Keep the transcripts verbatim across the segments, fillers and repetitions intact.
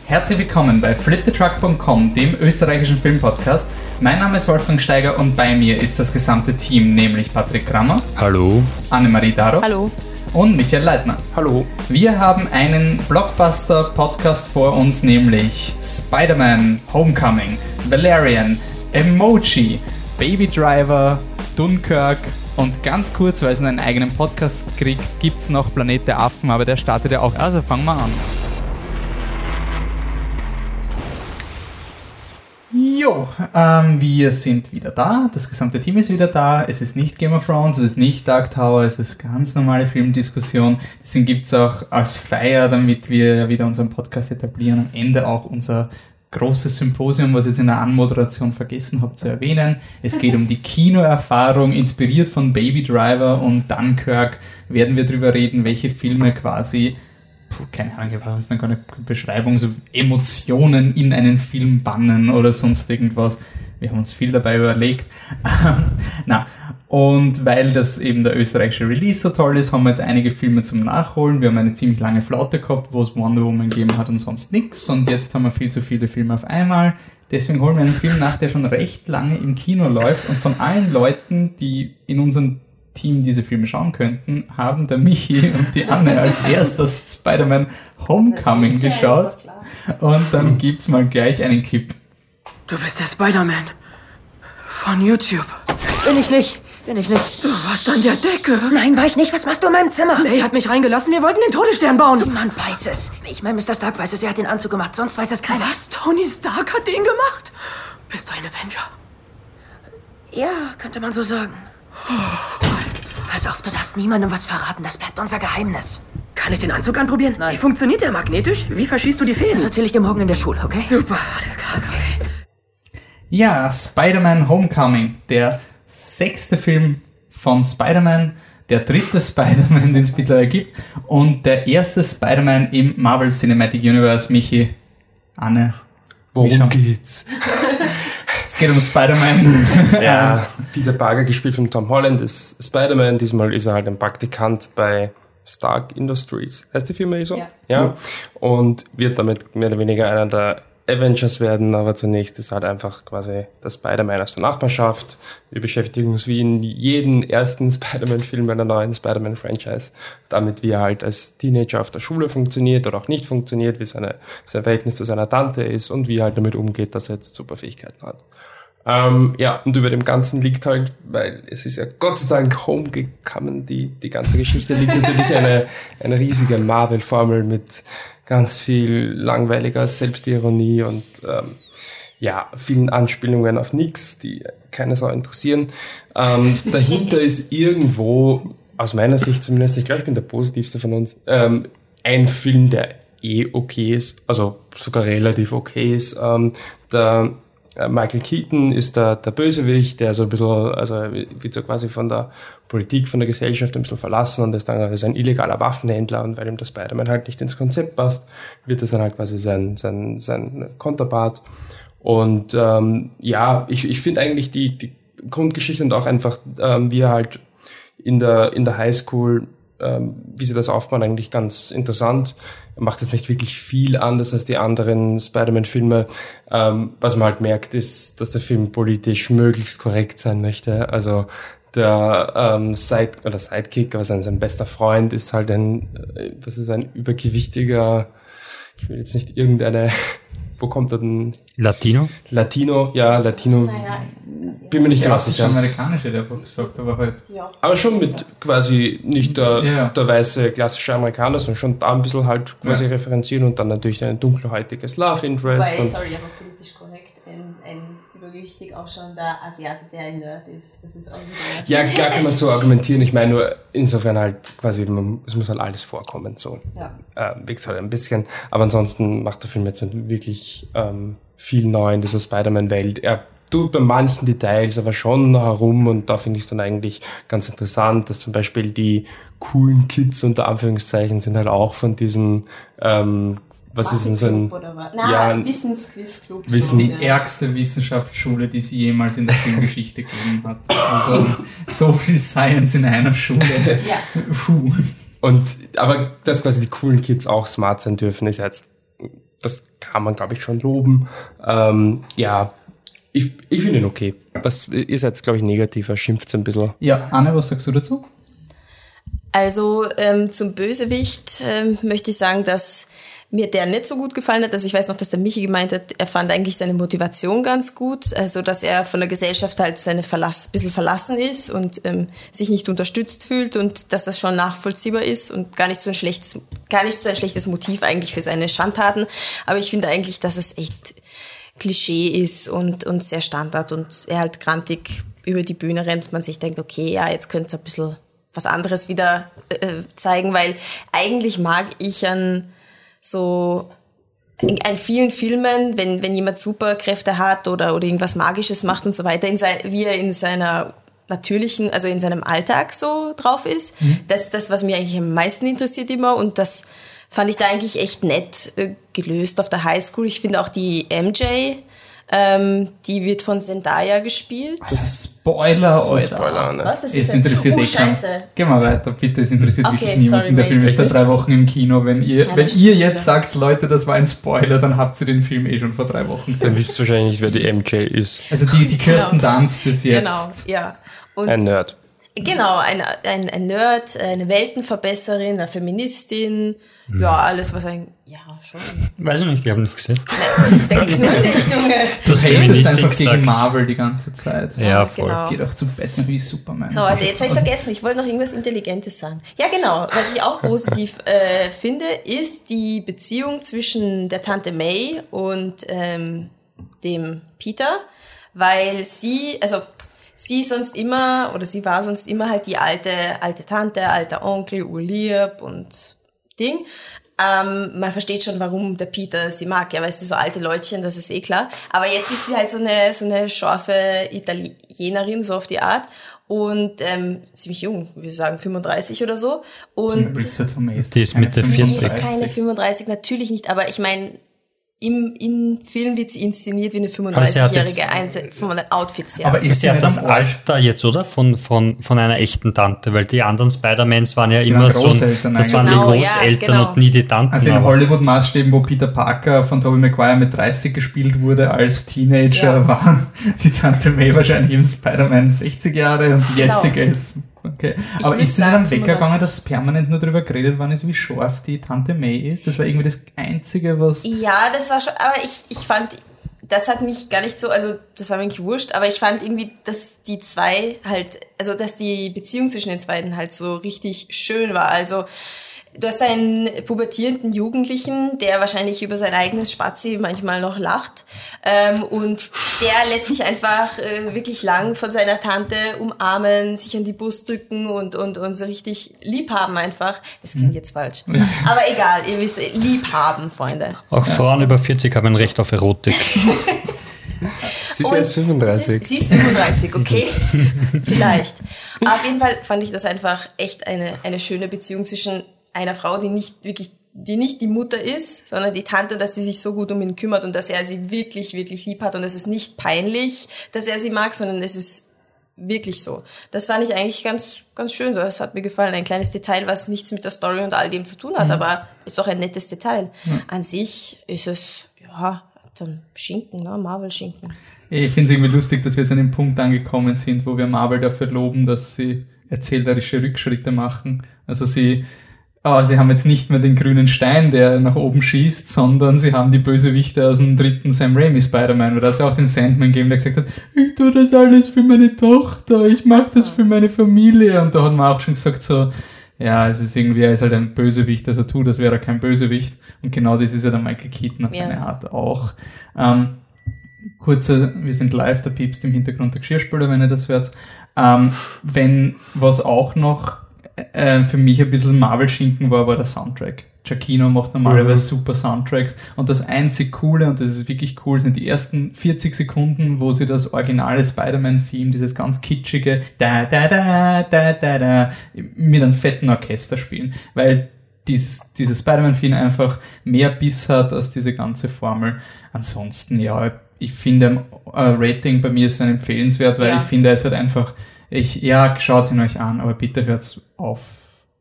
Herzlich willkommen bei flip the truck punkt com, dem österreichischen Filmpodcast. Mein Name ist Wolfgang Steiger und bei mir ist das gesamte Team, nämlich Patrick Krammer. Hallo. Annemarie Daro. Hallo. Und Michael Leitner. Hallo. Wir haben einen Blockbuster-Podcast vor uns, nämlich Spider-Man Homecoming, Valerian, Emoji, Baby Driver, Dunkirk und ganz kurz, weil es einen eigenen Podcast kriegt, gibt es noch Planet der Affen, aber der startet ja auch. Also fangen wir an. Jo, ähm, wir sind wieder da, das gesamte Team ist wieder da, es ist nicht Game of Thrones, es ist nicht Dark Tower, es ist ganz normale Filmdiskussion, deswegen gibt es auch als Feier, damit wir wieder unseren Podcast etablieren, am Ende auch unser großes Symposium, was ich jetzt in der Anmoderation vergessen habe zu erwähnen. Es geht um die Kinoerfahrung, inspiriert von Baby Driver und Dunkirk werden wir drüber reden, welche Filme quasi keine Ahnung, was ist dann keine Beschreibung, so Emotionen in einen Film bannen oder sonst irgendwas. Wir haben uns viel dabei überlegt. Na, und weil das eben der österreichische Release so toll ist, haben wir jetzt einige Filme zum Nachholen. Wir haben eine ziemlich lange Flaute gehabt, wo es Wonder Woman gegeben hat und sonst nichts. Und jetzt haben wir viel zu viele Filme auf einmal. Deswegen holen wir einen Film nach, der schon recht lange im Kino läuft. Und von allen Leuten, die in unserem Team diese Filme schauen könnten, haben der Michi und die Anne als erstes Spider-Man Homecoming sicher, geschaut. Und dann gibt's mal gleich einen Clip. Du bist der Spider-Man von YouTube. Bin ich nicht, bin ich nicht. Du warst an der Decke. Nein, war ich nicht. Was machst du in meinem Zimmer? May hat mich reingelassen, wir wollten den Todesstern bauen. Niemand weiß es. Ich meine, Mister Stark weiß es, er hat den Anzug gemacht, sonst weiß es keiner. Was? Tony Stark hat den gemacht? Bist du ein Avenger? Ja, könnte man so sagen. Pass auf, du darfst niemandem was verraten, das bleibt unser Geheimnis. Kann ich den Anzug anprobieren? Nein. Wie funktioniert der magnetisch? Wie verschießt du die Fäden? Das erzähle ich dir morgen in der Schule, okay? Super, alles klar, okay. Ja, Spider-Man Homecoming, der sechste Film von Spider-Man, der dritte Spider-Man, den es mittlerweile gibt und der erste Spider-Man im Marvel Cinematic Universe. Michi, Anne, worum geht's? Es geht um Spider-Man. Ja, Peter Parker, gespielt von Tom Holland, ist Spider-Man. Diesmal ist er halt ein Praktikant bei Stark Industries. Heißt die Firma eh so? Ja. Ja. Und wird damit mehr oder weniger einer der Avengers werden, aber zunächst ist halt einfach quasi der Spider-Man aus der Nachbarschaft. Wir beschäftigen uns wie in jedem ersten Spider-Man-Film einer neuen Spider-Man-Franchise damit, wie er halt als Teenager auf der Schule funktioniert oder auch nicht funktioniert, wie seine, sein Verhältnis zu seiner Tante ist und wie er halt damit umgeht, dass er jetzt Superfähigkeiten hat. Ähm, ja, und über dem Ganzen liegt halt, weil es ist ja Gott sei Dank Homecoming, die, die ganze Geschichte liegt natürlich eine, eine riesige Marvel-Formel mit ganz viel langweiliger Selbstironie und ähm, ja, vielen Anspielungen auf nix, die keine Sau interessieren. Ähm, dahinter ist irgendwo, aus meiner Sicht zumindest, ich glaube, ich bin der positivste von uns, ähm, ein Film, der eh okay ist, also sogar relativ okay ist. Ähm, der Michael Keaton ist der, der Bösewicht, der so ein bisschen, also wird so quasi von der Politik, von der Gesellschaft ein bisschen verlassen und ist dann also ein illegaler Waffenhändler und weil ihm der Spider-Man halt nicht ins Konzept passt, wird das dann halt quasi sein, sein, sein Konterpart. Und ähm, ja, ich, ich finde eigentlich die, die Grundgeschichte und auch einfach, ähm, wie er halt in der, in der Highschool, ähm, wie sie das aufbauen, eigentlich ganz interessant. Er macht jetzt nicht wirklich viel anders als die anderen Spider-Man-Filme. Ähm, was man halt merkt, ist, dass der Film politisch möglichst korrekt sein möchte. Also der ähm, Side oder Sidekick, aber sein, sein bester Freund ist halt ein, das ist ein übergewichtiger, ich will jetzt nicht irgendeine, wo kommt er denn? Latino? Latino, ja, Latino. Naja, bin mir nicht ja, ganz das ist sicher. amerikanische, der Buch gesagt, aber halt. ja. Aber schon mit quasi nicht der, Ja. der weiße klassische Amerikaner, sondern schon da ein bisschen halt quasi Ja. referenzieren und dann natürlich ein dunkelhäutiges Love Interest. Weil, Und sorry, aber politisch korrekt, ein, ein übergewichtig auch schon der Asiate, der ein Nerd ist. Das ist auch nicht ja, klar kann man so argumentieren. Ich meine nur, insofern halt quasi, man, es muss halt alles vorkommen, so. Ja. Äh, wirkt halt ein bisschen. Aber ansonsten macht der Film jetzt nicht wirklich ähm, viel neu in dieser Spider-Man-Welt. Er tut bei manchen Details aber schon herum und da finde ich es dann eigentlich ganz interessant, dass zum Beispiel die coolen Kids unter Anführungszeichen sind halt auch von diesem ähm, was ist denn so ein... Oder was? Nein, ja, ein Wissensquiz-Club. Wissen- Die ärgste Wissenschaftsschule, die sie jemals in der Filmgeschichte gegeben hat. Also so viel Science in einer Schule. Ja. Puh. Und, aber dass quasi die coolen Kids auch smart sein dürfen, ist ja jetzt das kann man, glaube ich, schon loben. Ähm, ja, ich, ich finde ihn okay. Was, ihr seid, glaube ich, negativer, schimpft ein bisschen. Ja, Anne, was sagst du dazu? Also ähm, zum Bösewicht ähm, möchte ich sagen, dass mir der nicht so gut gefallen hat. Also ich weiß noch, dass der Michi gemeint hat, er fand eigentlich seine Motivation ganz gut, also dass er von der Gesellschaft halt so eine Verlass, bisschen verlassen ist und ähm, sich nicht unterstützt fühlt und dass das schon nachvollziehbar ist und gar nicht so ein schlechtes, gar nicht so ein schlechtes Motiv eigentlich für seine Schandtaten. Aber ich finde eigentlich, dass es echt Klischee ist und, und sehr Standard und er halt grantig über die Bühne rennt und man sich denkt, okay, ja, jetzt könnte es ein bisschen was anderes wieder äh, zeigen, weil eigentlich mag ich an so in, in vielen Filmen, wenn, wenn jemand Superkräfte hat oder, oder irgendwas Magisches macht und so weiter, in sein, wie er in seiner natürlichen, also in seinem Alltag so drauf ist, mhm. das ist das, was mich eigentlich am meisten interessiert immer und das fand ich da eigentlich echt nett äh, gelöst auf der Highschool. Ich finde auch die M J, ähm, die wird von Zendaya gespielt. Spoiler, so Alter. Spoiler, ne? Was? Das Es ist interessiert oh, eh keinen. Scheiße. Geh mal weiter, bitte. Es interessiert Okay, wirklich niemanden. sorry, Der Film wait. ist seit drei Wochen im Kino. Wenn ihr, Ja, wenn das ihr stimmt, jetzt ja. sagt, Leute, das war ein Spoiler, dann habt ihr den Film eh schon vor drei Wochen gesehen. Dann wisst ihr wahrscheinlich nicht, wer die M J ist. Also die, die Kirsten Genau. Dunst ist jetzt. Genau, ja. Und Ein Nerd. Genau, ein, ein, ein Nerd, eine Weltenverbesserin, eine Feministin, ja, alles, was ein, ja, schon. Weiß ich nicht, ich habe nicht gesehen. Nein, der knull nicht, Junge. Du hast Du hatest Feministin einfach gesagt. gegen Marvel die ganze Zeit. Ja, voll. Genau. Geht auch zu Batman wie Superman. So, warte, jetzt habe ich vergessen, ich wollte noch irgendwas Intelligentes sagen. Ja, genau, was ich auch positiv äh, finde, ist die Beziehung zwischen der Tante May und ähm, dem Peter, weil sie, also sie sonst immer, oder sie war sonst immer halt die alte, alte Tante, alter Onkel, urlieb und Ding. Ähm, man versteht schon, warum der Peter sie mag, ja, weil sie so alte Leutchen, das ist eh klar. Aber jetzt ist sie halt so eine, so eine scharfe Italienerin, so auf die Art. Und ähm, ziemlich jung, würde ich sagen, fünfunddreißig oder so. Und Die ist Mitte sie vierzig. ist keine fünfunddreißig, natürlich nicht, aber ich meine, im, im Film wird sie inszeniert wie eine fünfunddreißigjährige, Einzel- von den Outfits her. Aber ist Sie sie hat nicht das am Arsch? Alter jetzt, oder? Von, von, von einer echten Tante, weil die anderen Spider-Mans waren ja waren immer so, Großeltern das waren Genau, die ja, Großeltern genau. und nie die Tanten. Also in aber- Hollywood-Maßstäben, wo Peter Parker von Tobey Maguire mit dreißig gespielt wurde, als Teenager Ja. war die Tante May wahrscheinlich im Spider-Man sechzig Jahre und die Genau. jetzige ist... Okay. Ich Aber würd ist dir nicht sagen am Wecker gegangen, fünfunddreißig. dass permanent nur darüber geredet worden ist, wie scharf die Tante May ist? Das war irgendwie das Einzige, was... Ja, das war schon, aber ich, ich fand, das hat mich gar nicht so, also das war mir eigentlich wurscht, aber ich fand irgendwie, dass die zwei halt, also dass die Beziehung zwischen den beiden halt so richtig schön war. Also du hast einen pubertierenden Jugendlichen, der wahrscheinlich über sein eigenes Spazi manchmal noch lacht, ähm, und der lässt sich einfach äh, wirklich lang von seiner Tante umarmen, sich an die Brust drücken und, und, und so richtig lieb haben einfach. Das klingt jetzt falsch. Aber egal, ihr wisst, lieb haben, Freunde. Auch Frauen über vierzig haben ein Recht auf Erotik. Sie ist Und erst fünfunddreißig. Sie ist, sie ist fünfunddreißig, okay? Vielleicht. Aber auf jeden Fall fand ich das einfach echt eine, eine schöne Beziehung zwischen einer Frau, die nicht wirklich, die nicht die Mutter ist, sondern die Tante, dass sie sich so gut um ihn kümmert und dass er sie wirklich, wirklich lieb hat und es ist nicht peinlich, dass er sie mag, sondern es ist wirklich so. Das fand ich eigentlich ganz, ganz schön. Das hat mir gefallen. Ein kleines Detail, was nichts mit der Story und all dem zu tun hat, mhm. aber ist doch ein nettes Detail. Mhm. An sich ist es, ja, dann Schinken, ne? Marvel-Schinken. Ich finde es irgendwie lustig, dass wir jetzt an dem Punkt angekommen sind, wo wir Marvel dafür loben, dass sie erzählerische Rückschritte machen. Also sie, oh, sie haben jetzt nicht mehr den grünen Stein, der nach oben schießt, sondern sie haben die Bösewichte aus dem dritten Sam Raimi Spider-Man. Oder hat es auch den Sandman gegeben, der gesagt hat, ich tue das alles für meine Tochter, ich mache das für meine Familie. Und da hat man auch schon gesagt so, ja, es ist irgendwie, er ist halt ein Bösewicht, also tu, das wäre kein Bösewicht. Und genau das ist ja der Michael Keaton auf ja. seine Art auch. Ähm, kurze, wir sind live, da piepst im Hintergrund der Geschirrspüler, wenn ihr das hört. Ähm, wenn, was auch noch äh, für mich ein bisschen Marvel-Schinken war, war der Soundtrack. Giacchino macht normalerweise mhm. super Soundtracks und das einzig Coole, und das ist wirklich cool, sind die ersten vierzig Sekunden, wo sie das originale Spider-Man-Theme, dieses ganz kitschige da da da da da da mit einem fetten Orchester spielen, weil dieses, dieses Spider-Man-Theme einfach mehr Biss hat als diese ganze Formel. Ansonsten, ja, ich finde, ein Rating bei mir ist ein empfehlenswert, weil ja. ich finde, es wird einfach, ich, ja, schaut ihn euch an, aber bitte hört's auf,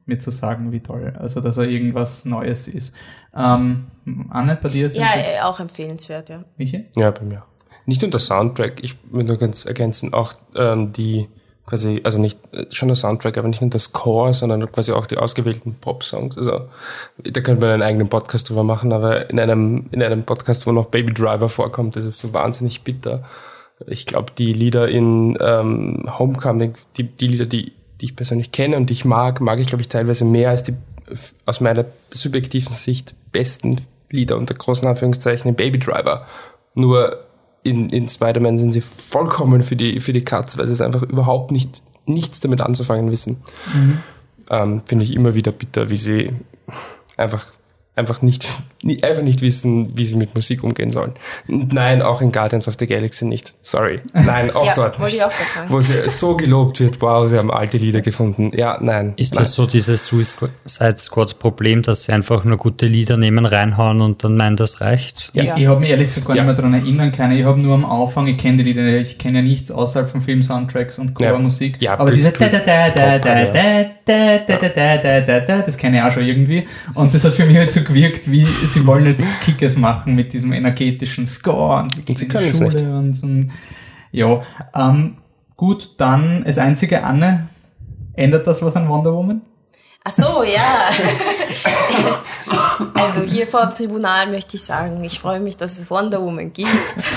mir zu sagen, wie toll, also dass er irgendwas Neues ist. Ähm, Anne, bei dir ist Ja, es äh, auch empfehlenswert, ja. Michi? Ja, bei mir auch. Nicht nur der Soundtrack, ich will nur ganz ergänzen, auch ähm, die quasi, also nicht äh, schon der Soundtrack, aber nicht nur der Score, sondern quasi auch die ausgewählten Pop-Songs. Also da könnte man einen eigenen Podcast drüber machen, aber in einem in einem Podcast, wo noch Baby Driver vorkommt, ist es so wahnsinnig bitter. Ich glaube, die Lieder in ähm, Homecoming, die, die Lieder, die, die ich persönlich kenne und die ich mag, mag ich, glaube ich, teilweise mehr als die aus meiner subjektiven Sicht besten Lieder unter großen Anführungszeichen in Baby Driver. Nur in, in Spider-Man sind sie vollkommen für die, für die Cuts, weil sie es einfach überhaupt nicht, nichts damit anzufangen wissen. Mhm. Ähm, finde ich immer wieder bitter, wie sie einfach, einfach nicht, einfach nicht wissen, wie sie mit Musik umgehen sollen. Und nein, auch in Guardians of the Galaxy nicht. Sorry. Nein, auch ja, dort wollte nicht. ich auch gerade sagen. Wo sie so gelobt wird, wow, sie haben alte Lieder gefunden. Ja, nein. Ist nein. das so dieses Suicide Squad-Problem, dass sie einfach nur gute Lieder nehmen, reinhauen und dann meinen, das reicht? Ja. Ja. Ich, ich habe mich ehrlich gesagt gar Ja. nicht mehr daran erinnern können. Ich habe nur am Anfang, ich kenne die Lieder nicht, ich kenne ja nichts außerhalb von Film-Soundtracks und Chormusik. Ja, aber diese da Blitzkrieg, da da da da Pop, da da da da da da da da, das kenne ich auch schon irgendwie. Und das hat für mich halt so gewirkt, wie sie wollen jetzt Kickers machen mit diesem energetischen Score und, Und sie in die können es Schule nicht. und so. Ja, ähm, gut, dann das einzige, Anne, ändert das was an Wonder Woman? Ach so, ja. Also hier vor dem Tribunal möchte ich sagen, ich freue mich, dass es Wonder Woman gibt.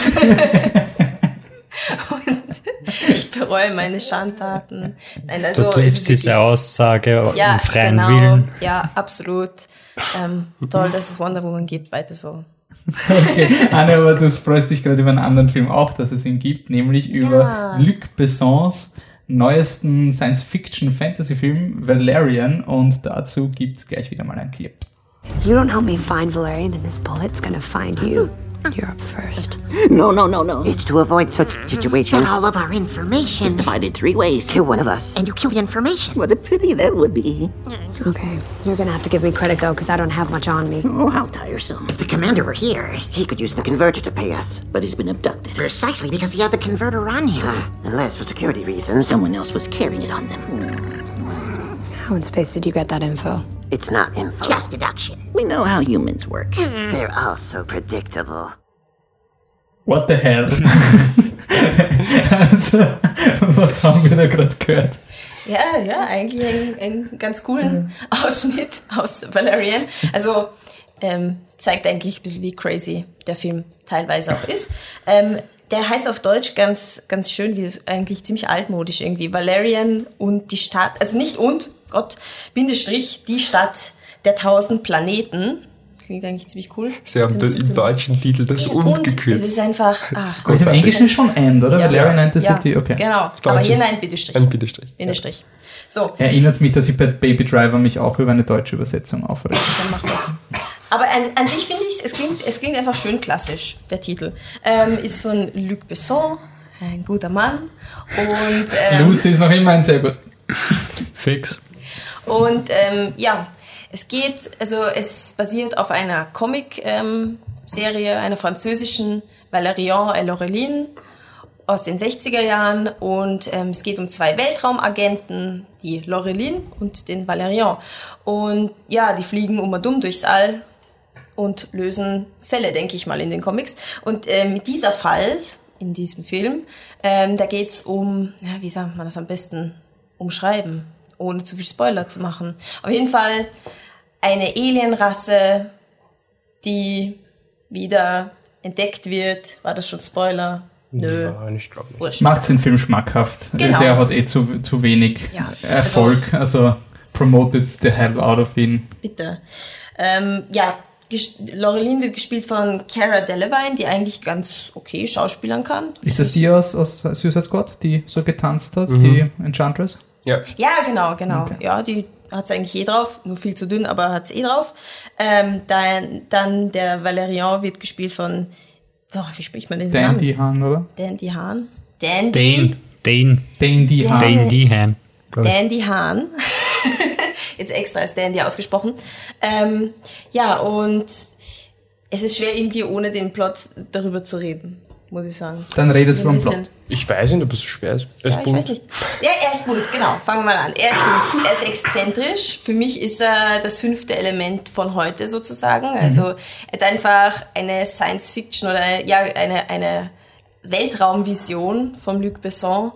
Und ich bereue meine Schandtaten. Nein, also Du es triffst ist diese wirklich- Aussage ja, im freien genau, Willen. Ja, absolut. Ähm, toll, dass es Wonder Woman gibt, weiter so. Okay, Anne, aber du freust dich gerade über einen anderen Film auch, dass es ihn gibt, nämlich über Ja. Luc Bessons neuesten Science-Fiction-Fantasy-Film Valerian, und dazu gibt's gleich wieder mal einen Clip. If you don't help me find Valerian, then this bullet's gonna find you. You're up first. No, no, no, no. It's to avoid such situations. But all of our information. It's divided three ways. Kill one of us. And you kill the information. What a pity that would be. Okay, you're gonna have to give me credit though, because I don't have much on me. Oh, how tiresome. If the commander were here, He could use the converter to pay us, but he's been abducted. precisely because he had the converter on him. Unless, for security reasons, someone else was carrying it on them. How in space did you get that info? It's not info. Just deduction. We know how humans work. They're all so predictable. What the hell? Also, was haben wir da gerade gehört? Ja, ja, eigentlich einen, einen ganz coolen Ausschnitt aus Valerian. Also ähm, zeigt eigentlich ein bisschen, wie crazy der Film teilweise auch ist. Ähm, der heißt auf Deutsch ganz, ganz schön, wie es eigentlich ziemlich altmodisch irgendwie. Valerian und die Stadt, also nicht und, Gott, Bindestrich, die Stadt der tausend Planeten. Klingt eigentlich ziemlich cool. Sie haben Zumindest den zum- deutschen Titel das und und es gekürzt. ist einfach, ah, Das ist Aber ist im großartig. Englischen schon End, oder? Ja. Valerian and the ja, City, okay. genau. Deutsch Aber hier ist nein, Bindestrich. Ein Bindestrich. Bindestrich. So, Erinnert mich, dass ich bei Baby Driver mich auch über eine deutsche Übersetzung aufrege. dann mach das. Aber an, an sich finde ich, es klingt, es klingt einfach schön klassisch, der Titel. Ähm, ist von Luc Besson, ein guter Mann. Und, ähm, Lucy ist noch immer ein sehr gut. Fix. und ähm, ja, es geht, also es basiert auf einer Comic-Serie, einer französischen, Valérian et Laureline aus den sechziger Jahren, und ähm, es geht um zwei Weltraumagenten, die Laureline und den Valérian. Und ja, die fliegen um und um durchs All und lösen Fälle, denke ich mal, in den Comics. Und ähm, mit dieser Fall in diesem Film, ähm, da geht es um, ja, wie sagt man das am besten umschreiben, ohne zu viel Spoiler zu machen. Auf jeden Fall eine Alienrasse, die wieder entdeckt wird. War das schon Spoiler? Nö. Nein, ich glaube nicht. Wurscht. Macht den Film schmackhaft. Genau. Der hat eh zu, zu wenig Ja, Erfolg, also promoted the hell out of ihn. Bitte. Ähm, ja, ges- Laureline wird gespielt von Cara Delevingne, die eigentlich ganz okay schauspielern kann. Ist das die aus, aus Suicide Squad, die so getanzt hat, Mhm. die Enchantress? Ja. Ja, genau, genau. Okay. Ja, die hat es eigentlich eh drauf, nur viel zu dünn, aber hat es eh drauf. Ähm, dann, dann der Valérian wird gespielt von, oh, wie spricht man den Namen? Dandy Han, oder? Dandy Hahn. Dandy. Dane. Dane. Dandy Han. Dane Dehan. glaub ich. Dandy Hahn. Jetzt extra ist Dandy ausgesprochen. Ähm, ja, und es ist schwer, irgendwie ohne den Plot darüber zu reden. muss ich sagen. Dann redest du Ein vom bisschen- Plot. Ich weiß nicht, ob es so schwer ist. Er ist Ja, ich bunt. weiß nicht. Ja, er ist bunt, genau. Fangen wir mal an. Er ist bunt. Er ist exzentrisch. Für mich ist er das fünfte Element von heute sozusagen. Also er hat einfach eine Science-Fiction oder ja, eine, eine Weltraumvision von Luc Besson,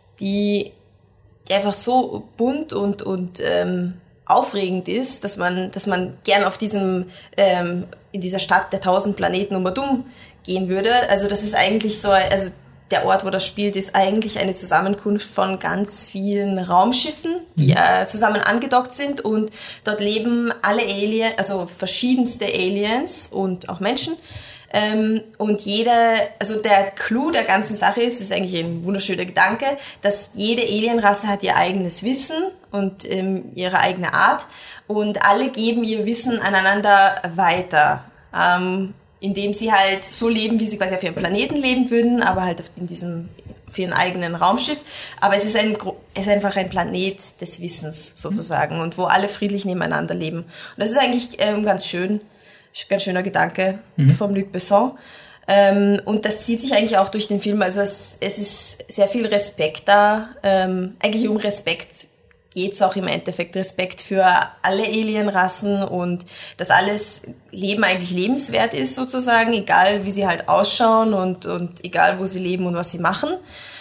die, die einfach so bunt und, und ähm, aufregend ist, dass man, dass man gern auf diesem, ähm, in dieser Stadt der tausend Planeten um und um gehen würde. Also das ist eigentlich so, also der Ort, wo das spielt, ist eigentlich eine Zusammenkunft von ganz vielen Raumschiffen, die äh, zusammen angedockt sind und dort leben alle Aliens, also verschiedenste Aliens und auch Menschen. Ähm, und jeder, also der Clou der ganzen Sache ist, ist eigentlich ein wunderschöner Gedanke, dass jede Alienrasse hat ihr eigenes Wissen und ähm, ihre eigene Art und alle geben ihr Wissen aneinander weiter. Ähm, indem sie halt so leben, wie sie quasi auf ihrem Planeten leben würden, aber halt in diesem, für ihren eigenen Raumschiff. Aber es ist, ein, es ist einfach ein Planet des Wissens sozusagen und wo alle friedlich nebeneinander leben. Und das ist eigentlich ähm, ganz schön, ganz schöner Gedanke mhm. vom Luc Besson. Ähm, und das zieht sich eigentlich auch durch den Film. Also es, es ist sehr viel Respekt da, ähm, eigentlich um Respekt geht es auch im Endeffekt. Respekt für alle Alienrassen und dass alles Leben eigentlich lebenswert ist sozusagen, egal wie sie halt ausschauen und, und egal wo sie leben und was sie machen.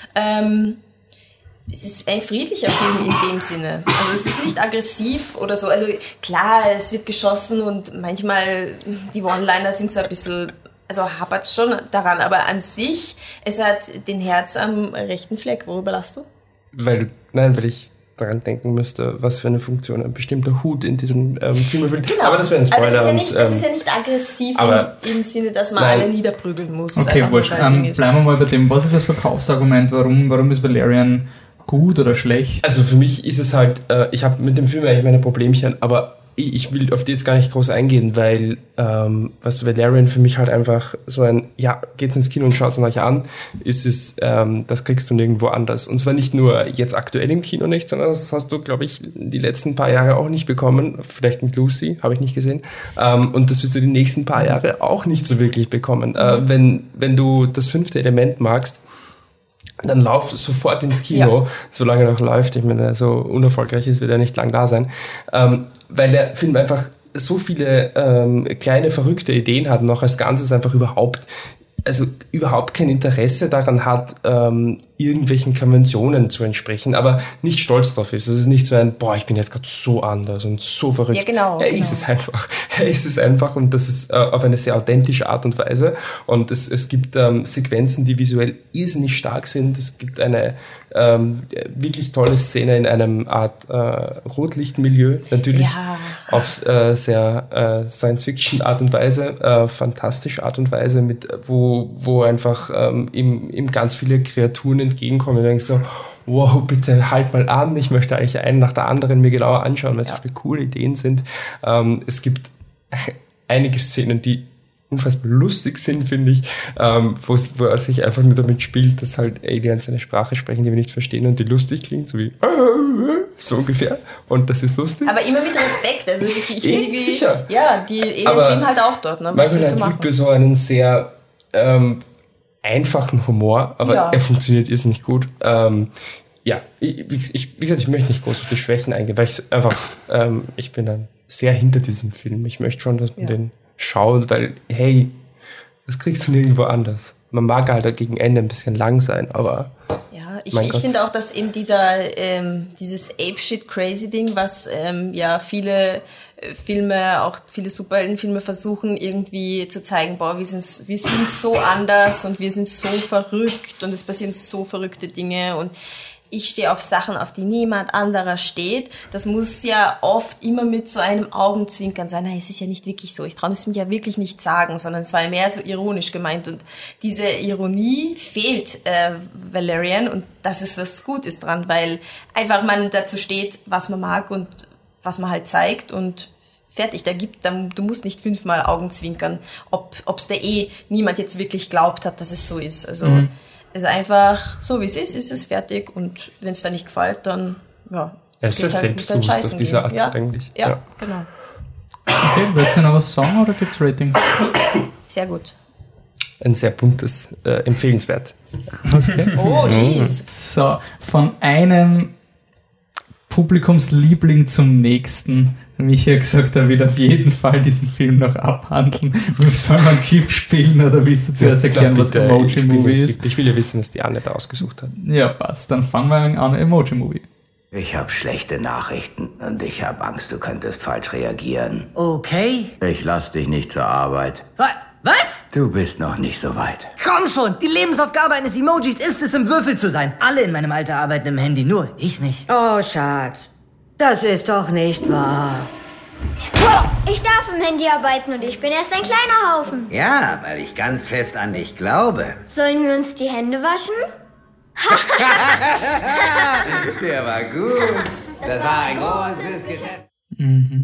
Ähm, es ist ein friedlicher Film in dem Sinne. Also es ist nicht aggressiv oder so. Also klar, es wird geschossen und manchmal die One-Liner sind so ein bisschen, also hapert es schon daran, aber an sich, es hat den Herz am rechten Fleck. Worüber lachst du? Weil, nein, weil ich daran denken müsste, was für eine Funktion ein bestimmter Hut in diesem ähm, Film erfüllt. Genau. Aber das wäre ein Spoiler. Aber das ist ja nicht, und, das ähm, ist ja nicht aggressiv aber, im, im Sinne, dass man nein. alle niederprügeln muss. Okay, einfach wurscht. nur, weil ein Ähm, Ding ist. bleiben wir mal bei dem. Was ist das Verkaufsargument? Warum, warum ist Valerian gut oder schlecht? Also für mich ist es halt, äh, ich habe mit dem Film eigentlich meine Problemchen, aber ich, ich will auf die jetzt gar nicht groß eingehen, weil, ähm, was Valerian für mich halt einfach so ein, ja, geht's ins Kino und schaut's euch an, ist es, ähm, das kriegst du nirgendwo anders. Und zwar nicht nur jetzt aktuell im Kino nicht, sondern das hast du, glaube ich, die letzten paar Jahre auch nicht bekommen. Vielleicht mit Lucy, habe ich nicht gesehen. Ähm, und das wirst du die nächsten paar Jahre auch nicht so wirklich bekommen. Äh, wenn, wenn du das fünfte Element magst, dann lauf sofort ins Kino, ja. solange er noch läuft. Ich meine, so unerfolgreich ist, wird er nicht lang da sein. Ähm, weil der Film einfach so viele ähm, kleine, verrückte Ideen hat und auch als Ganzes einfach überhaupt, also überhaupt kein Interesse daran hat, ähm, irgendwelchen Konventionen zu entsprechen, aber nicht stolz drauf ist. Es ist nicht so ein, boah, ich bin jetzt gerade so anders und so verrückt. Ja, genau. Er genau. ist es einfach. Er ist es einfach und das ist äh, auf eine sehr authentische Art und Weise. Und es, es gibt ähm, Sequenzen, die visuell irrsinnig stark sind. Es gibt eine ähm, wirklich tolle Szene in einem Art äh, Rotlichtmilieu, natürlich Ja. auf äh, sehr äh, Science-Fiction-Art und Weise, äh, fantastische Art und Weise, mit, wo, wo einfach ähm, ihm, ihm ganz viele Kreaturen entgegenkommen. Da denkst so, wow, bitte halt mal an, ich möchte eigentlich einen nach der anderen mir genauer anschauen, weil es Ja. so viele coole Ideen sind. Ähm, es gibt einige Szenen, die unfassbar lustig sind, finde ich, ähm, wo er sich einfach nur damit spielt, dass halt Aliens eine Sprache sprechen, die wir nicht verstehen und die lustig klingt, so wie so ungefähr. Und das ist lustig. Aber immer mit Respekt. Also ich, ich Eh, finde, wie, sicher. ja, die Aliens Aber leben halt auch dort. Ne? Was Michael willst du hat machen? Luc so einen sehr ähm, einfachen Humor, aber Ja. er funktioniert irrsinnig gut. Ähm, ja, ich, ich, wie gesagt, ich möchte nicht groß auf die Schwächen eingehen, weil ich einfach, ähm, ich bin dann sehr hinter diesem Film. Ich möchte schon, dass man Ja. den schaut, weil, hey, das kriegst du nirgendwo anders. Man mag halt gegen Ende ein bisschen lang sein, aber Ja, ich, Mein ich Gott. finde auch, dass eben dieser, ähm, dieses Ape-Shit-Crazy-Ding, was ähm, ja viele äh, Filme, auch viele Superheldenfilme versuchen irgendwie zu zeigen, boah, wir sind, wir sind so anders und wir sind so verrückt und es passieren so verrückte Dinge und ich stehe auf Sachen, auf die niemand anderer steht. Das muss ja oft immer mit so einem Augenzwinkern sein. Nein, es ist ja nicht wirklich so. Ich traue es mir ja wirklich nicht sagen, sondern es war mehr so ironisch gemeint. Und diese Ironie fehlt äh, Valerian und das ist was Gutes dran, weil einfach man dazu steht, was man mag und was man halt zeigt und fertig. Da gibt, da, du musst nicht fünfmal Augenzwinkern, ob es da eh niemand jetzt wirklich glaubt hat, dass es so ist. Also Mhm. Also einfach so wie es ist, ist es fertig und wenn es da nicht gefällt, dann ja. er ist sehr musst halt- musst halt selbstbewusst scheißen auf diese gehen. Art ja. eigentlich. Ja, Ja. genau. Okay, willst du noch was sagen oder gibt's Ratings? Sehr gut. ein sehr buntes, äh, empfehlenswert. Okay. Oh, jeez. So, von einem Publikumsliebling zum nächsten. Michi hat gesagt, er will auf jeden Fall diesen Film noch abhandeln. Soll man Clip spielen oder willst du zuerst erklären, ja, was Emoji-Movie ist? Ich will ja wissen, was die Anne da ausgesucht hat. Ja, passt. Dann fangen wir an, Emoji-Movie. Ich habe schlechte Nachrichten und ich habe Angst, du könntest falsch reagieren. Okay. Ich lass dich nicht zur Arbeit. Wa- Was? Du bist noch nicht so weit. Komm schon, die Lebensaufgabe eines Emojis ist es, im Würfel zu sein. Alle in meinem Alter arbeiten im Handy, nur ich nicht. Oh, Schatz, das ist doch nicht wahr. Ich darf im Handy arbeiten und ich bin erst ein kleiner Haufen. Ja, weil ich ganz fest an dich glaube. Sollen wir uns die Hände waschen? Der war gut. Das, das war ein großes Geschäft. Mhm.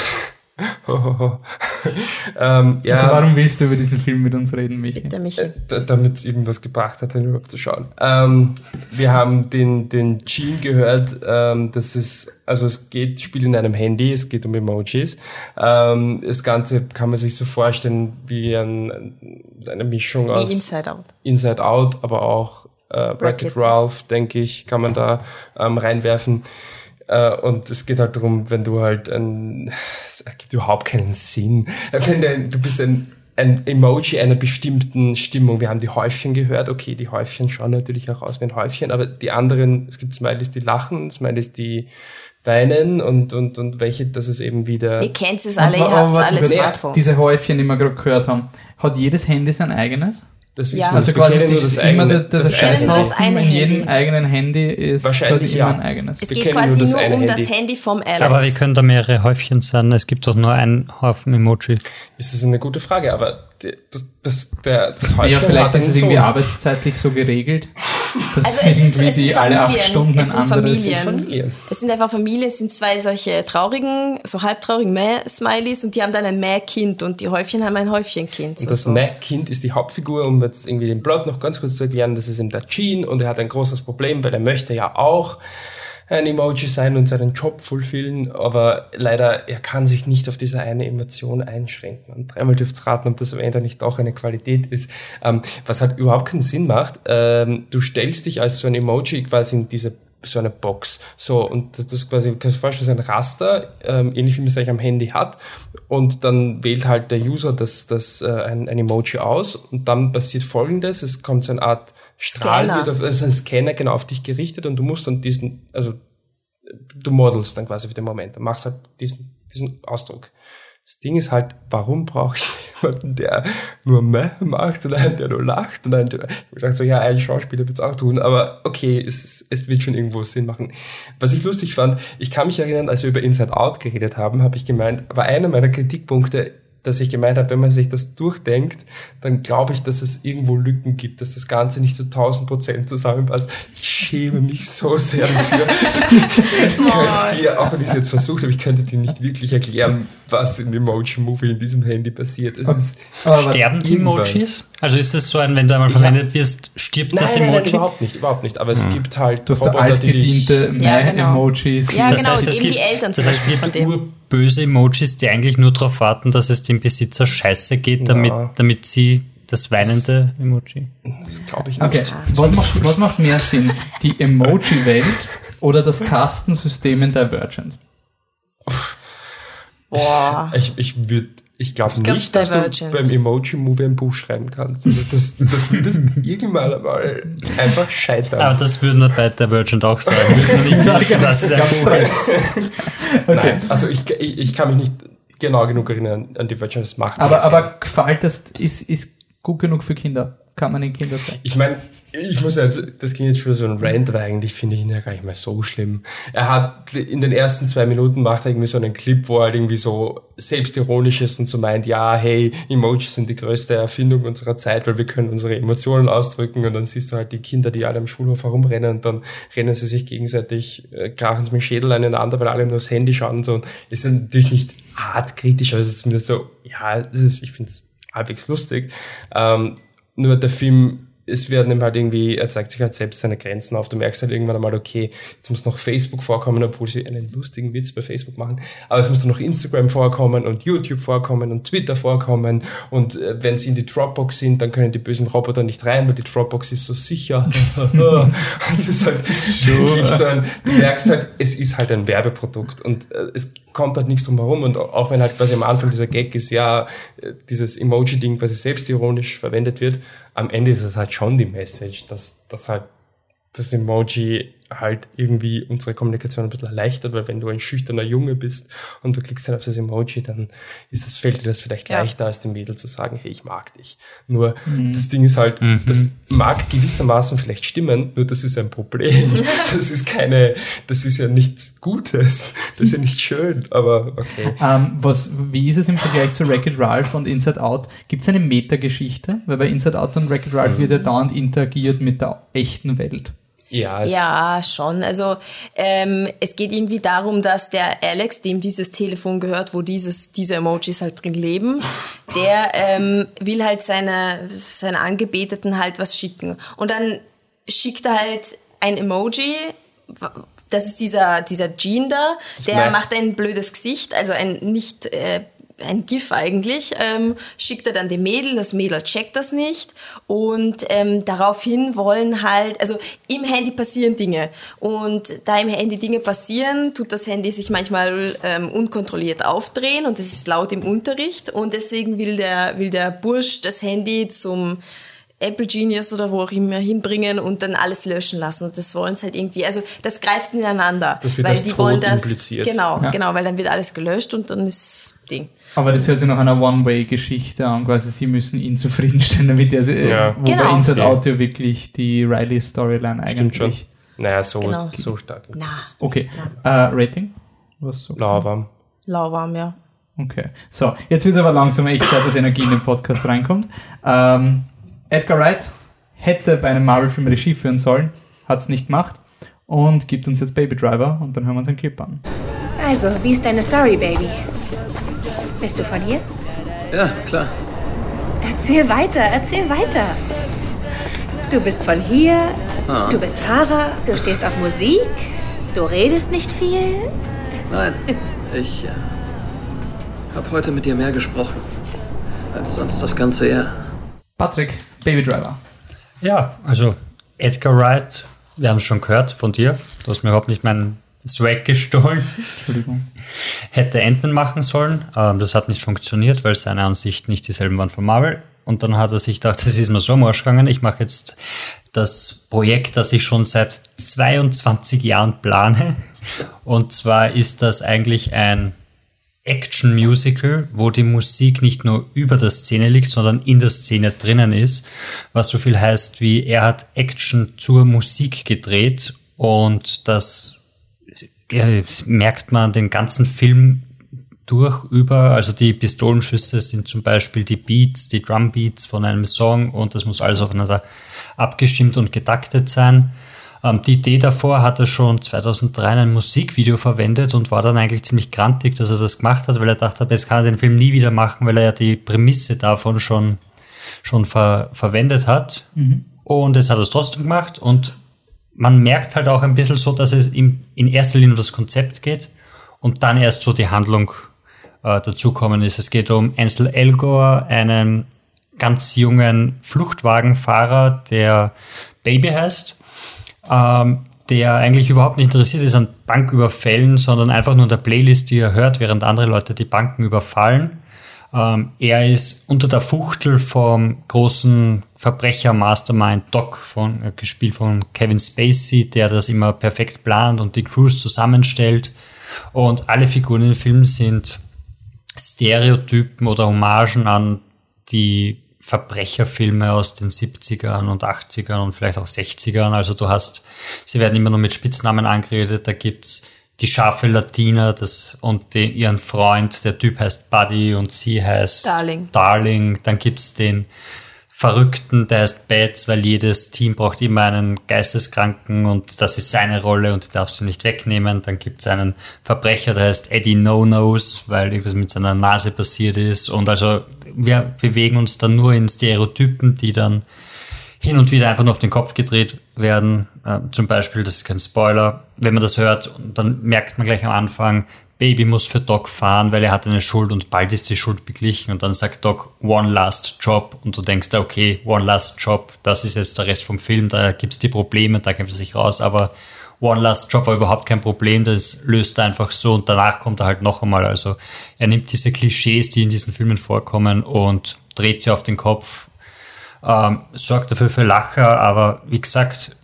ähm, ja, also warum willst du über diesen Film mit uns reden, Michi? Bitte, Michi. Äh, damit es irgendwas gebracht hat, den überhaupt zu schauen. Ähm, wir haben den, den Gene gehört, ähm, das ist, also es geht, spielt in einem Handy, es geht um Emojis. Ähm, das Ganze kann man sich so vorstellen wie ein, eine Mischung Wie aus Inside Out. Inside Out, aber auch äh, Wreck-It Ralph, denke ich, kann man da ähm, reinwerfen. Uh, und es geht halt darum, wenn du halt ein, es ergibt überhaupt keinen Sinn. Wenn du, du bist ein, ein Emoji einer bestimmten Stimmung. Wir haben die Häufchen gehört. Okay, die Häufchen schauen natürlich auch aus wie ein Häufchen, aber die anderen, es gibt Smileys, die lachen, Smileys, die weinen und, und, und welche, das ist eben wieder... Ihr kennt es alle, ihr habt alle Smartphones. Diese Häufchen, die wir gerade gehört haben, hat jedes Handy sein eigenes? Das wissen ja. wir. Also wir quasi kennen nur das eigene. Immer der, der Scheißhaufen in jedem Handy. eigenen Handy ist wahrscheinlich quasi ja. immer ein eigenes. Es Wir geht kennen quasi nur das nur eine um Handy. das Handy vom Alex. Aber wie können da mehrere Häufchen sein? Es gibt doch nur einen Haufen Emoji. Das ist eine gute Frage, aber das, das, der, das Häufchen Ja, vielleicht hat ist es einen irgendwie Sohn. arbeitszeitlich so geregelt, dass Also es ist, irgendwie es sind die alle acht Familien. Stunden Es ein sind anderes... Familien. Familien. Es sind einfach Familien, es sind zwei solche traurigen, so halbtraurigen Mäh-Smileys und die haben dann ein Mäh-Kind und die Häufchen haben ein Häufchenkind. Und das so. Mac-Kind ist die Hauptfigur, um jetzt irgendwie den Plot noch ganz kurz zu erklären, das ist eben der Gene und er hat ein großes Problem, weil er möchte ja auch ein Emoji sein und seinen Job fulfillen, aber leider, er kann sich nicht auf diese eine Emotion einschränken. Und dreimal dürft's raten, ob das am Ende nicht auch eine Qualität ist, ähm, was halt überhaupt keinen Sinn macht. Ähm, du stellst dich als so ein Emoji quasi in diese so eine Box. So, und das ist quasi, kannst du dir vorstellen, ein Raster, ähm, ähnlich wie man es eigentlich am Handy hat. Und dann wählt halt der User das, das, äh, ein, ein Emoji aus und dann passiert Folgendes, es kommt so eine Art Strahl, Scanner. wird auf, also ein Scanner genau auf dich gerichtet und du musst dann diesen, also du modelst dann quasi für den Moment, dann machst halt diesen, diesen Ausdruck. Das Ding ist halt, warum brauche ich jemanden, der nur Meh macht und einen, der nur lacht und einen, der, ich dachte so, ja, ein Schauspieler wird's auch tun, aber okay, es, ist, es wird schon irgendwo Sinn machen. Was ich lustig fand, ich kann mich erinnern, als wir über Inside Out geredet haben, habe ich gemeint, war einer meiner Kritikpunkte, dass ich gemeint habe, wenn man sich das durchdenkt, dann glaube ich, dass es irgendwo Lücken gibt, dass das Ganze nicht so tausend Prozent zusammenpasst. Ich schäme mich so sehr dafür. Ich könnte dir, auch wenn ich es jetzt versucht habe, ich könnte dir nicht wirklich erklären, was in Emoji-Movie in diesem Handy passiert. Es ist Sterben die irgendwas. Emojis? Also ist es so ein, wenn du einmal verwendet wirst, stirbt Nein, das nein, Emoji? nein, überhaupt nicht, überhaupt nicht. Aber es gibt halt Du hast da Roboter, die dich... altgediente Ja, genau. Emojis. Ja, Das genau, heißt, und es eben gibt, die Eltern zum das heißt, es Beispiel gibt von dem. urböse Emojis, die eigentlich nur darauf warten, dass es dem Besitzer scheiße geht, damit, Ja. damit sie das weinende Emoji... Das glaube ich nicht. Okay, was macht, was macht mehr Sinn? Die Emoji-Welt oder das Kastensystem in Divergent? Boah. Ich, ich würde, ich glaube glaub, nicht, dass Divergent. du beim Emoji-Movie ein Buch schreiben kannst. Also das, das würdest irgendwann einmal einfach scheitern. Aber das würden wir bei Divergent auch sagen. Wir würden nicht wissen, dass es ein Buch ist. Okay. Nein, also ich, ich, ich kann mich nicht genau genug erinnern an Divergent, das macht Aber, nichts. aber gefällt das, ist, ist gut genug für Kinder? Kann man den Kindern sagen? Ich meine, ich muss ja, das ging jetzt schon so ein Rant, weil eigentlich finde ich ihn ja gar nicht mehr so schlimm. Er hat in den ersten zwei Minuten macht er irgendwie so einen Clip, wo er halt irgendwie so selbstironisch ist und so meint, ja, hey, Emojis sind die größte Erfindung unserer Zeit, weil wir können unsere Emotionen ausdrücken und dann siehst du halt die Kinder, die alle am Schulhof herumrennen und dann rennen sie sich gegenseitig, äh, krachen sie mit dem Schädel aneinander, weil alle nur aufs Handy schauen und so. Und ist dann natürlich nicht hart kritisch, aber es ist zumindest so, ja, es ist, ich finde es halbwegs lustig. Ähm, Nur der Film es werden ihm halt irgendwie, er zeigt sich halt selbst seine Grenzen auf. Du merkst halt irgendwann einmal, okay, jetzt muss noch Facebook vorkommen, obwohl sie einen lustigen Witz bei Facebook machen. Aber es muss dann noch Instagram vorkommen und YouTube vorkommen und Twitter vorkommen. Und äh, wenn sie in die Dropbox sind, dann können die bösen Roboter nicht rein, weil die Dropbox ist so sicher. Es ist halt wirklich so ein, du merkst halt, es ist halt ein Werbeprodukt und äh, es kommt halt nichts drum herum. Und auch wenn halt quasi am Anfang dieser Gag ist, ja, dieses Emoji-Ding quasi selbstironisch verwendet wird, am Ende ist es halt schon die Message, dass, dass halt das Emoji halt irgendwie unsere Kommunikation ein bisschen erleichtert, weil wenn du ein schüchterner Junge bist und du klickst halt auf das Emoji, dann ist das, fällt dir das vielleicht ja. leichter, als dem Mädel zu sagen, hey, ich mag dich. Nur mhm. das Ding ist halt, mhm. das mag gewissermaßen vielleicht stimmen, nur das ist ein Problem. Das ist keine, das ist ja nichts Gutes, das ist ja nicht schön, aber okay. Ähm, was, wie ist es im Vergleich zu Wreck-It Ralph und Inside Out? Gibt es eine Meta-Geschichte? Weil bei Inside Out und Wreck-It Ralph mhm. wird ja dauernd interagiert mit der echten Welt. Ja, ja, schon. Also ähm, es geht irgendwie darum, dass der Alex, dem dieses Telefon gehört, wo dieses diese Emojis halt drin leben, der ähm, will halt seine seine Angebeteten halt was schicken. Und dann schickt er halt ein Emoji, das ist dieser dieser Gene da, der macht ein blödes Gesicht, also ein nicht äh, ein GIF eigentlich, ähm, schickt er dann dem Mädel, das Mädel checkt das nicht und ähm, daraufhin wollen halt, also im Handy passieren Dinge und da im Handy Dinge passieren, tut das Handy sich manchmal ähm, unkontrolliert aufdrehen und es ist laut im Unterricht und deswegen will der, will der Bursch das Handy zum Apple Genius oder wo auch immer hinbringen und dann alles löschen lassen und das wollen sie halt irgendwie, also das greift ineinander. Das wird weil als die Tod wollen das, impliziert. Genau, ja. genau, weil dann wird alles gelöscht und dann ist Ding. Aber das hört sich nach einer One-Way-Geschichte an, quasi sie müssen ihn zufriedenstellen, damit er, äh, ja. wo genau. bei Inside okay. Out ja wirklich die Riley-Storyline eigentlich... Stimmt schon. Naja, so, Genau. so stark. Na. Okay, äh, Rating? Was so Lauwarm. Lauwarm, ja. Okay, so, jetzt wird es aber langsam echt Zeit, dass Energie in den Podcast reinkommt. Ähm, Edgar Wright hätte bei einem Marvel-Film Regie führen sollen, hat es nicht gemacht und gibt uns jetzt Baby Driver und dann hören wir uns einen Clip an. Also, wie ist deine Story, Baby? Bist du von hier? Ja, klar. Erzähl weiter, erzähl weiter. Du bist von hier, ah. du bist Fahrer, du stehst auf Musik, du redest nicht viel. Nein, ich äh, habe heute mit dir mehr gesprochen als sonst das ganze Jahr. Patrick, Baby Driver. Ja, also Edgar Wright, wir haben es schon gehört von dir. Du hast mir überhaupt nicht meinen Swag gestohlen. Entschuldigung. Hätte Ant-Man machen sollen. Ähm, das hat nicht funktioniert, weil seine Ansicht nicht dieselben waren von Marvel. Und dann hat er sich gedacht, das ist mir so am Arsch gegangen. Ich mache jetzt das Projekt, das ich schon seit zweiundzwanzig Jahren plane. Und zwar ist das eigentlich ein Action-Musical, wo die Musik nicht nur über der Szene liegt, sondern in der Szene drinnen ist. Was so viel heißt, wie er hat Action zur Musik gedreht. Und das merkt man den ganzen Film durch über, also die Pistolenschüsse sind zum Beispiel die Beats, die Drumbeats von einem Song und das muss alles aufeinander abgestimmt und getaktet sein. Ähm, die Idee davor hat er schon zweitausenddrei in einem Musikvideo verwendet und war dann eigentlich ziemlich grantig, dass er das gemacht hat, weil er dachte, jetzt kann er den Film nie wieder machen, weil er ja die Prämisse davon schon, schon ver, verwendet hat. Mhm. Und jetzt hat er es trotzdem gemacht und man merkt halt auch ein bisschen so, dass es in erster Linie um das Konzept geht und dann erst so die Handlung äh, dazukommen ist. Es geht um Ansel Elgort, einen ganz jungen Fluchtwagenfahrer, der Baby heißt, ähm, der eigentlich überhaupt nicht interessiert ist an Banküberfällen, sondern einfach nur an der Playlist, die er hört, während andere Leute die Banken überfallen. Ähm, er ist unter der Fuchtel vom großen Verbrecher-Mastermind Doc, von, äh, gespielt von Kevin Spacey, der das immer perfekt plant und die Crews zusammenstellt. Und alle Figuren im Film sind Stereotypen oder Hommagen an die Verbrecherfilme aus den siebzigern und achtzigern und vielleicht auch sechzigern. Also du hast, sie werden immer nur mit Spitznamen angeredet, da gibt's die scharfe Latina das, und den, ihren Freund, der Typ heißt Buddy und sie heißt Darling. Darling. Dann gibt's den Verrückten, der heißt Bats, weil jedes Team braucht immer einen Geisteskranken und das ist seine Rolle und die darfst du nicht wegnehmen. Dann gibt's einen Verbrecher, der heißt Eddie No-Nose, weil irgendwas mit seiner Nase passiert ist. Und also wir bewegen uns dann nur in Stereotypen, die dann hin und wieder einfach nur auf den Kopf gedreht werden. Äh, zum Beispiel, das ist kein Spoiler, wenn man das hört, dann merkt man gleich am Anfang, Baby muss für Doc fahren, weil er hat eine Schuld und bald ist die Schuld beglichen und dann sagt Doc, one last job und du denkst, okay, one last job, das ist jetzt der Rest vom Film, da gibt's die Probleme, da kämpft er sich raus, aber one last job war überhaupt kein Problem, das löst er einfach so und danach kommt er halt noch einmal, also er nimmt diese Klischees, die in diesen Filmen vorkommen und dreht sie auf den Kopf, ähm, sorgt dafür für Lacher, aber wie gesagt,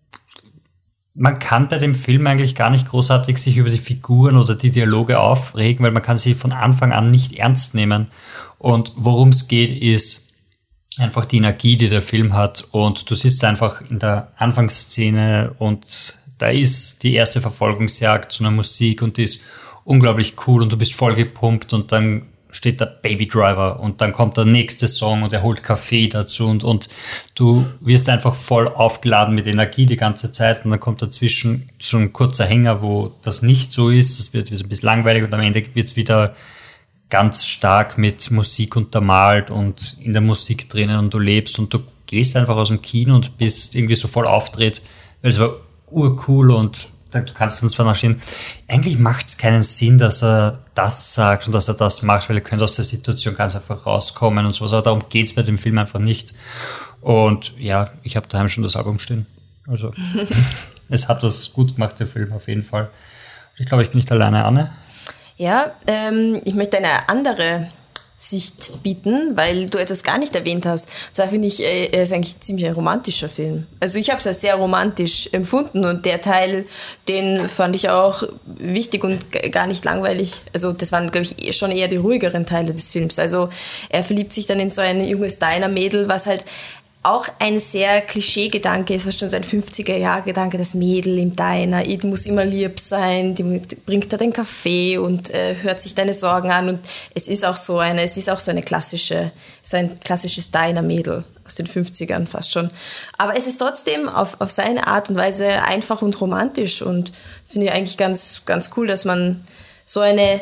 man kann bei dem Film eigentlich gar nicht großartig sich über die Figuren oder die Dialoge aufregen, weil man kann sie von Anfang an nicht ernst nehmen. Und worum es geht, ist einfach die Energie, die der Film hat. Und du sitzt einfach in der Anfangsszene und da ist die erste Verfolgungsjagd zu einer Musik und die ist unglaublich cool und du bist voll gepumpt und dann steht der Baby Driver und dann kommt der nächste Song und er holt Kaffee dazu und, und du wirst einfach voll aufgeladen mit Energie die ganze Zeit und dann kommt dazwischen schon ein kurzer Hänger, wo das nicht so ist, das wird ein bisschen langweilig und am Ende wird es wieder ganz stark mit Musik untermalt und in der Musik drinnen und du lebst und du gehst einfach aus dem Kino und bist irgendwie so voll aufgedreht, weil es war urcool und du kannst dann zwar noch stehen, eigentlich macht es keinen Sinn, dass er das sagt und dass er das macht, weil er könnte aus der Situation ganz einfach rauskommen und sowas, aber darum geht es bei dem Film einfach nicht. Und ja, ich habe daheim schon das Album stehen. Also es hat was gut gemacht, der Film auf jeden Fall. Ich glaube, ich bin nicht alleine, Anne. Ja, ähm, ich möchte eine andere Sicht bieten, weil du etwas gar nicht erwähnt hast. Und zwar finde ich, äh, er ist eigentlich ziemlich ein romantischer Film. Also ich habe es als sehr romantisch empfunden und der Teil, den fand ich auch wichtig und g- gar nicht langweilig. Also das waren, glaube ich, schon eher die ruhigeren Teile des Films. Also er verliebt sich dann in so ein junges Diner-Mädel, was halt auch ein sehr Klischee-Gedanke ist, was schon so ein fünfziger-Jahr-Gedanke, das Mädel im Diner, die muss immer lieb sein, die bringt da den Kaffee und äh, hört sich deine Sorgen an und es ist auch so eine, es ist auch so eine klassische, so ein klassisches Diner-Mädel aus den fünfzigern fast schon. Aber es ist trotzdem auf, auf seine Art und Weise einfach und romantisch und finde ich eigentlich ganz, ganz cool, dass man so eine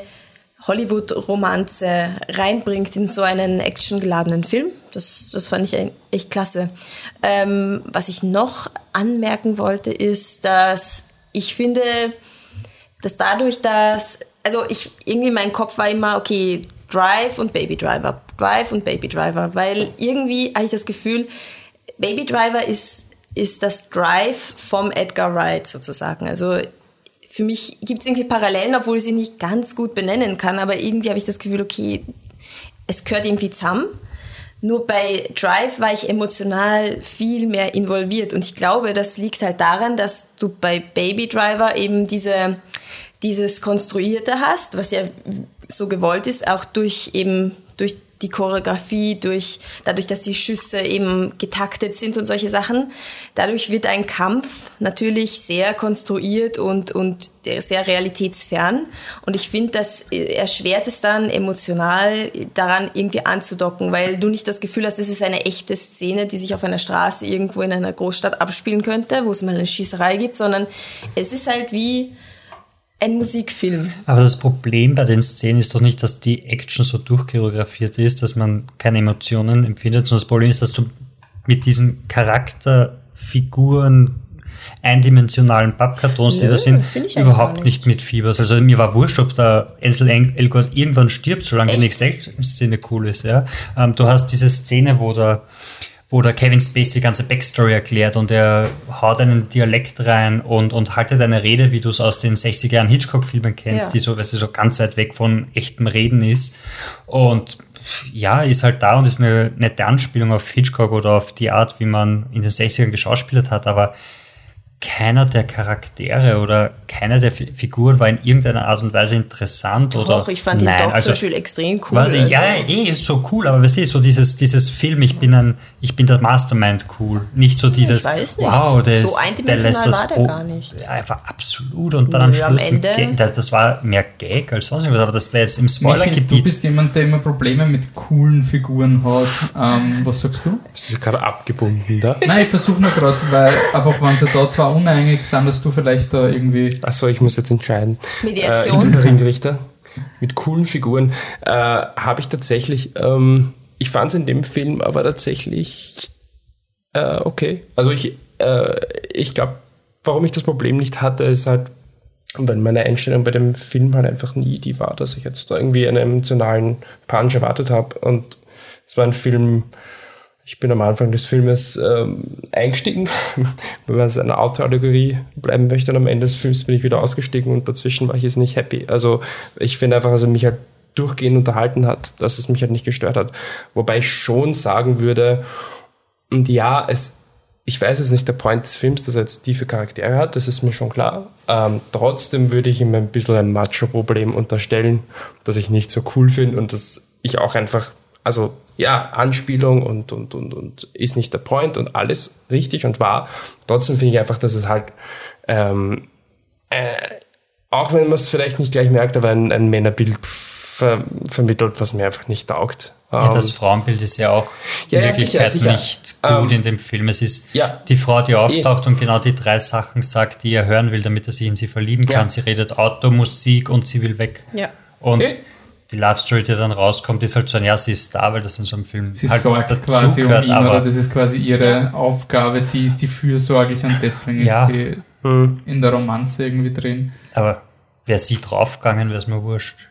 Hollywood-Romanze reinbringt in so einen actiongeladenen Film. Das, das fand ich echt klasse. Ähm, was ich noch anmerken wollte, ist, dass ich finde, dass dadurch, dass, also ich, irgendwie mein Kopf war immer, okay, Drive und Baby Driver, Drive und Baby Driver, weil irgendwie habe ich das Gefühl, Baby Driver ist, ist das Drive vom Edgar Wright sozusagen. Also für mich gibt es irgendwie Parallelen, obwohl ich sie nicht ganz gut benennen kann, aber irgendwie habe ich das Gefühl, okay, es gehört irgendwie zusammen. Nur bei Drive war ich emotional viel mehr involviert und ich glaube, das liegt halt daran, dass du bei Baby Driver eben diese, dieses Konstruierte hast, was ja so gewollt ist, auch durch eben durch die Choreografie, durch, dadurch, dass die Schüsse eben getaktet sind und solche Sachen. Dadurch wird ein Kampf natürlich sehr konstruiert und, und sehr realitätsfern. Und ich finde, das erschwert es dann emotional daran irgendwie anzudocken, weil du nicht das Gefühl hast, das ist eine echte Szene, die sich auf einer Straße irgendwo in einer Großstadt abspielen könnte, wo es mal eine Schießerei gibt, sondern es ist halt wie ein Musikfilm. Aber das Problem bei den Szenen ist doch nicht, dass die Action so durchchoreografiert ist, dass man keine Emotionen empfindet, sondern das Problem ist, dass du mit diesen Charakterfiguren, eindimensionalen Pappkartons, die da sind, überhaupt nicht mitfieberst. Also mir war wurscht, ob der Ansel Elgort irgendwann stirbt, solange Echt? die nächste Action-Szene cool ist. Ja? Ähm, du hast diese Szene, wo der wo der Kevin Spacey die ganze Backstory erklärt und er haut einen Dialekt rein und, und haltet eine Rede, wie du es aus den sechziger Jahren Hitchcock-Filmen kennst, ja. die so, weißt du, so ganz weit weg von echtem Reden ist. Und ja, ist halt da und ist eine nette Anspielung auf Hitchcock oder auf die Art, wie man in den sechzigern geschauspielert hat, aber keiner der Charaktere oder keiner der F- Figuren war in irgendeiner Art und Weise interessant. Doch, oder ich fand den Doc also, zum Beispiel extrem cool. Also, ja, eh, ist so cool, aber was ist so dieses, dieses Film, ich bin ein, ich bin der Mastermind cool. Nicht so dieses, ich weiß nicht. Wow, der so eindimensional der war der gar nicht. Ja, er war absolut und dann Nö, am Schluss, am Ende, Gag, das war mehr Gag als sonst was, aber das wäre jetzt im Spoilergebiet. Du bist jemand, der immer Probleme mit coolen Figuren hat. Ähm, was sagst du? Bist du gerade abgebunden da? Nein, ich versuche nur gerade, weil einfach, wenn sie da zwar uneinig sind, dass du vielleicht da irgendwie... Achso, ich muss jetzt entscheiden. Mediation. Äh, ich bin der Ringrichter mit coolen Figuren. Äh, habe ich tatsächlich, ähm, ich fand es in dem Film aber tatsächlich Äh, okay. Also ich, äh, ich glaube, warum ich das Problem nicht hatte, ist halt, weil meine Einstellung bei dem Film halt einfach nie die war, dass ich jetzt da irgendwie einen emotionalen Punch erwartet habe. Und es war ein Film, ich bin am Anfang des Filmes ähm, eingestiegen, wenn man in einer Autoallegorie bleiben möchte, und am Ende des Films bin ich wieder ausgestiegen und dazwischen war ich jetzt nicht happy. Also ich finde einfach, dass er mich halt durchgehend unterhalten hat, dass es mich halt nicht gestört hat. Wobei ich schon sagen würde, und ja, es ich weiß, es ist nicht der Point des Films, dass er jetzt tiefe Charaktere hat, das ist mir schon klar. Ähm, trotzdem würde ich ihm ein bisschen ein Macho-Problem unterstellen, das ich nicht so cool finde und dass ich auch einfach, also ja, Anspielung und, und, und, und ist nicht der Point und alles richtig und wahr. Trotzdem finde ich einfach, dass es halt, ähm, äh, auch wenn man es vielleicht nicht gleich merkt, aber ein, ein Männerbild ver- vermittelt, was mir einfach nicht taugt. Ja, das Frauenbild ist ja auch in ja, Wirklichkeit sicher, sicher. nicht gut ähm, in dem Film. Es ist ja, die Frau, die auftaucht eh. und genau die drei Sachen sagt, die er hören will, damit er sich in sie verlieben kann. Ja. Sie redet Auto, Musik und sie will weg. Ja. Und eh. die Love Story, die dann rauskommt, ist halt so ein, ja, sie ist da, weil das in so einem Film sie halt sorgt quasi um ihn, aber das ist quasi ihre ja. Aufgabe. Sie ist die fürsorgliche und deswegen ja. ist sie hm. in der Romanze irgendwie drin. Aber wäre sie draufgegangen, wäre es mir wurscht.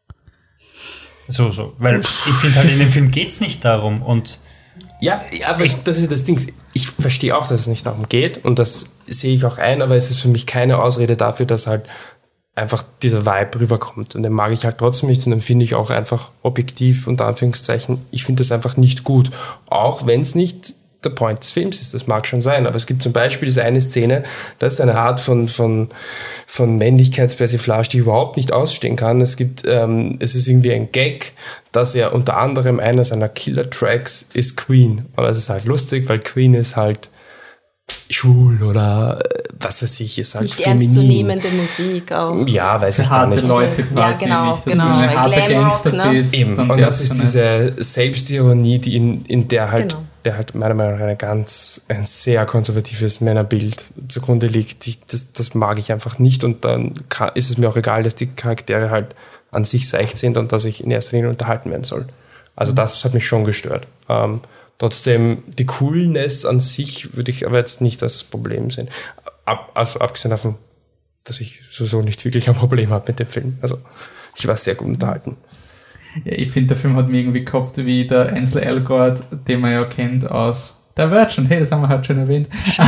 So, so. Weil ich finde halt, in dem Film geht es nicht darum. Und ja, aber ich, das ist das Ding. Ich verstehe auch, dass es nicht darum geht und das sehe ich auch ein, aber es ist für mich keine Ausrede dafür, dass halt einfach dieser Vibe rüberkommt. Und den mag ich halt trotzdem nicht und den finde ich auch einfach objektiv, unter Anführungszeichen. Ich finde das einfach nicht gut. Auch wenn es nicht der Point des Films ist, das mag schon sein, aber es gibt zum Beispiel diese eine Szene, das ist eine Art von, von, von Männlichkeitspersiflage, die ich überhaupt nicht ausstehen kann. Es gibt, ähm, es ist irgendwie ein Gag, dass er unter anderem einer seiner Killer-Tracks ist Queen. Aber es ist halt lustig, weil Queen ist halt schwul oder was weiß ich, ist halt nicht feminin. ernstzunehmende Musik auch. Ja, weiß ich gar nicht. Leute quasi ja, genau, nicht, genau. Wenn du ein harter Gangster ne? bist, eben. Und das ist diese Selbstironie, die in, in der halt, genau. der halt meiner Meinung nach eine ganz, ein sehr konservatives Männerbild zugrunde liegt. Ich, das, das mag ich einfach nicht und dann kann, ist es mir auch egal, dass die Charaktere halt an sich seicht sind und dass ich in erster Linie unterhalten werden soll. Also mhm. das hat mich schon gestört. Ähm, Trotzdem, die Coolness an sich würde ich aber jetzt nicht als Problem sehen. Ab, also abgesehen davon, dass ich sowieso nicht wirklich ein Problem habe mit dem Film. Also, ich war sehr gut unterhalten. Ja, ich finde, der Film hat mir irgendwie gehabt wie der Ansel Elgort, den man ja kennt aus der Virgin. Hey, das haben wir halt schon erwähnt.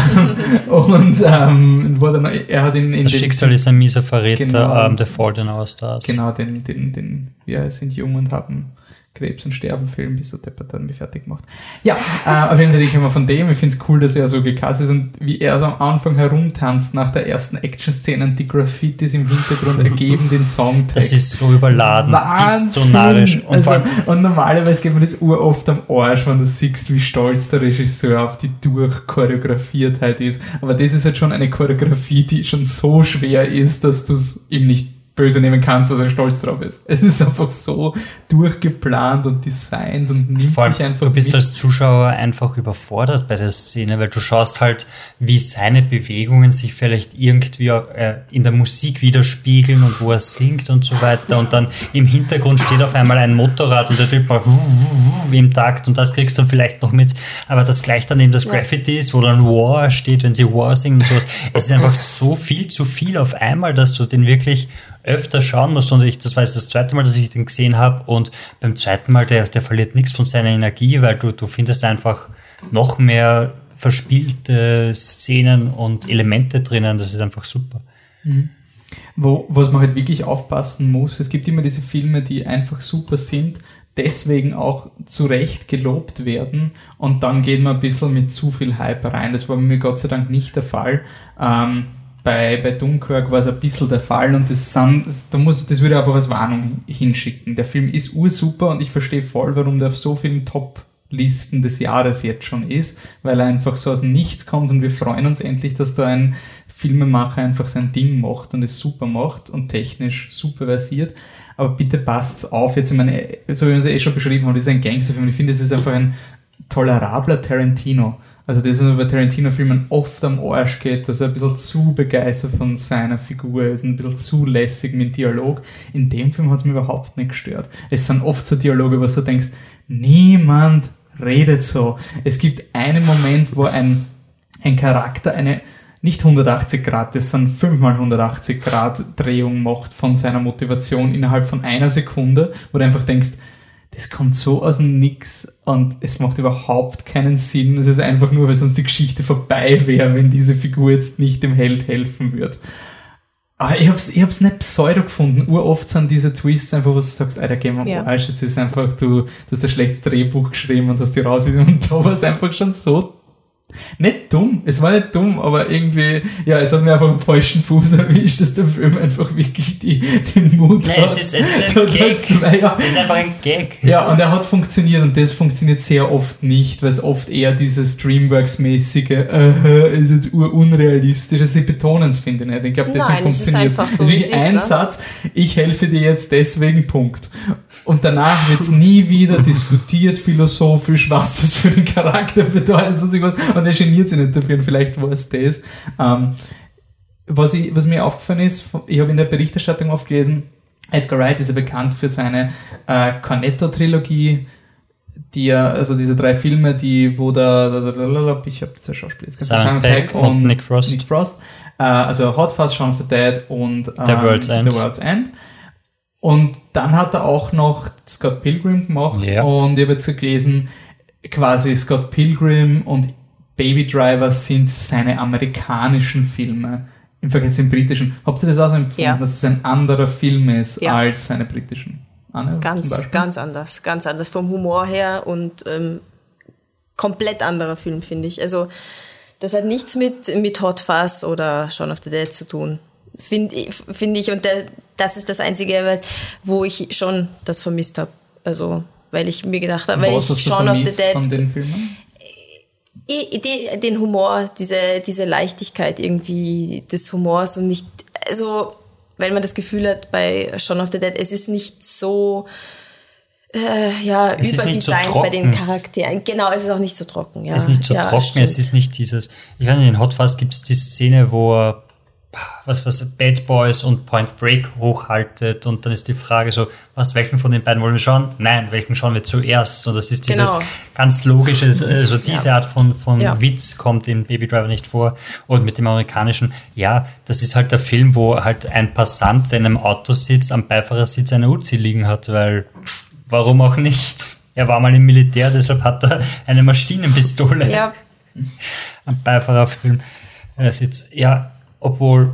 Und ähm, wo dann, er hat in, in das den, Schicksal ist ein mieser Verräter, genau, um, The Fault in Our Stars. Genau, den, den, den, wir sind jung und haben Krebs und Sterben Film, bis so deppert dann mich fertig gemacht. Ja, äh, auf jeden Fall denke ich mal von dem. Ich finde es cool, dass er so gecastet ist und wie er so am Anfang herumtanzt nach der ersten Action-Szene und die Graffitis im Hintergrund ergeben den Songtext. Das ist so überladen, Wahnsinn. Und, also, und normalerweise geht mir das uroft am Arsch, wenn du siehst, wie stolz der Regisseur auf die Durchchoreografiertheit ist. Aber das ist halt schon eine Choreografie, die schon so schwer ist, dass du es ihm nicht böse nehmen kannst, dass er stolz drauf ist. Es ist einfach so durchgeplant und designt und nimmt Vor allem, dich einfach du bist mit. als Zuschauer einfach überfordert bei der Szene, weil du schaust halt, wie seine Bewegungen sich vielleicht irgendwie äh, in der Musik widerspiegeln und wo er singt und so weiter und dann im Hintergrund steht auf einmal ein Motorrad und der Typ mal im Takt und das kriegst du dann vielleicht noch mit, aber das gleich dann eben das ja. Graffiti ist, wo dann War steht, wenn sie War singen und sowas. Es ist einfach so viel zu viel auf einmal, dass du den wirklich öfter schauen muss und ich, das war jetzt das zweite Mal, dass ich den gesehen habe und beim zweiten Mal, der, der verliert nichts von seiner Energie, weil du, du findest einfach noch mehr verspielte Szenen und Elemente drinnen, das ist einfach super. Mhm. Wo, was man halt wirklich aufpassen muss, es gibt immer diese Filme, die einfach super sind, deswegen auch zu Recht gelobt werden und dann geht man ein bisschen mit zu viel Hype rein. Das war bei mir Gott sei Dank nicht der Fall. Ähm, Bei, bei Dunkirk war es ein bisschen der Fall und das, sind, da muss, das würde ich einfach als Warnung hinschicken. Der Film ist ursuper und ich verstehe voll, warum der auf so vielen Top-Listen des Jahres jetzt schon ist, weil er einfach so aus dem Nichts kommt und wir freuen uns endlich, dass da ein Filmemacher einfach sein Ding macht und es super macht und technisch super versiert. Aber bitte passt's auf, jetzt, ich meine, so wie wir es eh schon beschrieben haben, das ist ein Gangsterfilm und ich finde, das ist einfach ein tolerabler Tarantino. Also das ist bei Tarantino-Filmen oft am Arsch geht, dass er ein bisschen zu begeistert von seiner Figur ist, ein bisschen zu lässig mit Dialog. In dem Film hat es mir überhaupt nicht gestört. Es sind oft so Dialoge, wo du denkst, niemand redet so. Es gibt einen Moment, wo ein, ein Charakter eine nicht hundertachtzig Grad, das sind fünfmal hundertachtzig Grad Drehung macht von seiner Motivation innerhalb von einer Sekunde, wo du einfach denkst, das kommt so aus dem Nix und es macht überhaupt keinen Sinn. Es ist einfach nur, weil sonst die Geschichte vorbei wäre, wenn diese Figur jetzt nicht dem Held helfen wird. Aber ich hab's, ich hab's nicht pseudo gefunden. Uroft sind diese Twists einfach, wo du sagst, Alter, geh mal, ja. Arsch, jetzt ist einfach, du, du hast ein schlechtes Drehbuch geschrieben und hast die raus und da war es einfach schon so nicht dumm, es war nicht dumm, aber irgendwie, ja, es hat mir einfach am falschen Fuß erwischt, dass der Film einfach wirklich die, den Mut Nein, hat. Es ist, es ist ein Gag. Zwei, ja. Es ist einfach ein Gag. Ja, und er hat funktioniert und das funktioniert sehr oft nicht, weil es oft eher dieses Dreamworks-mäßige, äh, ist jetzt urunrealistisch, also sie betonen es, finde ich nicht. Ich glaube, deswegen Nein, funktioniert es. Ist einfach so, also wirklich ein ne? Satz, ich helfe dir jetzt deswegen, Punkt. Und danach wird es nie wieder diskutiert, philosophisch, was das für den Charakter bedeutet und so was. Und er geniert sich nicht dafür und vielleicht war es das. Ähm, was, ich, was mir aufgefallen ist, ich habe in der Berichterstattung oft gelesen, Edgar Wright ist ja bekannt für seine äh, Cornetto-Trilogie, die er, also diese drei Filme, die, wo der, ich habe das ja Schauspiel jetzt Simon, Simon Pegg und, und Nick Frost. Nick Frost. Äh, also Hot Fuzz, Shaun of the Dead und ähm, The World's End. The World's End. Und dann hat er auch noch Scott Pilgrim gemacht ja. und ich habe jetzt gelesen, quasi Scott Pilgrim und Baby Driver sind seine amerikanischen Filme im Vergleich zu den britischen. Habt ihr das auch so empfunden, ja. dass es ein anderer Film ist ja. als seine britischen? Anne, ganz, ganz anders, ganz anders vom Humor her und ähm, komplett anderer Film, finde ich. Also das hat nichts mit, mit Hot Fuzz oder Shaun of the Dead zu tun, finde find ich. Und der, das ist das Einzige, wo ich schon das vermisst habe. Also, weil ich mir gedacht habe, weil ich Shaun of the Dead... von den Filmen? Die, den Humor, diese, diese Leichtigkeit irgendwie des Humors und nicht, also, weil man das Gefühl hat bei Shaun of the Dead, es ist nicht so, äh, ja, es überdesignt so bei den Charakteren. Genau, es ist auch nicht so trocken, ja. Es ist nicht so ja, trocken, stimmt. Es ist nicht dieses, ich weiß nicht, in Hot Fuzz gibt es die Szene, wo er was, was Bad Boys und Point Break hochhaltet und dann ist die Frage so, was, welchen von den beiden wollen wir schauen? Nein, welchen schauen wir zuerst? Und das ist dieses genau. ganz logische, also diese ja. Art von, von ja. Witz kommt in Baby Driver nicht vor. Und mit dem amerikanischen, ja, das ist halt der Film, wo halt ein Passant, der in einem Auto sitzt, am Beifahrersitz eine Uzi liegen hat, weil warum auch nicht? Er war mal im Militär, deshalb hat er eine Maschinenpistole ja. am Beifahrerfilm sitzt. Ja, obwohl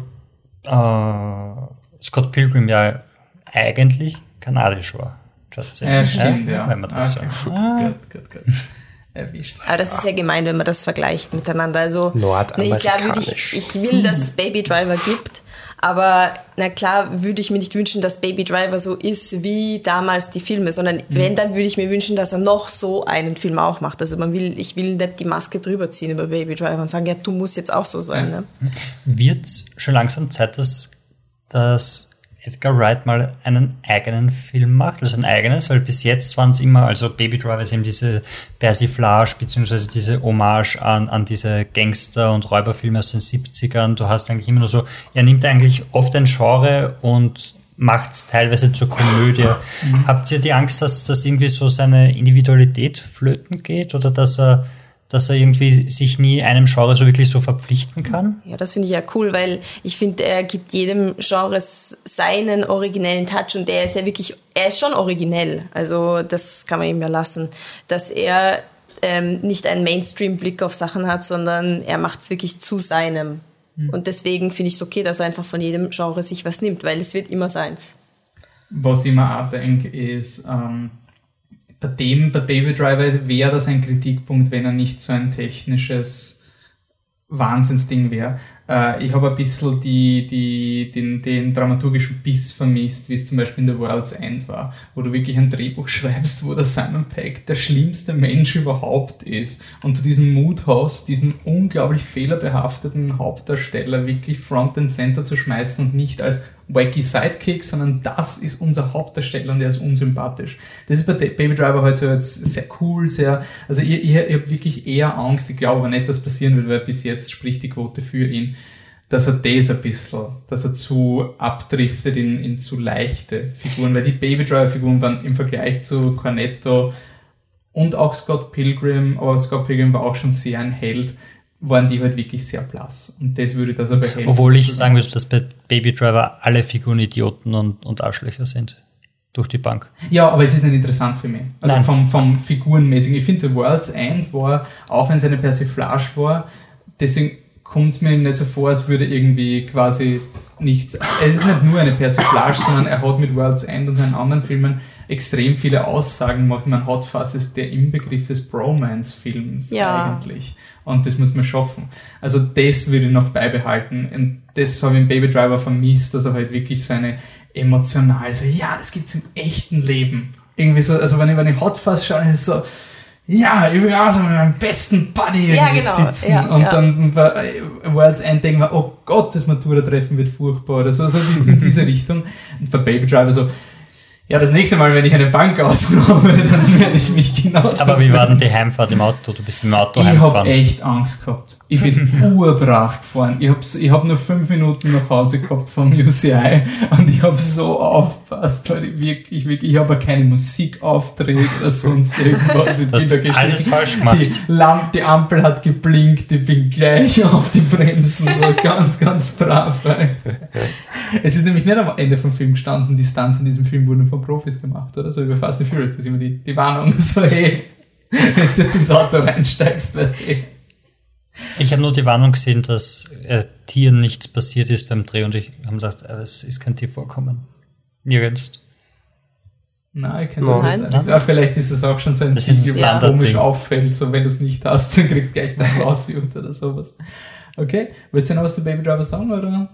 äh, Scott Pilgrim ja eigentlich kanadisch war. Just saying. Ja, stimmt, ja. ja. Wenn man das okay. so. Ah. Gut, gut, gut. Erwischt. Aber das ist ja gemein, wenn man das vergleicht miteinander. Also, Nordamerikanisch. Klar würde ich, ich will, dass es Baby Driver gibt, aber na klar würde ich mir nicht wünschen, dass Baby Driver so ist wie damals die Filme, sondern mhm. wenn, dann würde ich mir wünschen, dass er noch so einen Film auch macht. Also man will, ich will nicht die Maske drüber ziehen über Baby Driver und sagen, ja, du musst jetzt auch so sein. Ja. Ne? Wird schon langsam Zeit, dass, dass Edgar Wright mal einen eigenen Film macht, also ein eigenes, weil bis jetzt waren es immer, also Baby Driver ist eben diese Persiflage beziehungsweise diese Hommage an, an diese Gangster- und Räuberfilme aus den siebzigern. Du hast eigentlich immer nur so, er nimmt eigentlich oft ein Genre und macht es teilweise zur Komödie. Mhm. Habt ihr die Angst, dass das irgendwie so seine Individualität flöten geht oder dass er dass er irgendwie sich nie einem Genre so wirklich so verpflichten kann? Ja, das finde ich ja cool, weil ich finde, er gibt jedem Genre seinen originellen Touch und der ist ja wirklich, er ist schon originell, also das kann man ihm ja lassen, dass er ähm, nicht einen Mainstream-Blick auf Sachen hat, sondern er macht es wirklich zu seinem. Mhm. Und deswegen finde ich es okay, dass er einfach von jedem Genre sich was nimmt, weil es wird immer seins. Was ich mir auch denke, ist, ähm, bei dem, bei Baby Driver wäre das ein Kritikpunkt, wenn er nicht so ein technisches Wahnsinnsding wäre. Äh, ich habe ein bisschen die, die, den, den dramaturgischen Biss vermisst, wie es zum Beispiel in The World's End war, wo du wirklich ein Drehbuch schreibst, wo der Simon Pegg der schlimmste Mensch überhaupt ist und du diesen Mut hast, diesen unglaublich fehlerbehafteten Hauptdarsteller wirklich front and center zu schmeißen und nicht als wacky Sidekick, sondern das ist unser Hauptdarsteller und der ist unsympathisch. Das ist bei Baby Driver halt so jetzt sehr cool, sehr, also ich, ich, ich habe wirklich eher Angst, ich glaube aber nicht, dass passieren wird, weil bis jetzt spricht die Quote für ihn, dass er das ein bisschen, dass er zu abdriftet in, in zu leichte Figuren, weil die Baby Driver Figuren waren im Vergleich zu Cornetto und auch Scott Pilgrim, aber Scott Pilgrim war auch schon sehr ein Held, waren die halt wirklich sehr blass. Und das würde ich da so behelfen. Obwohl ich sagen würde, dass bei Baby Driver alle Figuren Idioten und, und Arschlöcher sind. Durch die Bank. Ja, aber es ist nicht interessant für mich. Also Nein. vom, vom Figurenmäßigen. Ich finde, The World's End war, auch wenn es eine Persiflage war, deswegen kommt es mir nicht so vor, als würde irgendwie quasi nichts... Es ist nicht nur eine Persiflage, sondern er hat mit World's End und seinen anderen Filmen extrem viele Aussagen gemacht. Man Hot Fuzz ist der Inbegriff des Bromance-Films ja. eigentlich. Und das muss man schaffen. Also das würde ich noch beibehalten. Und das habe ich in Baby Driver vermisst, dass er halt wirklich so eine emotional, so ja, das gibt's im echten Leben. Irgendwie so, also wenn ich, wenn ich Hot Fuzz schaue, ist es so, ja, ich will auch so mit meinem besten Buddy ja, irgendwie genau. sitzen. Ja, und ja. dann bei World's End denken wir, oh Gott, das Matura-Treffen wird furchtbar. Oder so, so in diese Richtung. Und bei Baby Driver so, ja, das nächste Mal, wenn ich eine Bank ausraube, dann werde ich mich genauso... Aber wie war denn die Heimfahrt im Auto? Du bist im Auto ich heimgefahren. Ich habe echt Angst gehabt. Ich bin urbrav gefahren. Ich habe ich hab nur fünf Minuten nach Hause gehabt vom U C I und ich habe so aufgepasst, weil ich wirklich, wirklich, ich habe keine Musik aufgedreht oder sonst irgendwas. Ich du hast bin da alles falsch gemacht. Die, Lamp, die Ampel hat geblinkt, ich bin gleich auf die Bremsen, so ganz, ganz brav. Es ist nämlich nicht am Ende vom Film gestanden, die Stunts in diesem Film wurden von Profis gemacht, oder? So wie bei Fast and Furious, das ist immer die, die Warnung, so hey, wenn du jetzt ins Auto reinsteigst, weißt du eh. Ich habe nur die Warnung gesehen, dass äh, Tieren nichts passiert ist beim Dreh und ich habe gedacht, äh, es ist kein Tier vorkommen. Nirgends. Nein, ich kann no. das nicht sagen. Vielleicht ist das auch schon so ein das Ziel, was komisch auffällt, so wenn du es nicht hast, dann kriegst du gleich was rausgesucht oder sowas. Okay, willst du noch was zu Baby Driver sagen, oder?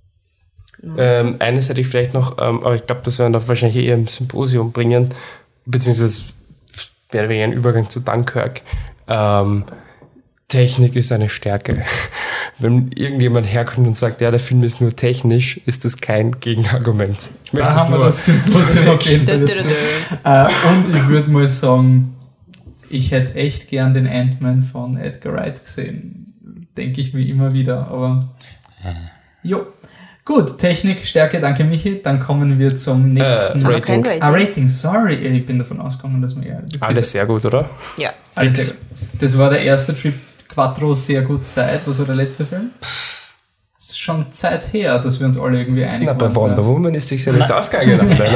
Ähm, eines hätte ich vielleicht noch, ähm, aber ich glaube, das werden wir wahrscheinlich eher im Symposium bringen, beziehungsweise wäre ein Übergang zu Dunkirk. Ähm, Technik ist eine Stärke. Wenn irgendjemand herkommt und sagt, ja, der Film ist nur technisch, ist das kein Gegenargument. Ich möchte da das haben nur wir das Symposium auf jeden Fall. äh, und ich würde mal sagen, ich hätte echt gern den Ant-Man von Edgar Wright gesehen. Denke ich mir immer wieder, aber jo. Gut, Technik, Stärke, danke Michi. Dann kommen wir zum nächsten äh, Rating. Rating. Ah, Rating, sorry. Ich bin davon ausgegangen, dass wir ja... Alles sehr gut, oder? Ja. Alles sehr gut. Das war der erste Trip Quattro sehr gut Zeit. Was war der letzte Film? Das ist schon Zeit her, dass wir uns alle irgendwie einig Na, waren. bei Wonder Woman ist sich ja nicht ausgegangen, oder?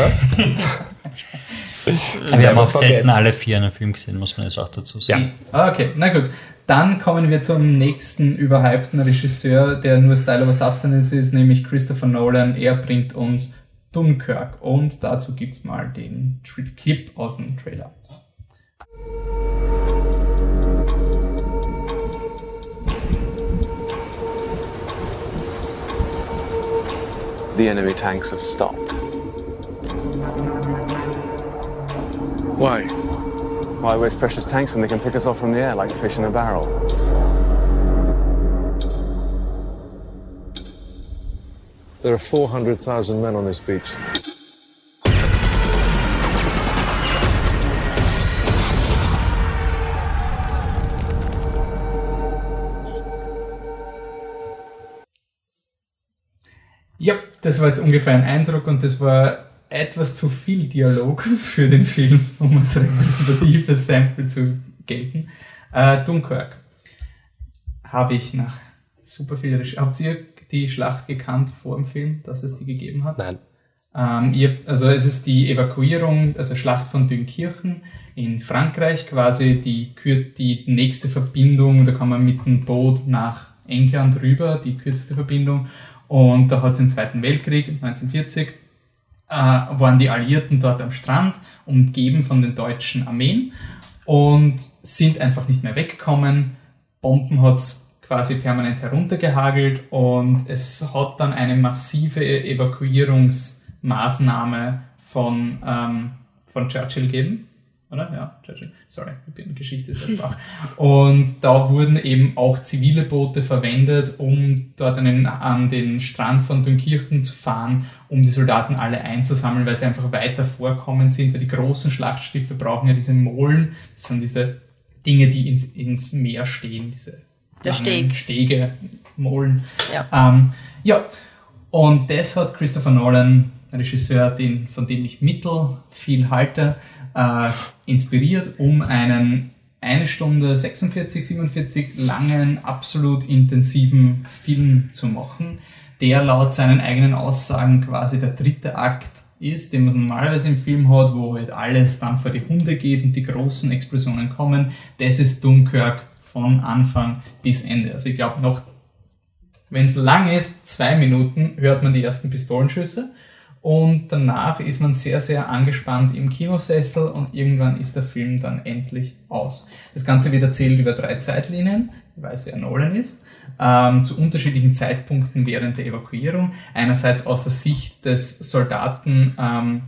Wir haben auch selten alle vier einen Film gesehen, muss man jetzt auch dazu sagen. Ja. Okay, na gut. Dann kommen wir zum nächsten überhypten Regisseur, der nur Style over Substance ist, nämlich Christopher Nolan. Er bringt uns Dunkirk und dazu gibt's mal den Clip aus dem Trailer. The enemy tanks have stopped. Why? Why waste precious tanks when they can pick us off from the air like fish in a barrel? There are four hundred thousand men on this beach. Ja, das war jetzt ungefähr ein Eindruck und das war etwas zu viel Dialog für den Film, um als repräsentatives Sample zu gelten. Äh, Dunkirk habe ich nach super viel Recherche. Habt ihr die Schlacht gekannt vor dem Film, dass es die gegeben hat? Nein. Ähm, ihr, also es ist die Evakuierung, also Schlacht von Dünkirchen in Frankreich, quasi die, die nächste Verbindung, da kann man mit dem Boot nach England rüber, die kürzeste Verbindung. Und da hat es im Zweiten Weltkrieg, neunzehnhundertvierzig, äh, waren die Alliierten dort am Strand, umgeben von den deutschen Armeen und sind einfach nicht mehr weggekommen. Bomben hat es quasi permanent heruntergehagelt und es hat dann eine massive Evakuierungsmaßnahme von, ähm, von Churchill gegeben. Oder? Ja, Churchill. Sorry, ich bin Geschichte sehr schwach. Und da wurden eben auch zivile Boote verwendet, um dort einen, an den Strand von Dünkirchen zu fahren, um die Soldaten alle einzusammeln, weil sie einfach weiter vorkommen sind, weil die großen Schlachtschiffe brauchen ja diese Molen, das sind diese Dinge, die ins, ins Meer stehen, diese Der Steg. Stege, Molen. Ja. Ähm, ja, und das hat Christopher Nolan, ein Regisseur, den, von dem ich mittel viel halte, äh, inspiriert, um einen eine Stunde sechsundvierzig, siebenundvierzig langen, absolut intensiven Film zu machen, der laut seinen eigenen Aussagen quasi der dritte Akt ist, den man normalerweise im Film hat, wo halt alles dann vor die Hunde geht und die großen Explosionen kommen. Das ist Dunkirk von Anfang bis Ende. Also ich glaube noch, wenn es lang ist, zwei Minuten, hört man die ersten Pistolenschüsse. Und danach ist man sehr, sehr angespannt im Kinosessel und irgendwann ist der Film dann endlich aus. Das Ganze wird erzählt über drei Zeitlinien, ich weiß, wer Nolan ist, ähm, zu unterschiedlichen Zeitpunkten während der Evakuierung. Einerseits aus der Sicht des Soldaten ähm,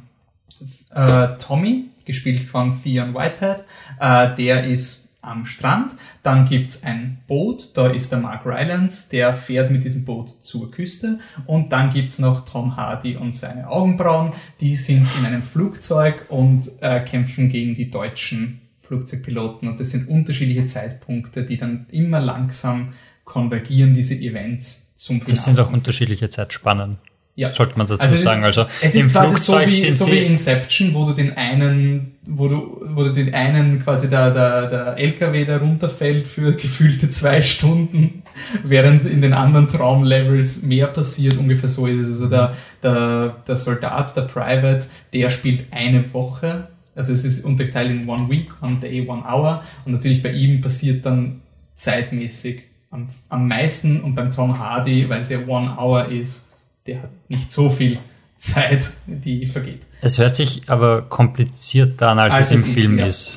äh, Tommy, gespielt von Fionn Whitehead, äh, der ist am Strand. Dann gibt's ein Boot, da ist der Mark Rylance, der fährt mit diesem Boot zur Küste. Und dann gibt's noch Tom Hardy und seine Augenbrauen, die sind in einem Flugzeug und äh, kämpfen gegen die deutschen Flugzeugpiloten. Und das sind unterschiedliche Zeitpunkte, die dann immer langsam konvergieren, diese Events zum Finale. Das sind auch unterschiedliche Zeitspannen. Ja. Sollte man dazu also sagen. Ist, also es im ist quasi Flugzeug so wie, so sind wie Inception, wo du den einen, wo du, wo du den einen quasi der, der, der L K W da runterfällt für gefühlte zwei Stunden, während in den anderen Traumlevels mehr passiert. Ungefähr so ist es. Also der, der, der Soldat, der Private, der spielt eine Woche. Also es ist unterteilt in one week, one day, one hour. Und natürlich bei ihm passiert dann zeitmäßig am, am meisten. Und beim Tom Hardy, weil es ja one hour ist, der hat nicht so viel Zeit, die vergeht. Es hört sich aber komplizierter an, als, als es im ist, Film ja. ist.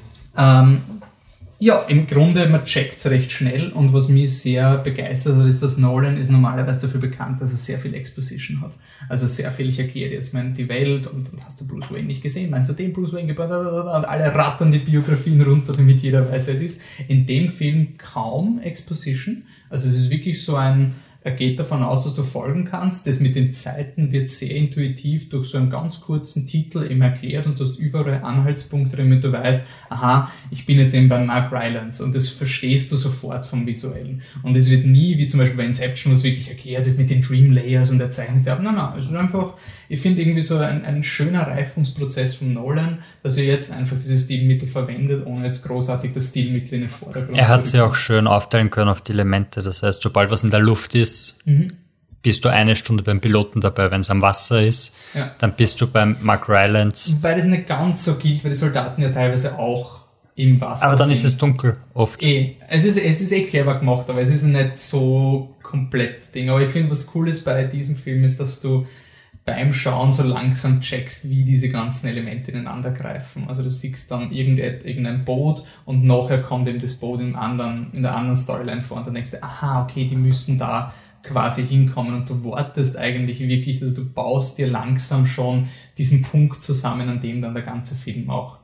Ähm, ja, im Grunde, man checkt es recht schnell und was mich sehr begeistert hat, ist, dass Nolan ist normalerweise dafür bekannt, dass er sehr viel Exposition hat. Also sehr viel, ich erkläre dir jetzt mal die Welt und, und hast du Bruce Wayne nicht gesehen? Meinst du den Bruce Wayne gebaut? Und alle rattern die Biografien runter, damit jeder weiß, wer es ist. In dem Film kaum Exposition. Also es ist wirklich so ein Er geht davon aus, dass du folgen kannst. Das mit den Zeiten wird sehr intuitiv durch so einen ganz kurzen Titel eben erklärt und du hast überall Anhaltspunkte, damit du weißt, aha, ich bin jetzt eben bei Mark Rylance und das verstehst du sofort vom Visuellen. Und es wird nie, wie zum Beispiel bei Inception, was wirklich erklärt wird mit den Dream Layers und der zeichnet sie ab. Nein, nein, es ist einfach, ich finde irgendwie so ein, ein schöner Reifungsprozess von Nolan, dass er jetzt einfach dieses Stilmittel verwendet, ohne jetzt großartig das Stilmittel in den Vordergrund Er hat sie auch schön aufteilen können auf die Elemente. Das heißt, sobald was in der Luft ist, Mhm. bist du eine Stunde beim Piloten dabei. Wenn es am Wasser ist, ja. dann bist du beim Mark Rylance. Wobei das nicht ganz so gilt, weil die Soldaten ja teilweise auch im Wasser sind. Aber dann sind. ist es dunkel, oft. Eh. Es ist, es ist eh clever gemacht, aber es ist nicht so komplett Ding. Aber ich finde, was cool ist bei diesem Film, ist, dass du beim Schauen so langsam checkst, wie diese ganzen Elemente ineinander greifen. Also du siehst dann irgendein Boot und nachher kommt eben das Boot in, anderen, in der anderen Storyline vor und dann denkst du, aha, okay, die müssen da quasi hinkommen und du wartest eigentlich wirklich, also du baust dir langsam schon diesen Punkt zusammen, an dem dann der ganze Film auch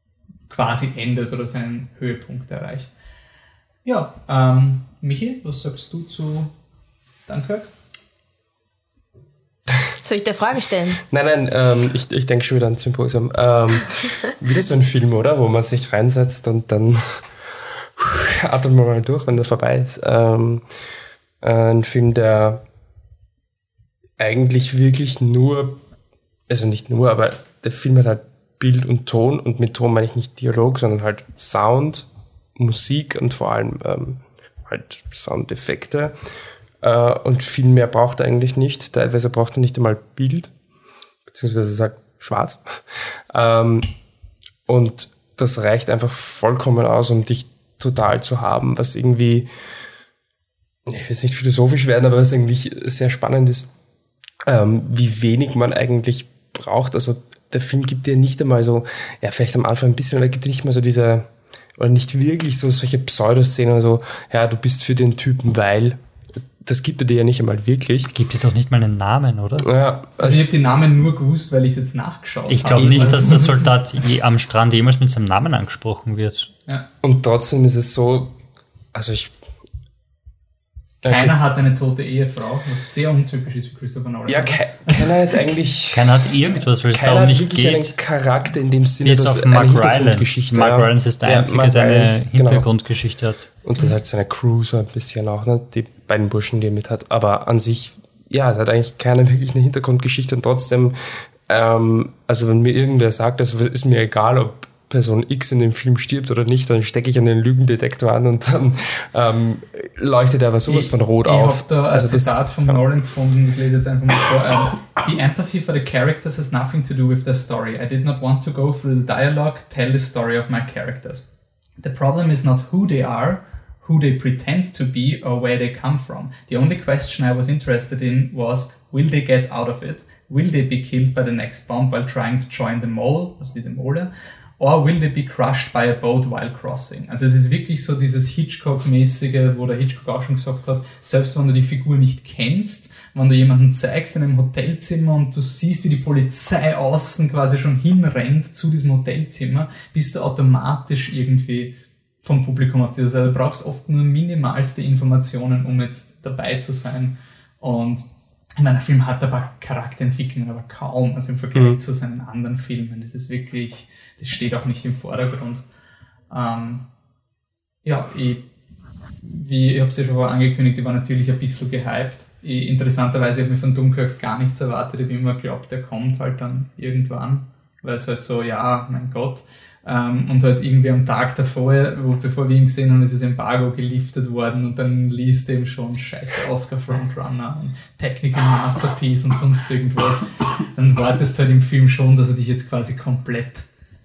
quasi endet oder seinen Höhepunkt erreicht. Ja, ähm, Michi, was sagst du zu Dunkirk? Soll ich dir Frage stellen? Nein, nein, ähm, ich, ich denke schon wieder an Symposium. Ähm, wieder so ein Film, oder? Wo man sich reinsetzt und dann atmet man mal durch, wenn der vorbei ist. Ähm, ein Film, der eigentlich wirklich nur, also nicht nur, aber der Film hat halt Bild und Ton, und mit Ton meine ich nicht Dialog, sondern halt Sound, Musik und vor allem ähm, halt Soundeffekte. Uh, und viel mehr braucht er eigentlich nicht. Teilweise braucht er nicht einmal Bild, beziehungsweise sagt schwarz. Um, und das reicht einfach vollkommen aus, um dich total zu haben, was irgendwie, ich will jetzt nicht philosophisch werden, aber was eigentlich sehr spannend ist, um, wie wenig man eigentlich braucht. Also der Film gibt dir nicht einmal so, ja vielleicht am Anfang ein bisschen, aber er gibt dir nicht mal so diese, oder nicht wirklich so solche Pseudoszenen, so, ja, du bist für den Typen, weil... Das gibt er dir ja nicht einmal wirklich. Gibt dir doch nicht mal einen Namen, oder? Ja, also, also ich habe die Namen nur gewusst, weil ich es jetzt nachgeschaut habe. Ich glaube nicht, dass der Soldat je am Strand jemals mit seinem Namen angesprochen wird. Ja. Und trotzdem ist es so, also ich... Keiner okay. hat eine tote Ehefrau, was sehr untypisch ist für Christopher Nolan. Ja, ke keiner hat eigentlich... Keiner hat irgendwas, weil es darum nicht geht. Keiner hat einen Charakter in dem Sinne, bis dass auf Mark Rylance. Mark Rylance ist der ja, Einzige, Mark der eine Rylance, Hintergrundgeschichte genau. hat. Und das halt seine Crew so ein bisschen auch, ne? Die beiden Burschen, die er mit hat. Aber an sich, ja, es hat eigentlich keiner wirklich eine Hintergrundgeschichte und trotzdem Ähm, also wenn mir irgendwer sagt, also ist mir egal, ob Person X in dem Film stirbt oder nicht, dann stecke ich an den Lügendetektor an und dann ähm, leuchtet er aber sowas ich, von rot ich auf. Ich habe da ein also Zitat das, von ja. Nolan gefunden, das lese ich jetzt einfach mal vor. Um, the empathy for the characters has nothing to do with their story. I did not want to go through the dialogue, tell the story of my characters. The problem is not who they are, who they pretend to be, or where they come from. The only question I was interested in was, will they get out of it? Will they be killed by the next bomb while trying to join the mole, also diese Mole? Or will they be crushed by a boat while crossing? Also es ist wirklich so dieses Hitchcock-mäßige, wo der Hitchcock auch schon gesagt hat, selbst wenn du die Figur nicht kennst, wenn du jemanden zeigst in einem Hotelzimmer und du siehst, wie die Polizei außen quasi schon hinrennt zu diesem Hotelzimmer, bist du automatisch irgendwie vom Publikum auf dieser Seite. Du brauchst oft nur minimalste Informationen, um jetzt dabei zu sein. Und ich meine, der Film hat aber Charakterentwicklung, aber kaum, also im Vergleich mhm. zu seinen anderen Filmen. Das ist wirklich... Das steht auch nicht im Vordergrund. Ähm, ja, ich, wie, ich habe es ja schon vorher angekündigt, ich war natürlich ein bisschen gehypt. Ich, interessanterweise habe ich mir von Dunkirk gar nichts erwartet. Ich habe immer geglaubt, der kommt halt dann irgendwann. Weil es halt so, ja, mein Gott. Ähm, und halt irgendwie am Tag davor, wo, bevor wir ihn gesehen haben, ist das Embargo geliftet worden und dann liest eben schon scheiße Oscar Frontrunner und Technical Masterpiece und sonst irgendwas. Dann wartest halt im Film schon, dass er dich jetzt quasi komplett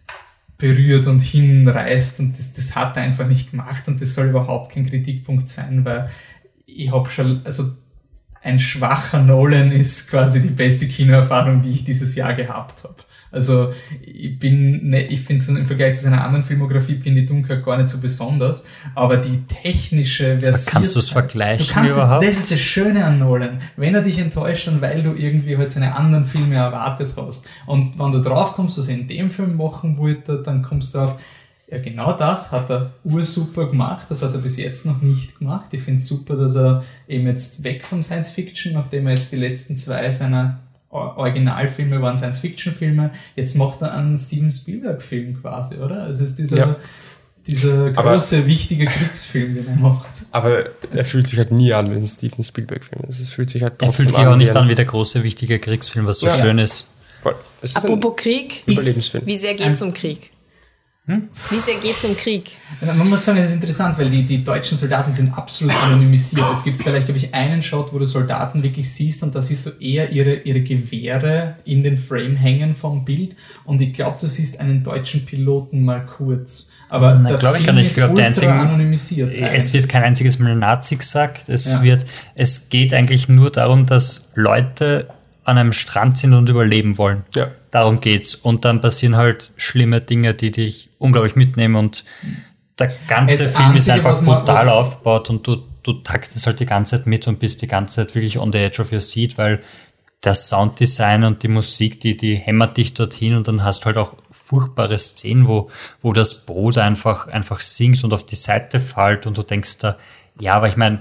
berührt und hinreißt und das, das hat er einfach nicht gemacht und das soll überhaupt kein Kritikpunkt sein, weil ich habe schon, also ein schwacher Nolan ist quasi die beste Kinoerfahrung, die ich dieses Jahr gehabt habe. Also ich bin, ne, ich finde es im Vergleich zu seiner anderen Filmografie finde ich Dunkirk gar nicht so besonders, aber die technische Version. Kannst du es vergleichen du kannst überhaupt? Es, das ist das Schöne an Nolan. Wenn er dich enttäuscht, dann weil du irgendwie halt seine anderen Filme erwartet hast. Und wenn du drauf kommst, was er in dem Film machen wollte, dann kommst du auf, ja genau das hat er ursuper gemacht, das hat er bis jetzt noch nicht gemacht. Ich finde es super, dass er eben jetzt weg vom Science Fiction, nachdem er jetzt die letzten zwei seiner Originalfilme waren Science-Fiction-Filme. Jetzt macht er einen Steven Spielberg-Film quasi, oder? Also es ist dieser, ja. dieser große, aber, wichtige Kriegsfilm, den er macht. Aber er fühlt sich halt nie an wie ein Steven Spielberg-Film. Es fühlt sich halt er fühlt sich auch nicht an wie der große, wichtige Kriegsfilm, was so ja. schön ist. Voll. Es ist Apropos Krieg, Überlebensfilm. Wie sehr geht es um Krieg? Hm? Wie sehr geht es um Krieg? Man muss sagen, es ist interessant, weil die, die deutschen Soldaten sind absolut anonymisiert. Es gibt vielleicht, glaube ich, einen Shot, wo du Soldaten wirklich siehst und da siehst du eher ihre, ihre Gewehre in den Frame hängen vom Bild und ich glaube, du siehst einen deutschen Piloten mal kurz. Aber Na, der glaub Film ich gar nicht. ist ich glaub, ultra einzige, anonymisiert. Es eigentlich. wird kein einziges Mal Nazi gesagt. Es, ja. wird, es geht eigentlich nur darum, dass Leute an einem Strand sind und überleben wollen. Ja. Darum geht's. Und dann passieren halt schlimme Dinge, die dich unglaublich mitnehmen und der ganze Das Film ist Einzige, einfach was man- brutal was- aufgebaut und du, du taktest halt die ganze Zeit mit und bist die ganze Zeit wirklich on the edge of your seat, weil das Sounddesign und die Musik, die, die hämmert dich dorthin und dann hast du halt auch furchtbare Szenen, wo, wo das Boot einfach, einfach sinkt und auf die Seite fällt und du denkst da, ja, aber ich meine,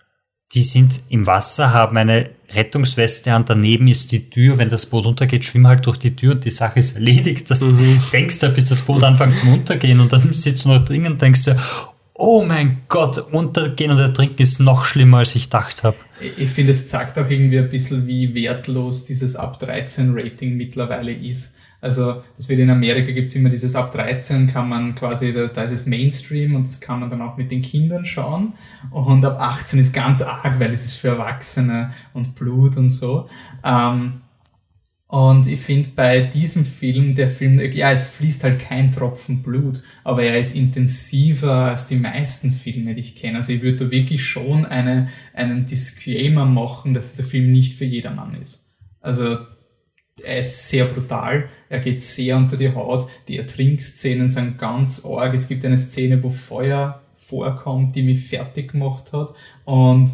die sind im Wasser, haben eine Rettungsweste an, daneben ist die Tür, wenn das Boot untergeht, schwimm halt durch die Tür und die Sache ist erledigt. Das Mhm. denkst du, bis das Boot anfängt zum Untergehen und dann sitzt du noch drin und denkst du, oh mein Gott, untergehen und ertrinken ist noch schlimmer, als ich gedacht habe. Ich- Ich finde, es zeigt auch irgendwie ein bisschen, wie wertlos dieses Ab dreizehn Rating mittlerweile ist. Also, das wird in Amerika gibt's immer dieses Ab dreizehn kann man quasi, da, da ist es Mainstream und das kann man dann auch mit den Kindern schauen. Und ab achtzehn ist ganz arg, weil es ist für Erwachsene und Blut und so. Ähm, und ich finde bei diesem Film, der Film, ja, es fließt halt kein Tropfen Blut, aber er ist intensiver als die meisten Filme, die ich kenne. Also ich würde da wirklich schon eine, einen Disclaimer machen, dass dieser Film nicht für jedermann ist. Also er ist sehr brutal, er geht sehr unter die Haut, die Ertrinkszenen sind ganz arg, es gibt eine Szene, wo Feuer vorkommt, die mich fertig gemacht hat und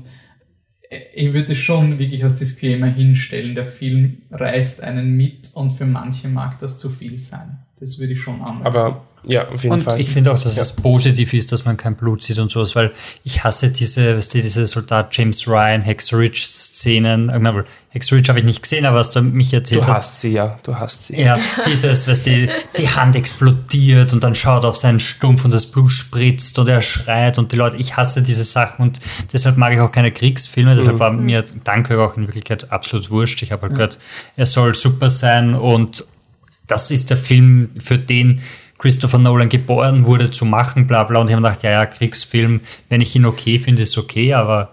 ich würde schon wirklich als Disclaimer hinstellen, der Film reißt einen mit und für manche mag das zu viel sein. Das würde ich schon anmerken. Aber Ja, auf jeden und Fall. Ich finde auch, dass ja. es positiv ist, dass man kein Blut sieht und sowas, weil ich hasse diese, weißt du, diese Soldat James Ryan, Hexorich-Szenen. Hexorich habe ich nicht gesehen, aber was du mich erzählt hast. Du hast sie, ja, du hast sie. Ja, dieses, weißt du, die Hand explodiert und dann schaut er auf seinen Stumpf und das Blut spritzt und er schreit und die Leute, ich hasse diese Sachen und deshalb mag ich auch keine Kriegsfilme, mhm. deshalb war mir Dunkirk auch in Wirklichkeit absolut wurscht. Ich habe halt mhm. gehört, er soll super sein und das ist der Film, für den Christopher Nolan geboren wurde zu machen, bla bla. Und ich habe gedacht, ja, ja, Kriegsfilm, wenn ich ihn okay finde, ist okay, aber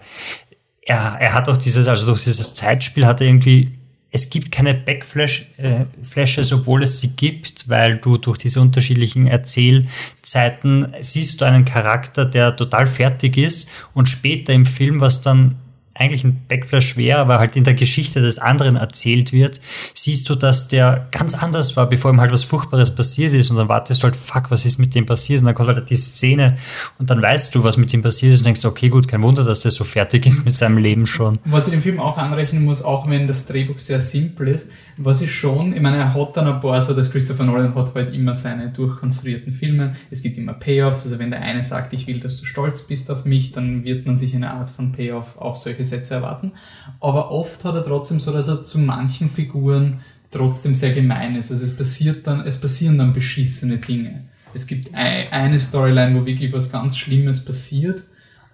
er, er hat auch dieses, also durch dieses Zeitspiel hat er irgendwie, es gibt keine Backflashes, äh, obwohl es sie gibt, weil du durch diese unterschiedlichen Erzählzeiten siehst du einen Charakter, der total fertig ist und später im Film, was dann eigentlich ein Backflash wäre, aber halt in der Geschichte des anderen erzählt wird, siehst du, dass der ganz anders war, bevor ihm halt was Furchtbares passiert ist und dann wartest du halt, fuck, was ist mit dem passiert? Und dann kommt halt die Szene und dann weißt du, was mit ihm passiert ist und denkst, okay, gut, kein Wunder, dass der so fertig ist mit seinem Leben schon. Was ich dem Film auch anrechnen muss, auch wenn das Drehbuch sehr simpel ist, was ich schon, ich meine, er hat dann ein paar so, dass Christopher Nolan hat halt immer seine durchkonstruierten Filme, es gibt immer Payoffs, also wenn der eine sagt, ich will, dass du stolz bist auf mich, dann wird man sich eine Art von Payoff auf solche Sätze erwarten, aber oft hat er trotzdem so, dass er zu manchen Figuren trotzdem sehr gemein ist, also es passiert dann, es passieren dann beschissene Dinge. Es gibt eine Storyline, wo wirklich was ganz Schlimmes passiert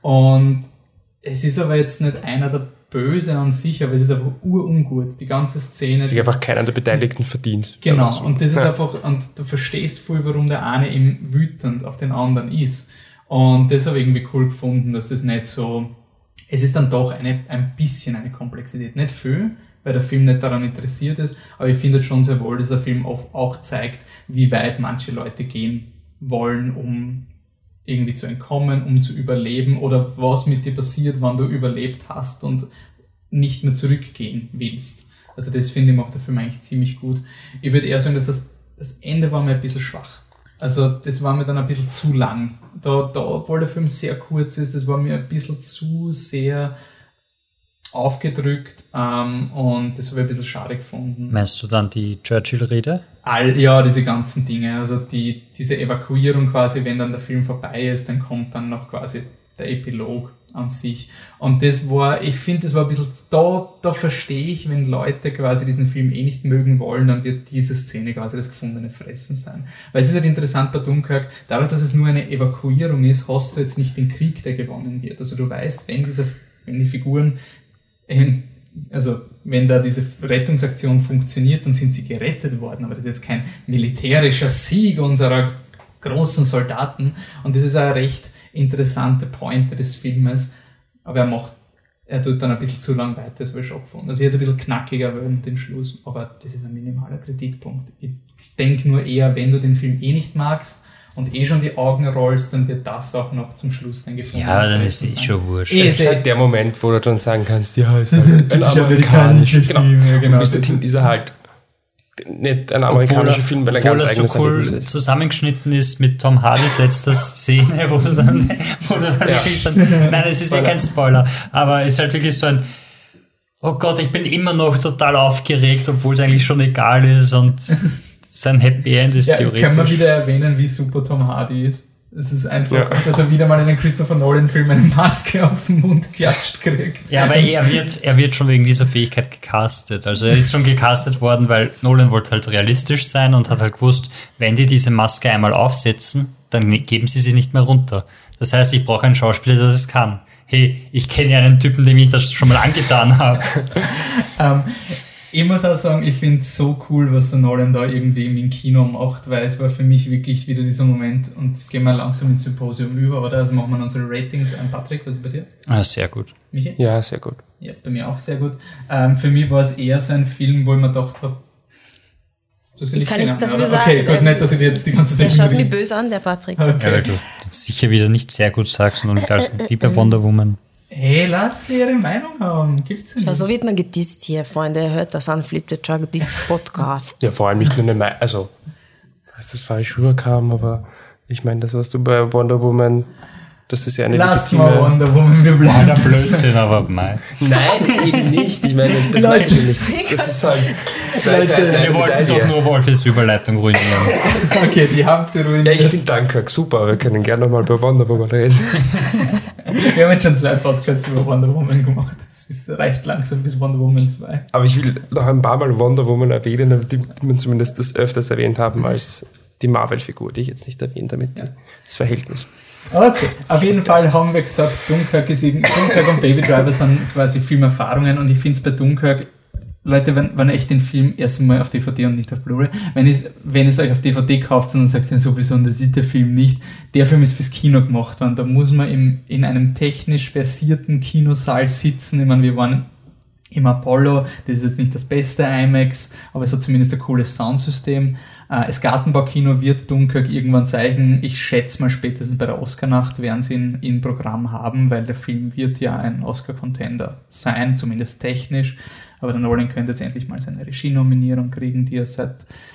und es ist aber jetzt nicht einer der Böse an sich, aber es ist einfach urungut. Die ganze Szene. Es sich einfach keiner der Beteiligten verdient. Genau, und das ist ja. einfach, und du verstehst voll, warum der eine eben wütend auf den anderen ist. Und das habe ich irgendwie cool gefunden, dass das nicht so, es ist dann doch eine, ein bisschen eine Komplexität. Nicht viel, weil der Film nicht daran interessiert ist, aber ich finde schon sehr wohl, dass der Film auch zeigt, wie weit manche Leute gehen wollen, um irgendwie zu entkommen, um zu überleben oder was mit dir passiert, wenn du überlebt hast und nicht mehr zurückgehen willst. Also das finde ich macht der Film eigentlich ziemlich gut. Ich würde eher sagen, dass das, das Ende war mir ein bisschen schwach. Also das war mir dann ein bisschen zu lang. Da, da, obwohl der Film sehr kurz ist, das war mir ein bisschen zu sehr aufgedrückt ähm, und das habe ich ein bisschen schade gefunden. Meinst du dann die Churchill-Rede? All, ja, diese ganzen Dinge, also die, diese Evakuierung quasi, wenn dann der Film vorbei ist, dann kommt dann noch quasi der Epilog an sich. Und das war, ich finde, das war ein bisschen, da, da verstehe ich, wenn Leute quasi diesen Film eh nicht mögen wollen, dann wird diese Szene quasi das gefundene Fressen sein. Weil es ist halt interessant bei Dunkirk, dadurch, dass es nur eine Evakuierung ist, hast du jetzt nicht den Krieg, der gewonnen wird. Also du weißt, wenn diese, wenn die Figuren also wenn da diese Rettungsaktion funktioniert, dann sind sie gerettet worden, aber das ist jetzt kein militärischer Sieg unserer großen Soldaten und das ist eine recht interessante Pointe des Filmes, aber er macht, er tut dann ein bisschen zu lang weiter, das habe ich schon gefunden. Also jetzt ein bisschen knackiger während den Schluss, aber das ist ein minimaler Kritikpunkt. Ich denke nur eher, wenn du den Film eh nicht magst und eh schon die Augen rollst, dann wird das auch noch zum Schluss dann gefunden. Ja, dann ist es eh schon wurscht. Es ist halt der Moment, wo du dann sagen kannst, ja, es ist halt ein amerikanischer Film. Genau. Genau. Und bis dorthin ist er halt nicht ein amerikanischer Film, weil er ganz eigenes so cool Erlebnis ist. Zusammengeschnitten ist mit Tom Hardys letzter Szene, wo du dann, wo du dann ja. wirklich so, nein, es ist ja kein Spoiler, aber es ist halt wirklich so ein, oh Gott, ich bin immer noch total aufgeregt, obwohl es eigentlich schon egal ist und sein Happy End ist ja, theoretisch. Kann man wieder erwähnen, wie super Tom Hardy ist. Es ist einfach, ja. dass er wieder mal in einen Christopher Nolan-Film eine Maske auf den Mund klatscht kriegt. Ja, aber er wird, er wird schon wegen dieser Fähigkeit gecastet. Also er ist schon gecastet worden, weil Nolan wollte halt realistisch sein und hat halt gewusst, wenn die diese Maske einmal aufsetzen, dann geben sie sie nicht mehr runter. Das heißt, ich brauche einen Schauspieler, der das kann. Hey, ich kenne ja einen Typen, dem ich das schon mal angetan habe. um, Ich muss auch sagen, ich finde es so cool, was der Nolan da irgendwie im Kino macht, weil es war für mich wirklich wieder dieser Moment und gehen wir langsam ins Symposium über, oder? Also machen wir unsere Ratings an. Patrick, was ist bei dir? Ah, sehr gut. Michi? Ja, sehr gut. Ja, bei mir auch sehr gut. Ähm, für mich war es eher so ein Film, wo ich mir gedacht habe, ich kann nichts dafür oder? sagen. Okay, gut, nicht, dass ich dir jetzt die ganze Zeit... Der schaut mich böse an, der Patrick. Okay. Ja, weil du sicher wieder nicht sehr gut sagst, sondern als wie bei Wonder Woman. Hey, lass sie ihre Meinung haben. Gibt's sie nicht. Schau, so wird man gedisst hier, Freunde. Hört das an, Flip the Truck, Diss Podcast. Ja, vor allem nicht nur eine Meinung. Also, dass das falsch rüberkam, aber ich meine, das, was du bei Wonder Woman Das ist ja eine Lass legitime... mal Wonder Woman, wir bleiben. Der Blödsinn, aber mei. Nein, eben nicht. Ich meine, das meine ich nicht. Das ist halt zwei Seiten einer Wir wollten Medaille. doch nur Wolfes Überleitung ruinieren. Okay, die habt ihr ruiniert. Ja, ich finde Dunkirk super. Wir können gerne nochmal über Wonder Woman reden. Wir haben jetzt schon zwei Podcasts über Wonder Woman gemacht. Es reicht langsam bis Wonder Woman zwei. Aber ich will noch ein paar Mal Wonder Woman erwähnen, damit wir zumindest das öfters erwähnt haben als die Marvel-Figur, die ich jetzt nicht erwähnt, damit ja. das Verhältnis. Okay, auf jeden Fall haben wir gesagt, Dunkirk ist eben, Dunkirk und Baby Driver sind quasi Filmerfahrungen und ich finde es bei Dunkirk, Leute, wenn, wenn ihr echt den Film erstmal auf D V D und nicht auf Blu-ray, wenn ihr wenn es euch auf D V D kauft und dann sagt ihr sowieso, das ist der Film nicht, der Film ist fürs Kino gemacht worden, da muss man im, in einem technisch versierten Kinosaal sitzen, ich meine, wir waren im Apollo, das ist jetzt nicht das beste IMAX, aber es hat zumindest ein cooles Soundsystem. Das Gartenbaukino wird Dunkirk irgendwann zeigen. Ich schätze mal spätestens bei der Oscar-Nacht werden sie ihn in Programm haben, weil der Film wird ja ein Oscar-Contender sein, zumindest technisch. Aber der Nolan könnte jetzt endlich mal seine Regie-Nominierung kriegen, die er seit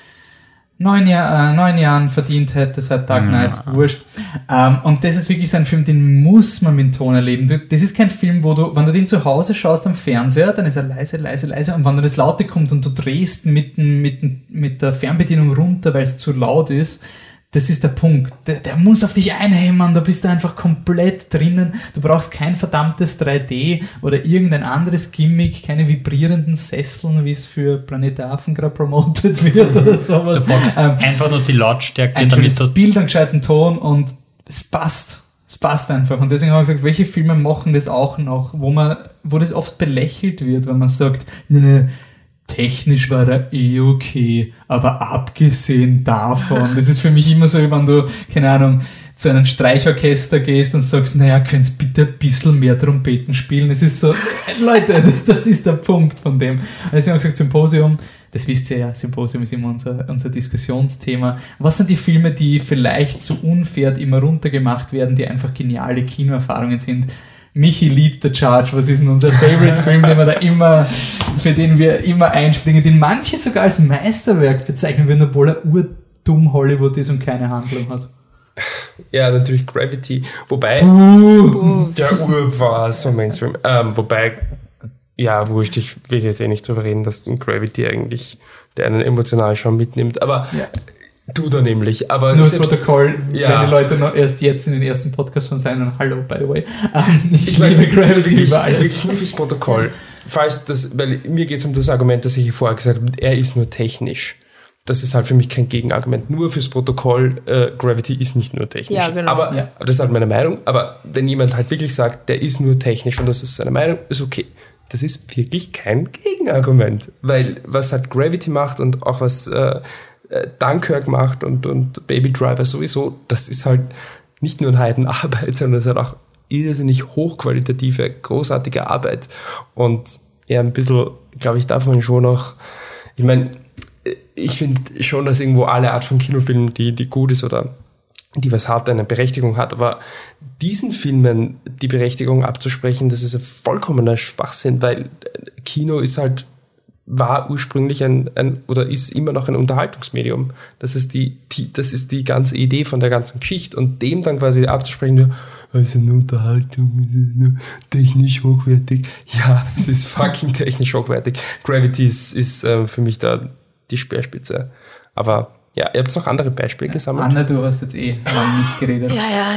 neun, Jahr, äh, neun Jahren verdient hätte, seit Dark Knight, ja. wurscht. Ähm, und das ist wirklich so ein Film, den muss man mit dem Ton erleben. Du, das ist kein Film, wo du, wenn du den zu Hause schaust am Fernseher, dann ist er leise, leise, leise und wenn das Laute kommt und du drehst mit, mit, mit der Fernbedienung runter, weil es zu laut ist, das ist der Punkt. Der, der muss auf dich einhämmern, da bist du einfach komplett drinnen. Du brauchst kein verdammtes drei D oder irgendein anderes Gimmick, keine vibrierenden Sesseln, wie es für Planet Affen gerade promotet wird oder sowas. Du brauchst ähm, einfach nur die Lautstärke, ein damit du Bild, einen gescheiten Ton und es passt. Es passt einfach. Und deswegen habe ich gesagt, welche Filme machen das auch noch, wo man, wo das oft belächelt wird, wenn man sagt, ne, technisch war er eh okay, aber abgesehen davon, das ist für mich immer so, wenn du, keine Ahnung, zu einem Streichorchester gehst und sagst, naja, könnt's bitte ein bisschen mehr Trompeten spielen? Es ist so, Leute, das, das ist der Punkt von dem. Also ich habe gesagt, Symposium, das wisst ihr ja, Symposium ist immer unser, unser Diskussionsthema. Was sind die Filme, die vielleicht so unfair immer runtergemacht werden, die einfach geniale Kinoerfahrungen sind? Michi lead the charge. Was ist denn unser Favorite-Film, den wir da immer, für den wir immer einspringen, den manche sogar als Meisterwerk bezeichnen würden, obwohl er urdumm Hollywood ist und keine Handlung hat? Ja, natürlich Gravity. Wobei, uh. der Ur war so Mainstream. Ähm, wobei, ja, wurscht, ich will jetzt eh nicht drüber reden, dass Gravity eigentlich der einen emotional schon mitnimmt. Aber ja. Du da nämlich, aber nur das Protokoll, ja. wenn die Leute noch erst jetzt in den ersten Podcast von sein, hallo, by the way. Um, ich ich meine, liebe Gravity wirklich, über alles. wirklich nur fürs Protokoll. Falls das, weil mir geht es um das Argument, das ich hier vorher gesagt habe, er ist nur technisch. Das ist halt für mich kein Gegenargument. Nur fürs Protokoll, äh, Gravity ist nicht nur technisch. Ja, genau. Aber ja. das ist halt meine Meinung. Aber wenn jemand halt wirklich sagt, der ist nur technisch und das ist seine Meinung, ist okay. Das ist wirklich kein Gegenargument. Weil was halt Gravity macht und auch was äh, Dunkirk macht und, und Baby Driver sowieso, das ist halt nicht nur eine Heidenarbeit, sondern es ist halt auch irrsinnig hochqualitative, großartige Arbeit. Und ja, ein bisschen, glaube ich, darf man schon noch, ich meine, ich finde schon, dass irgendwo alle Art von Kinofilmen, die, die gut ist oder die was hat, eine Berechtigung hat, aber diesen Filmen die Berechtigung abzusprechen, das ist ein vollkommener Schwachsinn, weil Kino ist halt war ursprünglich ein, ein oder ist immer noch ein Unterhaltungsmedium. Das ist die, die, das ist die ganze Idee von der ganzen Geschichte. Und dem dann quasi abzusprechen, nur, also eine Unterhaltung, es ist nur technisch hochwertig. Ja, es ist fucking technisch hochwertig. Gravity ist, ist äh, für mich da die Speerspitze. Aber ja, ihr habt noch andere Beispiele gesammelt. Anna, du hast jetzt eh lange nicht geredet. Ja, ja,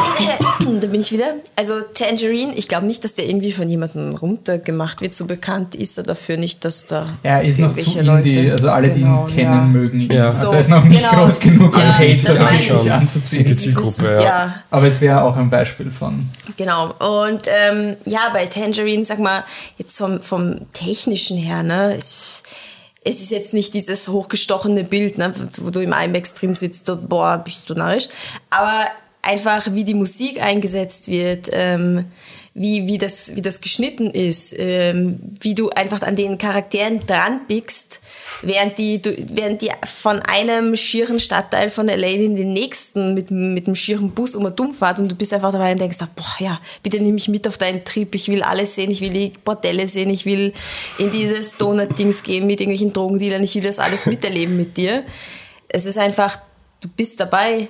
da, da bin ich wieder. Also Tangerine, ich glaube nicht, dass der irgendwie von jemandem runtergemacht wird. So bekannt ist er dafür nicht, dass da er ist noch zu Indie, Leute, also alle, die genau, ihn kennen, ja. mögen ihn. Ja. Also so, er ist noch nicht genau. groß genug, um ja, Hater richtig anzuziehen. Die Zielgruppe, ja. ja. Aber es wäre auch ein Beispiel von... Genau. Und ähm, ja, bei Tangerine, sag mal, jetzt vom, vom Technischen her, ne, ist... Es ist jetzt nicht dieses hochgestochene Bild, ne, wo du im IMAX drin sitzt und boah, bist du narrisch. Aber einfach, wie die Musik eingesetzt wird, ähm, wie, wie, das, wie das geschnitten ist, ähm, wie du einfach an den Charakteren dran biegst, während die, du, während die von einem schieren Stadtteil von L A in den nächsten mit, mit einem schieren Bus um und dumm fahrt und du bist einfach dabei und denkst, boah, ja, bitte nimm mich mit auf deinen Trip, ich will alles sehen, ich will die Bordelle sehen, ich will in dieses Donut-Dings gehen mit irgendwelchen Drogendealern, ich will das alles miterleben mit dir. Es ist einfach, du bist dabei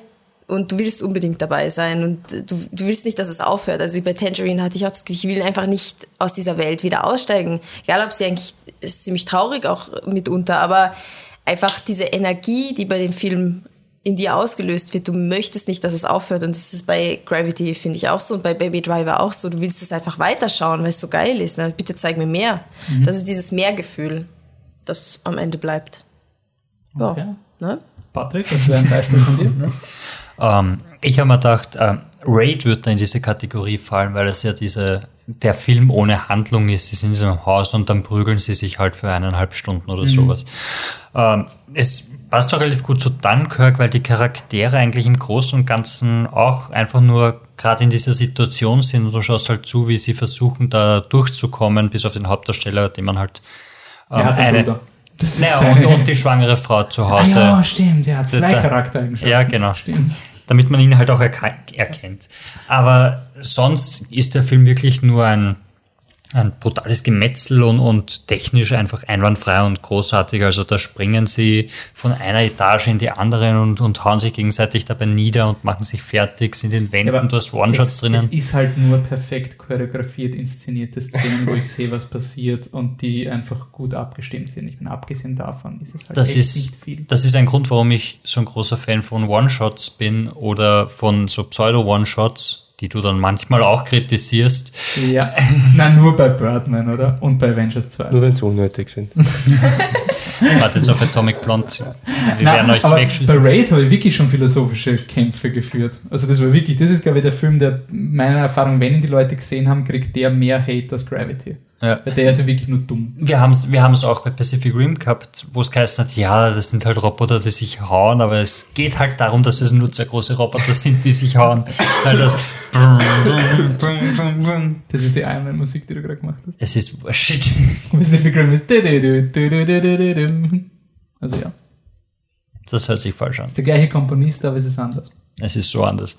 und du willst unbedingt dabei sein und du, du willst nicht, dass es aufhört. Also wie bei Tangerine hatte ich auch das Gefühl, ich will einfach nicht aus dieser Welt wieder aussteigen. Egal, ob sie eigentlich, ist ziemlich traurig auch mitunter, aber einfach diese Energie, die bei dem Film in dir ausgelöst wird, du möchtest nicht, dass es aufhört und das ist bei Gravity, finde ich, auch so und bei Baby Driver auch so. Du willst es einfach weiterschauen, weil es so geil ist. Ne? Bitte zeig mir mehr. Mhm. Das ist dieses Mehrgefühl, das am Ende bleibt. Ja, okay. Ne? Patrick, das wäre ein Beispiel von dir. Ne? Ähm, ich habe mir gedacht, ähm, Raid wird da in diese Kategorie fallen, weil es ja diese, der Film ohne Handlung ist. Sie sind in diesem Haus und dann prügeln sie sich halt für eineinhalb Stunden oder mhm. sowas. Ähm, es passt auch relativ gut zu Dunkirk, weil die Charaktere eigentlich im Großen und Ganzen auch einfach nur gerade in dieser Situation sind und du schaust halt zu, wie sie versuchen, da durchzukommen, bis auf den Hauptdarsteller, den man halt ähm, ja, eine... Naja, und, und die schwangere Frau zu Hause. Ah, ja, stimmt, der hat zwei da, Charaktereigenschaften. Ja, genau. Stimmt. Damit man ihn halt auch erka- erkennt. Aber sonst ist der Film wirklich nur ein, ein brutales Gemetzel und, und technisch einfach einwandfrei und großartig. Also da springen sie von einer Etage in die andere und, und hauen sich gegenseitig dabei nieder und machen sich fertig, sind in Wänden, ja, du hast One-Shots es, drinnen. Es ist halt nur perfekt choreografiert, inszenierte Szenen, wo ich sehe, was passiert und die einfach gut abgestimmt sind. Ich bin abgesehen davon, ist es halt das echt ist, nicht viel. Das ist ein Grund, warum ich so ein großer Fan von One-Shots bin oder von so Pseudo-One-Shots, die du dann manchmal auch kritisierst. Ja, nein, nur bei Birdman, oder? Und bei Avengers zwei. Nur wenn sie unnötig sind. Warte jetzt auf Atomic Blonde. Wir nein, werden euch aber wegschießen. bei Raid habe ich wirklich schon philosophische Kämpfe geführt. Also das war wirklich, das ist glaube ich der Film, der meiner Erfahrung, wenn ihn die Leute gesehen haben, kriegt der mehr Hate als Gravity. Ja. Weil der ist ja wirklich nur dumm. Wir haben es wir haben's auch bei Pacific Rim gehabt, wo es geheißen hat, ja, das sind halt Roboter, die sich hauen, aber es geht halt darum, dass es nur zwei große Roboter sind, die sich hauen. Weil das Das ist die Iron Musik, die du gerade gemacht hast. Es ist Shit. Pacific Rim ist also ja. Das hört sich falsch an. Ist der gleiche Komponist, aber es ist anders. Es ist so anders.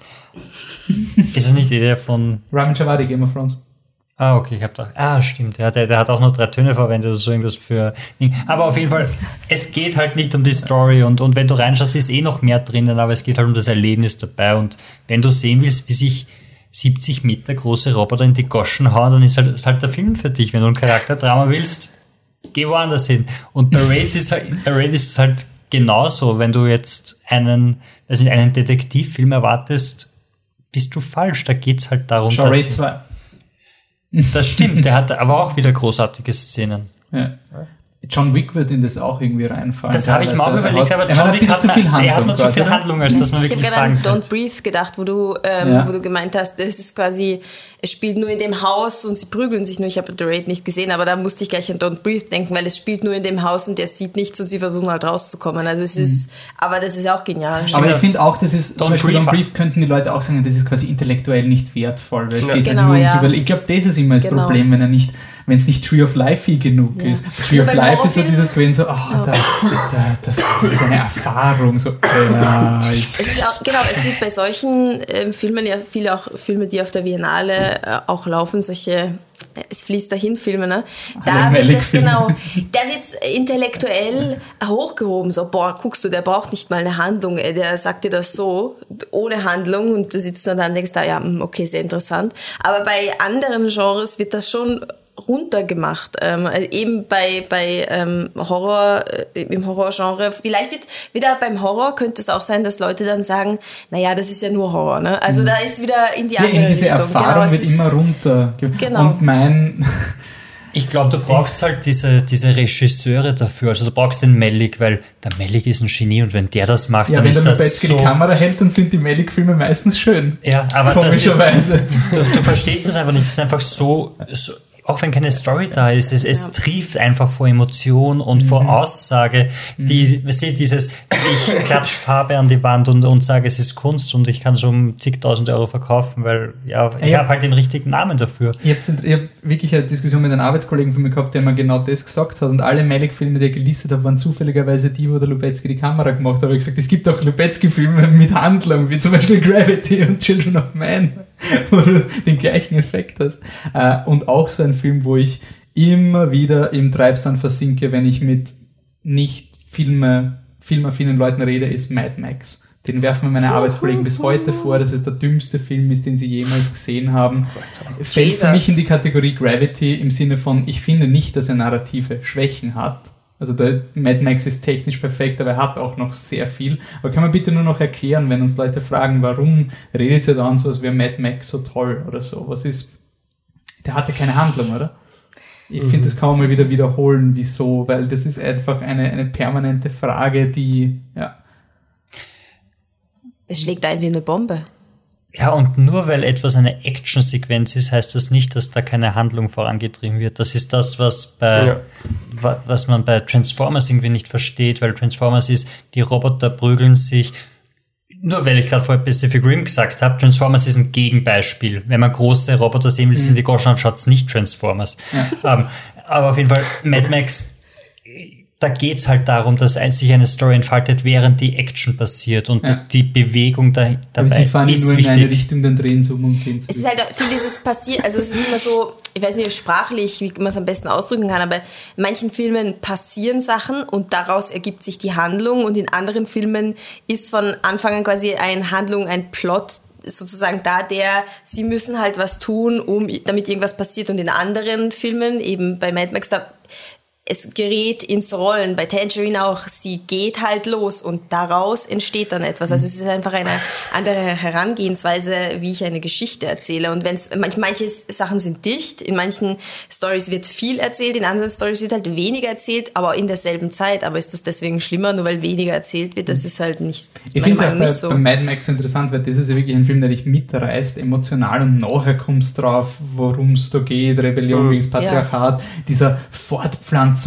Ist es nicht der von Ramin Djawadi, Game of Thrones? Ah, okay, ich hab da. Ah, stimmt. Der, der, der hat auch nur drei Töne verwendet oder so irgendwas für. Aber auf jeden Fall, es geht halt nicht um die Story und, und wenn du reinschaust, ist eh noch mehr drinnen, aber es geht halt um das Erlebnis dabei. Und wenn du sehen willst, wie sich siebzig Meter große Roboter in die Goschen hauen, dann ist halt, ist halt der Film für dich. Wenn du ein Charakterdrama willst, geh woanders hin. Und bei Raid ist halt, bei Raid ist es halt genauso. Wenn du jetzt einen, also einen Detektivfilm erwartest, bist du falsch. Da geht's halt darum, Schau, dass. Raid zwei. Das stimmt, der hat aber auch wieder großartige Szenen. Ja. John Wick wird in das auch irgendwie reinfallen. Das habe ich mir auch überlegt, aber John Wick hat, Handlung, er hat nur zu viel Handlung, als dass man wirklich sagen kann. Ich habe gerade an Don't Breathe gedacht, wo du, ähm, ja. wo du gemeint hast, das ist quasi, es spielt nur in dem Haus und sie prügeln sich nur. Ich habe The Raid nicht gesehen, aber da musste ich gleich an Don't Breathe denken, weil es spielt nur in dem Haus und der sieht nichts und sie versuchen halt rauszukommen. Also es ist, mhm. aber das ist auch genial. Aber ich finde auch, das ist, Don't zum Beispiel Don't Breathe könnten die Leute auch sagen, das ist quasi intellektuell nicht wertvoll, weil es ja. geht genau, halt nur ums ja. Überleben. Ich glaube, das ist immer das genau. Problem, wenn er nicht, wenn es nicht Tree of Life genug ja. ist. Tree ja, of Life ist so dieses gewesen, so, oh, ja. da, da, das, das ist eine Erfahrung. So, ja, es ist auch, genau, es gibt bei solchen ähm, Filmen ja viele auch Filme, die auf der Biennale äh, auch laufen, solche Es fließt dahin Filme, ne? Da wird das genau, da wird's intellektuell hochgehoben, so, boah, guckst du, der braucht nicht mal eine Handlung, der sagt dir das so, ohne Handlung und du sitzt nur da und denkst, da, ja, okay, sehr interessant. Aber bei anderen Genres wird das schon runtergemacht. Ähm, eben bei, bei ähm, Horror, äh, im Horrorgenre. Vielleicht wird wieder beim Horror könnte es auch sein, dass Leute dann sagen, naja, das ist ja nur Horror. Ne? Also mhm. da ist wieder in die ja, andere diese Richtung. Erfahrung genau, wird immer runter. Genau. Und mein... Ich glaube, du brauchst halt diese, diese Regisseure dafür. Also du brauchst den Malick, weil der Malick ist ein Genie und wenn der das macht, ja, dann ist das so... Ja, wenn der Lubezki die Kamera hält, dann sind die Malick-Filme meistens schön. Ja, aber komischerweise. Das ist, du, du verstehst das einfach nicht. Das ist einfach so... so auch wenn keine Story da ist, es, es ja. trieft einfach vor Emotion und mhm. vor Aussage. Die, mhm. weißt du, dieses, ich klatsch Farbe an die Wand und, und sage, es ist Kunst und ich kann es um zigtausend Euro verkaufen, weil ja, ich ja. habe halt den richtigen Namen dafür. Ich habe hab wirklich eine Diskussion mit einem Arbeitskollegen von mir gehabt, der mir genau das gesagt hat und alle Malick-Filme, die ich gelistet habe, waren zufälligerweise die, wo der Lubezki die Kamera gemacht hat. Aber ich gesagt, es gibt auch Lubezki-Filme mit Handlung, wie zum Beispiel Gravity und Children of Man, wo du den gleichen Effekt hast. Und auch so ein Film, wo ich immer wieder im Treibsand versinke, wenn ich mit nicht Filme, filmaffinen Leuten rede, ist Mad Max. Den werfen mir meine Arbeitskollegen bis heute vor, dass es der dümmste Film ist, den sie jemals gesehen haben. Fällt Jesus. für mich in die Kategorie Gravity im Sinne von, ich finde nicht, dass er narrative Schwächen hat. Also der Mad Max ist technisch perfekt, aber er hat auch noch sehr viel. Aber kann man bitte nur noch erklären, wenn uns Leute fragen, warum redet ihr dann so, als wäre Mad Max so toll oder so? Was ist... Der hatte keine Handlung, oder? Ich finde, das kann man mal wieder wiederholen, wieso, weil das ist einfach eine, eine permanente Frage, die, ja. Es schlägt ein wie eine Bombe. Ja, und nur weil etwas eine Actionsequenz ist, heißt das nicht, dass da keine Handlung vorangetrieben wird. Das ist das, was bei, ja. wa, was man bei Transformers irgendwie nicht versteht, weil Transformers ist, die Roboter prügeln sich. Nur weil ich gerade vorher Pacific Rim gesagt habe, Transformers ist ein Gegenbeispiel. Wenn man große Roboter sehen will, sind die Goschen, schaut es nicht Transformers. Ja. Ähm, aber auf jeden Fall, Mad Max, da geht es halt darum, dass sich eine Story entfaltet, während die Action passiert und ja. die Bewegung da, dabei ist wichtig. Sie fahren nur in eine Richtung, dann drehen so um gehen. Es ist halt viel dieses passiert, also es ist immer so, ich weiß nicht sprachlich, wie man es am besten ausdrücken kann, aber in manchen Filmen passieren Sachen und daraus ergibt sich die Handlung und in anderen Filmen ist von Anfang an quasi eine Handlung, ein Plot sozusagen da, der, sie müssen halt was tun, um damit irgendwas passiert und in anderen Filmen, eben bei Mad Max, da es gerät ins Rollen, bei Tangerine auch, sie geht halt los und daraus entsteht dann etwas. Also es ist einfach eine andere Herangehensweise, wie ich eine Geschichte erzähle. Und wenn's, manch, manche Sachen sind dicht, in manchen Stories wird viel erzählt, in anderen Stories wird halt weniger erzählt, aber in derselben Zeit. Aber ist das deswegen schlimmer, nur weil weniger erzählt wird? Das ist halt nicht, ich finde es auch bei, so. bei Mad Max so interessant, weil das ist ja wirklich ein Film, der dich mitreißt, emotional, und nachher kommst du drauf, worum es da geht, Rebellion gegen das Patriarchat, ja. dieser Fortpflanzungsdrang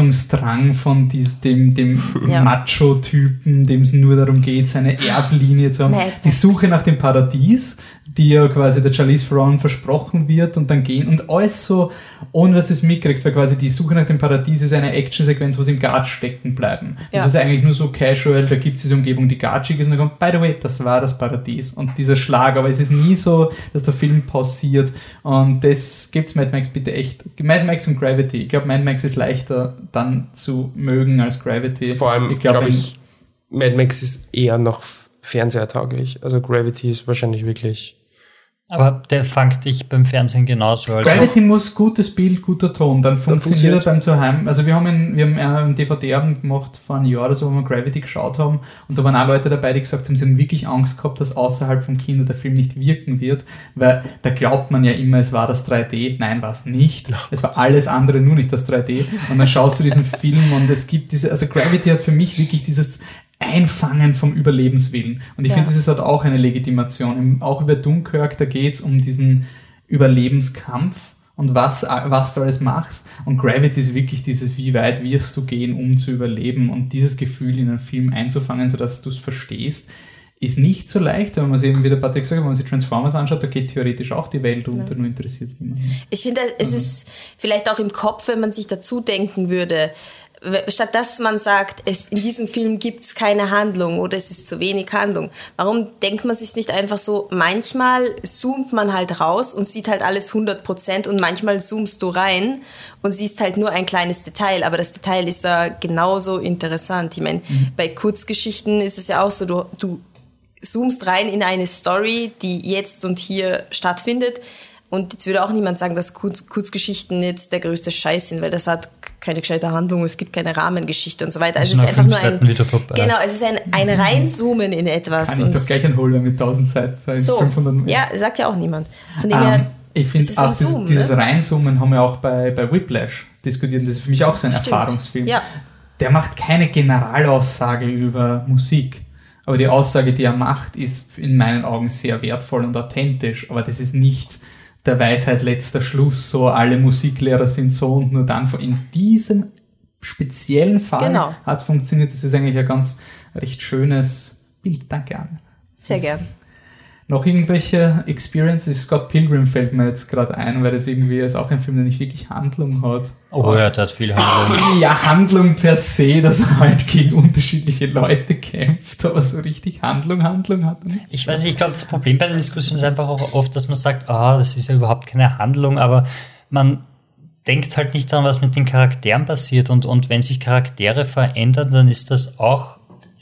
von dies, dem, dem ja. Macho-Typen, dem es nur darum geht, seine Erblinie zu haben. Mad die Suche nach dem Paradies, die ja quasi der Charlize Theron versprochen wird und dann gehen und alles so, ohne dass du es mitkriegst, weil quasi die Suche nach dem Paradies ist eine Actionsequenz, wo sie im Gat stecken bleiben. Ja. Das ist eigentlich nur so casual, da gibt es diese Umgebung, die gatschig ist und dann kommt, by the way, das war das Paradies und dieser Schlag, aber es ist nie so, dass der Film pausiert und das gibt's Mad Max bitte echt. Mad Max und Gravity, ich glaube Mad Max ist leichter dann zu mögen als Gravity. Vor allem, ich glaube, glaub ich, Mad Max ist eher noch fernsehertauglich, also Gravity ist wahrscheinlich wirklich... Aber der fängt dich beim Fernsehen genauso. Also Gravity muss gutes Bild, guter Ton, dann funktioniert er beim Zuheim. Also wir haben, in, wir haben einen D V D-Abend gemacht vor einem Jahr oder so, wo wir Gravity geschaut haben und da waren auch Leute dabei, die gesagt haben, sie haben wirklich Angst gehabt, dass außerhalb vom Kino der Film nicht wirken wird, weil da glaubt man ja immer, es war das drei D. Nein, war es nicht. Es war alles andere, nur nicht das drei D. Und dann schaust du diesen Film und es gibt diese, also Gravity hat für mich wirklich dieses Einfangen vom Überlebenswillen. Und ich ja. finde, das ist halt auch eine Legitimation. Auch über Dunkirk, da geht es um diesen Überlebenskampf und was, was du alles machst. Und Gravity ist wirklich dieses, wie weit wirst du gehen, um zu überleben. Und dieses Gefühl in einen Film einzufangen, sodass du es verstehst, ist nicht so leicht. Wenn man sich eben, wie der Patrick gesagt hat, wenn man sich Transformers anschaut, da geht theoretisch auch die Welt unter, ja. nur interessiert es niemanden. Ich finde, es also. ist vielleicht auch im Kopf, wenn man sich dazu denken würde, statt dass man sagt, es, in diesem Film gibt es keine Handlung oder es ist zu wenig Handlung. Warum denkt man sich nicht einfach so, manchmal zoomt man halt raus und sieht halt alles hundert Prozent und manchmal zoomst du rein und siehst halt nur ein kleines Detail, aber das Detail ist ja genauso interessant. Ich meine, mhm. bei Kurzgeschichten ist es ja auch so, du, du zoomst rein in eine Story, die jetzt und hier stattfindet. Und jetzt würde auch niemand sagen, dass Kurz, Kurzgeschichten jetzt der größte Scheiß sind, weil das hat keine gescheite Handlung, es gibt keine Rahmengeschichte und so weiter. Also es ist einfach nur ein, wieder vorbei. Genau, es ist ein, ein Reinzoomen in etwas. Kann ich doch gleich ein Holder mit tausend Seiten, so, fünfhundert. Ja, sagt ja auch niemand. Von dem um, her, ich finde auch dieses, Zoom, dieses ne? Reinzoomen haben wir auch bei, bei Whiplash diskutiert. Das ist für mich auch so ein Stimmt. Erfahrungsfilm. Ja. Der macht keine Generalaussage über Musik. Aber die Aussage, die er macht, ist in meinen Augen sehr wertvoll und authentisch. Aber das ist nicht der Weisheit letzter Schluss, so alle Musiklehrer sind so und nur dann. In diesem speziellen Fall genau. hat es funktioniert. Das ist eigentlich ein ganz recht schönes Bild. Danke, Anne. Das Sehr gern. Noch irgendwelche Experiences? Scott Pilgrim fällt mir jetzt gerade ein, weil das irgendwie ist auch ein Film, der nicht wirklich Handlung hat. Oh ja, der hat viel Handlung. Ja, Handlung per se, dass er halt gegen unterschiedliche Leute kämpft, aber so richtig Handlung, Handlung hat er nicht. Ich weiß nicht, ich glaube, das Problem bei der Diskussion ist einfach auch oft, dass man sagt, ah, das ist ja überhaupt keine Handlung, aber man denkt halt nicht daran, was mit den Charakteren passiert und, und wenn sich Charaktere verändern, dann ist das auch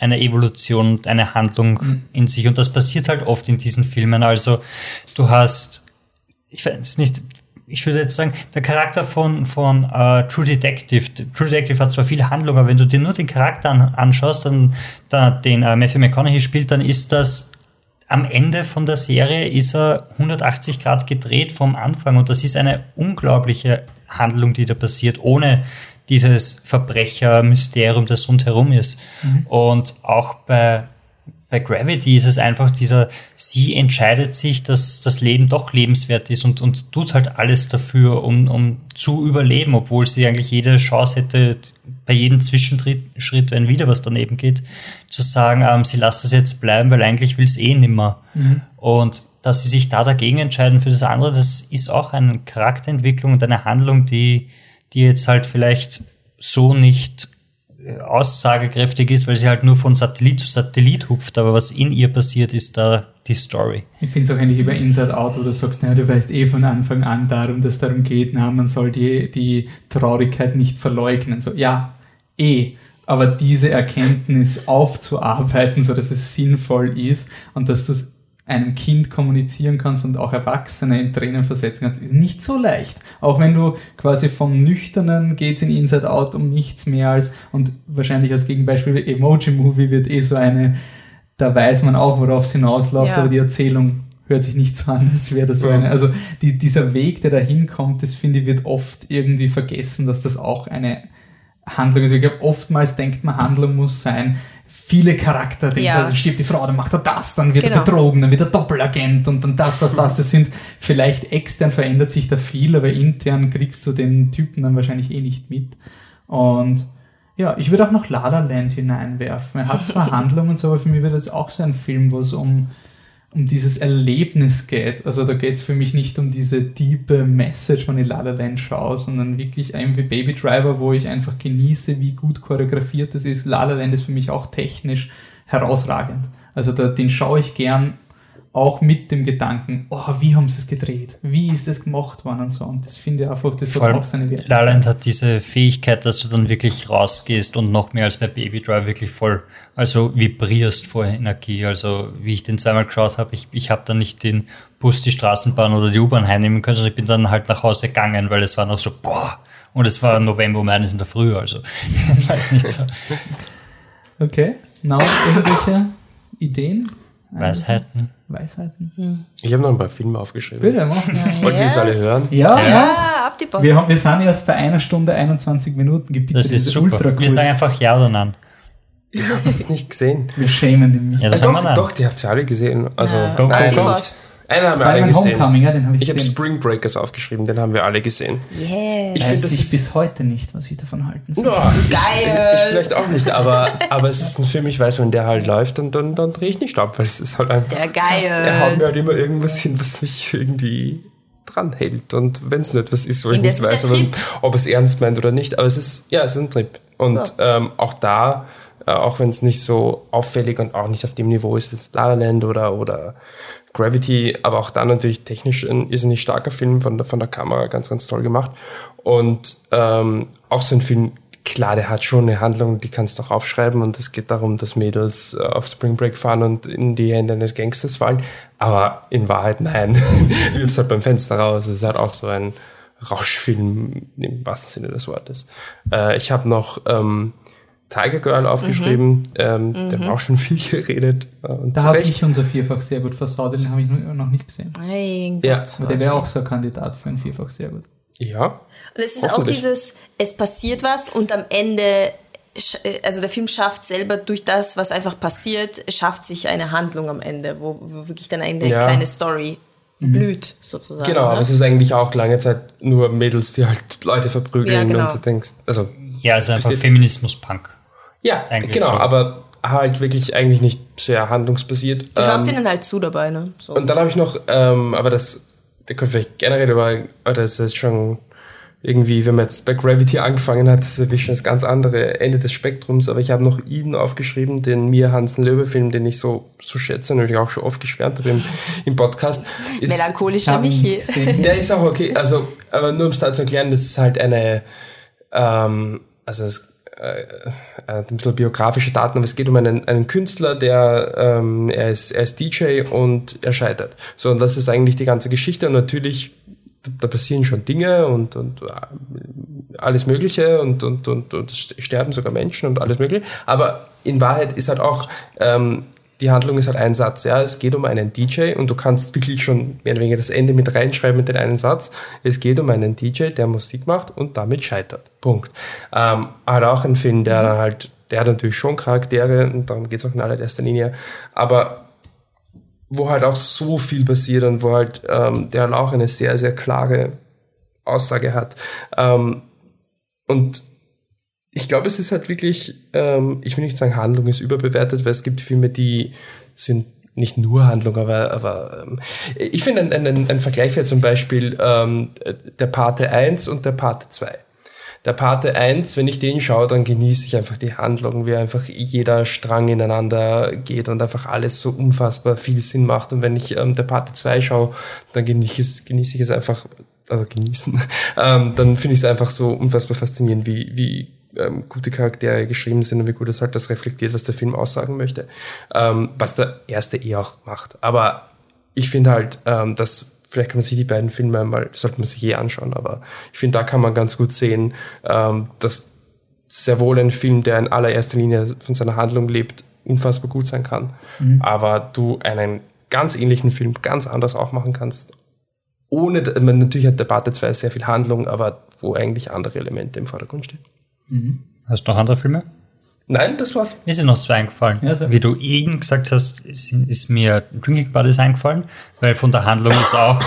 eine Evolution und eine Handlung mhm. in sich. Und das passiert halt oft in diesen Filmen. Also du hast, ich weiß nicht, ich würde jetzt sagen, der Charakter von, von uh, True Detective, True Detective hat zwar viel Handlung, aber wenn du dir nur den Charakter an, anschaust, dann, dann den uh, Matthew McConaughey spielt, dann ist das am Ende von der Serie ist er hundertachtzig Grad gedreht vom Anfang und das ist eine unglaubliche Handlung, die da passiert, ohne dieses Verbrecher-Mysterium, das rundherum ist. Mhm. Und auch bei, bei Gravity ist es einfach dieser, sie entscheidet sich, dass das Leben doch lebenswert ist und, und tut halt alles dafür, um, um zu überleben, obwohl sie eigentlich jede Chance hätte, bei jedem Zwischenschritt, wenn wieder was daneben geht, zu sagen, ähm, sie lässt das jetzt bleiben, weil eigentlich will es eh nimmer. Mhm. Und dass sie sich da dagegen entscheiden für das andere, das ist auch eine Charakterentwicklung und eine Handlung, die, die jetzt halt vielleicht so nicht aussagekräftig ist, weil sie halt nur von Satellit zu Satellit hupft, aber was in ihr passiert, ist da die Story. Ich finde es auch eigentlich über Inside Out, wo du sagst, naja, du weißt eh von Anfang an darum, dass es darum geht, na, man soll die, die Traurigkeit nicht verleugnen. So, ja, eh, aber diese Erkenntnis aufzuarbeiten, so dass es sinnvoll ist und dass du es einem Kind kommunizieren kannst und auch Erwachsene in Tränen versetzen kannst, ist nicht so leicht. Auch wenn du quasi vom Nüchternen geht's in Inside Out um nichts mehr als, und wahrscheinlich als Gegenbeispiel Emoji-Movie wird eh so eine, da weiß man auch, worauf es hinausläuft, ja. Aber die Erzählung hört sich nicht so an, als wäre das so eine, also die, dieser Weg, der da hinkommt, das finde ich, wird oft irgendwie vergessen, dass das auch eine Handlung ist. Ich glaube, oftmals denkt man, Handlung muss sein, viele Charakter, ja. Dann stirbt die Frau, dann macht er das, dann wird genau. er betrogen, dann wird er Doppelagent und dann das, das, das. Das sind vielleicht extern verändert sich da viel, aber intern kriegst du den Typen dann wahrscheinlich eh nicht mit. Und ja, ich würde auch noch La La Land hineinwerfen. Er hat zwar Handlung und so, aber für mich wird das auch so ein Film, wo es um um dieses Erlebnis geht. Also da geht es für mich nicht um diese tiefe Message, wenn ich La La Land schaue, sondern wirklich ein wie Baby Driver, wo ich einfach genieße, wie gut choreografiert das ist. La La Land ist für mich auch technisch herausragend. Also da, den schaue ich gern auch mit dem Gedanken, oh, wie haben sie es gedreht? Wie ist das gemacht worden und so. Und das finde ich einfach, das hat auch seine Werte. La La Land hat diese Fähigkeit, dass du dann wirklich rausgehst und noch mehr als bei Baby Driver wirklich voll, also vibrierst vor Energie. Also wie ich den zweimal geschaut habe, ich, ich habe dann nicht den Bus, die Straßenbahn oder die U-Bahn heimnehmen können, sondern ich bin dann halt nach Hause gegangen, weil es war noch so, boah, und es war November um eines in der Früh, also das war jetzt nicht so. Okay, now, irgendwelche Ideen? Weisheiten. Weisheiten. Hm. Ich habe noch ein paar Filme aufgeschrieben. Bitte, machen wir. Wollt ihr jetzt alle hören? Ja, ja. ja ab die Post. Wir, haben, wir sind erst bei einer Stunde einundzwanzig Minuten gebietet. Das ist super. Ultra wir sagen einfach ja oder nein. Ich habe das nicht gesehen. Wir schämen nämlich. Ja, das ja, haben doch, wir doch, die habt ihr alle gesehen. Also, ja. go, go, nein, go. Einen haben wir alle gesehen. Homecoming, ja, den hab ich ich habe gesehen. Spring Breakers aufgeschrieben, den haben wir alle gesehen. Yes. Ich finde, das ist bis heute nicht, was ich davon halten soll. No, Geil. Ich, ich vielleicht auch nicht, aber, aber es ist ein Film, ich weiß, wenn der halt läuft, dann, dann, dann drehe ich nicht ab, weil es ist halt einfach... Der geil. Er haut mir halt immer irgendwas hin, was mich irgendwie dran hält. Und wenn es nicht was ist, wo ich nicht weiß, ob, ob es ernst meint oder nicht, aber es ist, ja, es ist ein Trip. Und ja. ähm, auch da, äh, auch wenn es nicht so auffällig und auch nicht auf dem Niveau ist, wie La La Land oder, oder Gravity, aber auch da natürlich technisch ein irrsinnig starker Film, von der, von der Kamera ganz, ganz toll gemacht. Und ähm, auch so ein Film, klar, der hat schon eine Handlung, die kannst du auch aufschreiben und es geht darum, dass Mädels äh, auf Spring Break fahren und in die Hände eines Gangsters fallen. Aber in Wahrheit, nein, wirfst halt beim Fenster raus. Es ist halt auch so ein Rauschfilm im wahrsten Sinne des Wortes. Äh, ich habe noch ähm, Tiger Girl aufgeschrieben, mhm. ähm, mhm. der hat auch schon viel geredet. Äh, und da habe ich unser Vierfach sehr gut versaut, den habe ich noch nicht gesehen. Mein ja. Gott. Aber der wäre auch so ein Kandidat für ein Vierfach sehr gut. Ja. Und es ist auch dieses, es passiert was und am Ende, also der Film schafft selber durch das, was einfach passiert, schafft sich eine Handlung am Ende, wo, wo wirklich dann eine ja. kleine Story mhm. blüht, sozusagen. Genau, aber ne? Es ist eigentlich auch lange Zeit nur Mädels, die halt Leute verprügeln ja, genau. und du denkst, also... Ja, also einfach Feminismus-Punk. Ja, eigentlich genau, so. Aber halt wirklich eigentlich nicht sehr handlungsbasiert. Du schaust ähm, ihnen halt zu dabei, ne? So. Und dann habe ich noch, ähm, aber das, da können wir vielleicht gerne reden, aber, aber das ist schon irgendwie, wenn man jetzt bei Gravity angefangen hat, das ist ja schon das ganz andere Ende des Spektrums, aber ich habe noch Eden aufgeschrieben, den Mia Hansen-Löwe-Film, den ich so, so schätze und ich auch schon oft geschwärmt habe im, im Podcast. Ist, Melancholischer Michi. Ja, ist auch okay, also, aber nur um es da zu erklären, das ist halt eine, ähm, also es äh, ein bisschen biografische Daten, aber es geht um einen, einen Künstler, der ähm, er, ist, er ist D J und er scheitert. So, und das ist eigentlich die ganze Geschichte und natürlich, da passieren schon Dinge und, und alles Mögliche und, und, und, und sterben sogar Menschen und alles Mögliche, aber in Wahrheit ist halt auch ähm, die Handlung ist halt ein Satz, ja, es geht um einen D J und du kannst wirklich schon mehr oder weniger das Ende mit reinschreiben mit den einen Satz. Es geht um einen D J, der Musik macht und damit scheitert. Punkt. Ähm, halt auch ein Film, der dann halt, der hat natürlich schon Charaktere und darum geht es auch in allererster Linie, aber wo halt auch so viel passiert und wo halt, ähm, der halt auch eine sehr, sehr klare Aussage hat. Ähm, und ich glaube, es ist halt wirklich, ähm, ich will nicht sagen, Handlung ist überbewertet, weil es gibt Filme, die sind nicht nur Handlung, aber, aber ähm, ich finde einen, einen, einen Vergleich wäre zum Beispiel ähm, der Pate eins und der Pate zwei. Der Pate eins, wenn ich den schaue, dann genieße ich einfach die Handlung, wie einfach jeder Strang ineinander geht und einfach alles so unfassbar viel Sinn macht. Und wenn ich ähm, der Pate zwei schaue, dann genieße ich es, genieße ich es einfach, also genießen, ähm, dann finde ich es einfach so unfassbar faszinierend, wie, wie ähm, gute Charaktere geschrieben sind und wie gut es halt das reflektiert, was der Film aussagen möchte. Ähm, was der erste eh auch macht. Aber ich finde halt, ähm, dass vielleicht kann man sich die beiden Filme einmal, sollte man sich eh anschauen, aber ich finde, da kann man ganz gut sehen, ähm, dass sehr wohl ein Film, der in allererster Linie von seiner Handlung lebt, unfassbar gut sein kann. Mhm. Aber du einen ganz ähnlichen Film ganz anders auch machen kannst. Ohne, man, natürlich hat der Pate zwei sehr viel Handlung, aber wo eigentlich andere Elemente im Vordergrund stehen. Mhm. Hast du noch andere Filme? Nein, das war's. Mir sind noch zwei eingefallen. Ja, so. Wie du eben gesagt hast, ist, ist mir Drinking Buddies eingefallen, weil von der Handlung ist auch,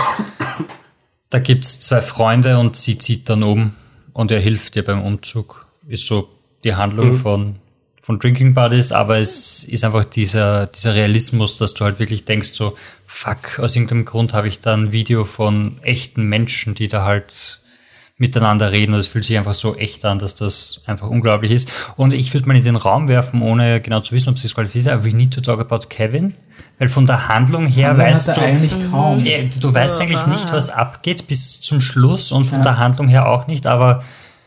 da gibt es zwei Freunde und sie zieht dann um und er hilft ihr beim Umzug. Ist so die Handlung mhm. von, von Drinking Buddies, aber es ist einfach dieser, dieser Realismus, dass du halt wirklich denkst so, fuck, aus irgendeinem Grund habe ich da ein Video von echten Menschen, die da halt miteinander reden und es fühlt sich einfach so echt an, dass das einfach unglaublich ist. Und ich würde mal in den Raum werfen, ohne genau zu wissen, ob es das qualifiziert ist, aber we need to talk about Kevin, weil von der Handlung her Handlung weißt du, eigentlich kaum. Äh, du weißt eigentlich nicht, was abgeht bis zum Schluss und von ja. der Handlung her auch nicht, aber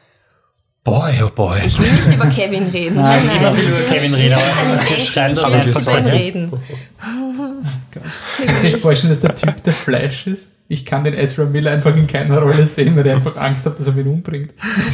boy, oh boy. Ich will nicht über Kevin reden. Nein, nein, nein, will über Kevin reden, aber wir schreiben das einfach reden. Kannst du dir vorstellen, dass der Typ der Flash ist? Ich kann den Ezra Miller einfach in keiner Rolle sehen, weil er einfach Angst hat, dass er ihn umbringt.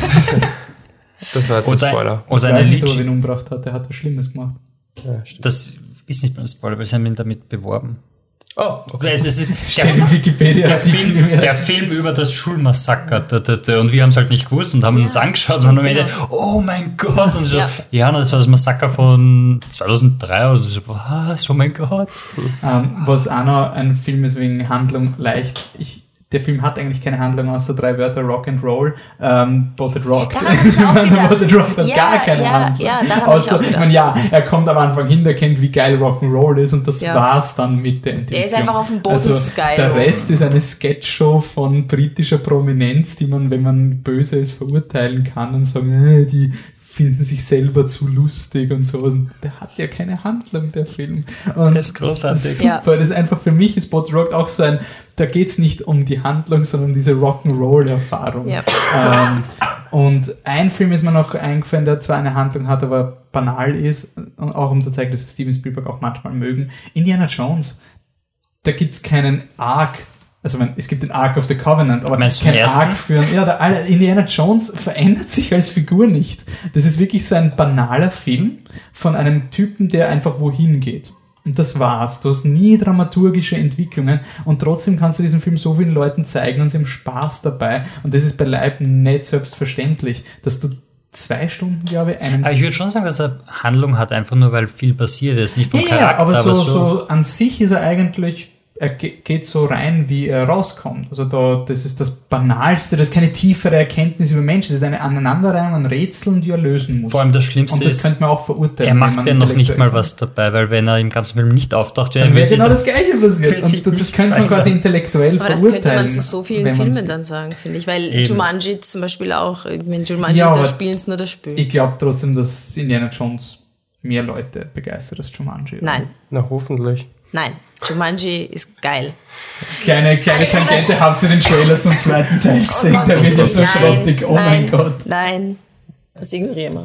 Das war jetzt ein Spoiler. Oder ich weiß nicht, ob er ihn umgebracht hat. Er hat was Schlimmes gemacht. Ja, das ist nicht mal ein Spoiler, weil sie haben ihn damit beworben. Oh, okay. Es, es ist der, Wikipedia der, Film, der Film über das Schulmassaker. Da, da, da. Und wir haben es halt nicht gewusst und haben ja, uns angeschaut stimmt, und am Ende, ja. oh mein Gott. Und so, ja, ja das war das Massaker von zweitausenddrei oder so. Was? Oh mein Gott. Um, was auch noch ein Film ist wegen Handlung leicht. Ich, der Film hat eigentlich keine Handlung außer drei Wörter Rock and Roll. Ähm, Both It Rocked. Both It Rocked hat ja, gar keine ja, Handlung. Ja, daran habe ich auch gedacht. Und ja, er kommt am Anfang hin, der kennt, wie geil Rock'n'Roll ist und das ja. war's dann mit der Entwicklung. Der ist einfach auf dem Boden also, geil. Der Rest ist eine Sketchshow von britischer Prominenz, die man, wenn man böse ist, verurteilen kann und sagen, äh, die finden sich selber zu lustig und sowas. Und der hat ja keine Handlung, der Film. Und das ist großartig. Super, ja. Das ist einfach, für mich ist Both It Rocked auch so ein, da geht es nicht um die Handlung, sondern um diese Rock'n'Roll-Erfahrung. Ja. Ähm, und ein Film ist mir noch eingefallen, der zwar eine Handlung hat, aber banal ist, und auch um zu zeigen, dass Steven Spielberg auch manchmal mögen. Indiana Jones. Da gibt es keinen Arc. Also man, es gibt den Arc of the Covenant, aber Meinst kein Arc für... Ja, der Indiana Jones verändert sich als Figur nicht. Das ist wirklich so ein banaler Film von einem Typen, der einfach wohin geht. Und das war's. Du hast nie dramaturgische Entwicklungen und trotzdem kannst du diesen Film so vielen Leuten zeigen und sie haben Spaß dabei. Und das ist beileibe nicht selbstverständlich, dass du zwei Stunden, glaube ich, einen... Aber ich würde schon sagen, dass er Handlung hat, einfach nur, weil viel passiert ist, nicht vom ja, Charakter. Ja, aber, so, aber so, so an sich ist er eigentlich... Er geht so rein, wie er rauskommt. Also da, das ist das Banalste, das ist keine tiefere Erkenntnis über Menschen, das ist eine Aneinanderreihung an Rätseln, die er lösen muss. Vor allem das Schlimmste ist, und das könnte man auch verurteilen. Er macht ja noch nicht mal was dabei, weil wenn er im ganzen Film nicht auftaucht, dann wird genau das Gleiche passiert. Und das könnte man quasi intellektuell aber verurteilen. Aber das könnte man zu so vielen Filmen dann sagen, finde ich. Weil eben. Jumanji zum Beispiel auch, wenn Jumanji, ja, da spielen es nur das Spiel. Ich glaube trotzdem, dass Indiana Jones mehr Leute begeistert als Jumanji. Nein. Oder? Na, hoffentlich. Nein, Jumanji ist geil. Kleine, kleine Tangente, habt ihr den Trailer zum zweiten Teil gesehen? Oh, der wird ja so schrottig, oh nein, mein Gott. Nein, das ignorieren wir.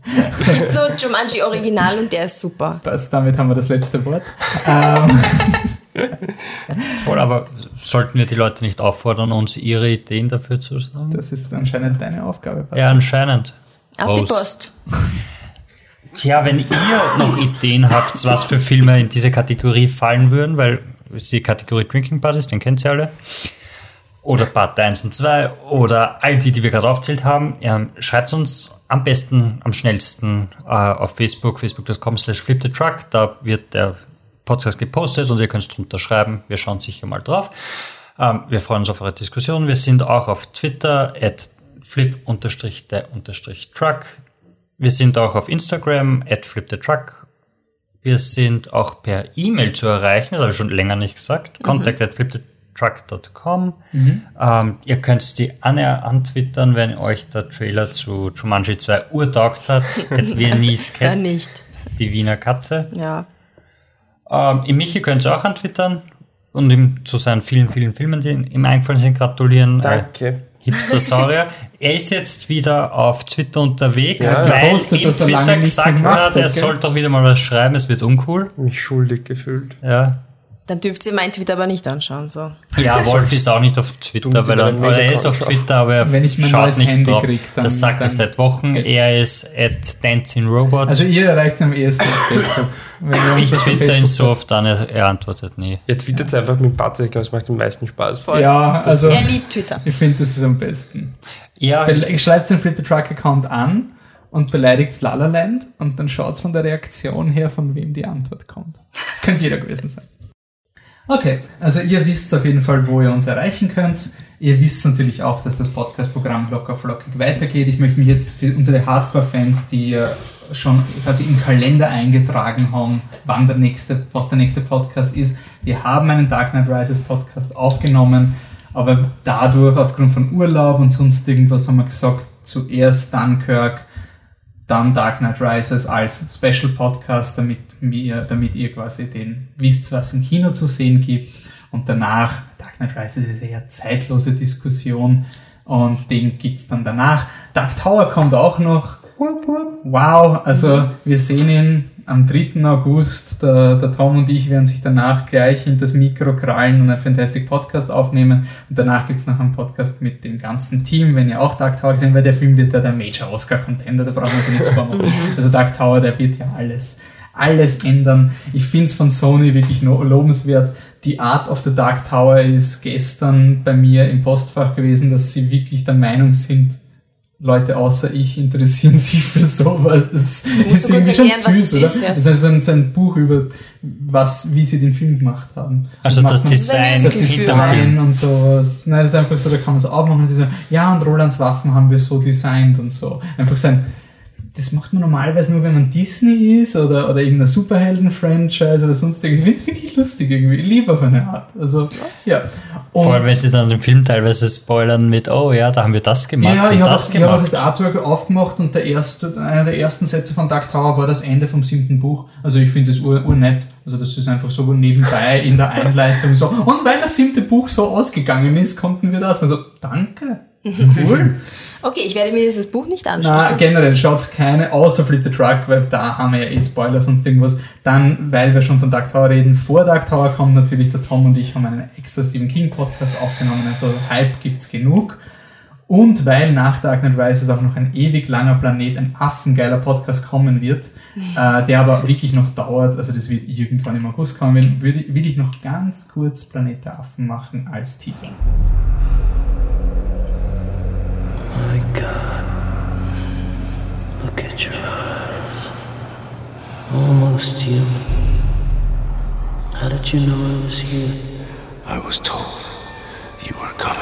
Es gibt nur Jumanji Original und der ist super. Das, damit haben wir das letzte Wort. ähm. Voll, aber sollten wir die Leute nicht auffordern, uns ihre Ideen dafür zu sagen? Das ist anscheinend deine Aufgabe. Patrick. Ja, anscheinend. Ab die Post. Tja, wenn ihr noch Ideen habt, was für Filme in diese Kategorie fallen würden, weil es ist die Kategorie Drinking Buddies, den kennt ihr alle, oder Part eins und zwei, oder all die, die wir gerade aufzählt haben, ähm, schreibt uns am besten, am schnellsten äh, auf Facebook, facebook punkt com slash flip the truck, da wird der Podcast gepostet und ihr könnt drunter schreiben, wir schauen sicher mal drauf. Ähm, wir freuen uns auf eure Diskussion, wir sind auch auf Twitter, at flip-the-truck. Wir sind auch auf Instagram, at flip-the-truck. Wir sind auch per E-Mail zu erreichen, das habe ich schon länger nicht gesagt, mhm. contact at flip the truck dot com. Mhm. Ähm, ihr könnt die Anne antwittern, wenn euch der Trailer zu Jumanji zwei urtaugt hat. At Viennese Cat, ja, nicht. Die Wiener Katze. Ja. Ähm, Im Michi könnt ihr auch antwittern und ihm zu seinen vielen, vielen Filmen, die ihm eingefallen sind, gratulieren. Danke. Äh, Hipster-Saurier. Er ist jetzt wieder auf Twitter unterwegs, ja, weil postet, ihm Twitter gesagt gemacht, hat, er okay. soll doch wieder mal was schreiben, es wird uncool. Mich schuldig gefühlt. Ja. Dann dürft ihr mein Twitter aber nicht anschauen. So. Ja, Wolf ist auch nicht auf Twitter, weil er, oder er ist auf Twitter, aber er Wenn ich mein schaut neues nicht Handy drauf. krieg, dann, das sagt er seit Wochen. Er ist at Dancing Robot. Also ihr erreicht es am ehesten auf Facebook. Wenn ich twitter ihn so oft an, er, er antwortet nie. Ihr twittert ja. einfach mit Patrick, das macht am meisten Spaß. Voll. Ja, das also er liebt Twitter. Ich finde, das ist am besten. Ja. Schreibt den Flip the Truck Account an und beleidigt La La Land und dann schaut von der Reaktion her, von wem die Antwort kommt. Das könnte jeder gewesen sein. Okay, also ihr wisst auf jeden Fall, wo ihr uns erreichen könnt. Ihr wisst natürlich auch, dass das Podcast-Programm locker flockig weitergeht. Ich möchte mich jetzt für unsere Hardcore-Fans, die schon quasi im Kalender eingetragen haben, wann der nächste, was der nächste Podcast ist. Wir haben einen Dark Knight Rises Podcast aufgenommen, aber dadurch, aufgrund von Urlaub und sonst irgendwas, haben wir gesagt, zuerst Dunkirk, dann Dark Knight Rises als Special Podcast, damit wir, damit ihr quasi den wisst, was im Kino zu sehen gibt. Und danach, Dark Knight Rises ist eher zeitlose Diskussion und den gibt's dann danach. Dark Tower kommt auch noch. Wow, also wir sehen ihn am dritten August. Der, der Tom und ich werden sich danach gleich hinter das Mikro krallen und einen Fantastic Podcast aufnehmen. Und danach gibt's noch einen Podcast mit dem ganzen Team, wenn ihr auch Dark Tower gesehen, weil der Film wird ja der Major Oscar Contender, da brauchen wir uns nichts vormachen. Also Dark Tower, der wird ja alles, alles ändern. Ich find's von Sony wirklich no- lobenswert. Die Art of the Dark Tower ist gestern bei mir im Postfach gewesen, dass sie wirklich der Meinung sind, Leute außer ich interessieren sich für sowas. Das du ist irgendwie schon erklären, süß, oder? Ist, ja. Das ist so ein, so ein Buch über was, wie sie den Film gemacht haben. Also das Design, das Design und sowas. Nein, das ist einfach so, da kann man es aufmachen und sie so, ja, und Rolands Waffen haben wir so designt und so. Einfach so ein, das macht man normalerweise nur, wenn man Disney ist oder, oder irgendein Superhelden-Franchise oder sonst irgendwas. Ich finde es wirklich lustig irgendwie. Ich liebe auf eine Art. Also, ja. Und vor allem, wenn sie dann den Film teilweise spoilern mit, oh ja, da haben wir das gemacht ja, und ich das hab, gemacht. Ich habe das Artwork aufgemacht und der erste, einer der ersten Sätze von Dark Tower war das Ende vom siebten Buch. Also ich finde das ur, urnett. Also das ist einfach so nebenbei in der Einleitung so. Und weil das siebte Buch so ausgegangen ist, konnten wir das. Also danke. Cool. Okay, ich werde mir dieses Buch nicht anschauen. Na, generell schaut's keine, außer Flip the Truck, weil da haben wir ja eh Spoiler, sonst irgendwas. Dann, weil wir schon von Dark Tower reden, vor Dark Tower kommt natürlich der Tom und ich haben einen extra Stephen King Podcast aufgenommen, also Hype gibt's genug. Und weil nach Dark Knight Rises auch noch ein ewig langer Planet, ein affengeiler Podcast kommen wird, äh, der aber wirklich noch dauert, also das wird irgendwann im August kommen, würde, will ich noch ganz kurz Planet der Affen machen als Teaser. My God, look at your eyes, almost human. How did you know I was here? I was told you were coming,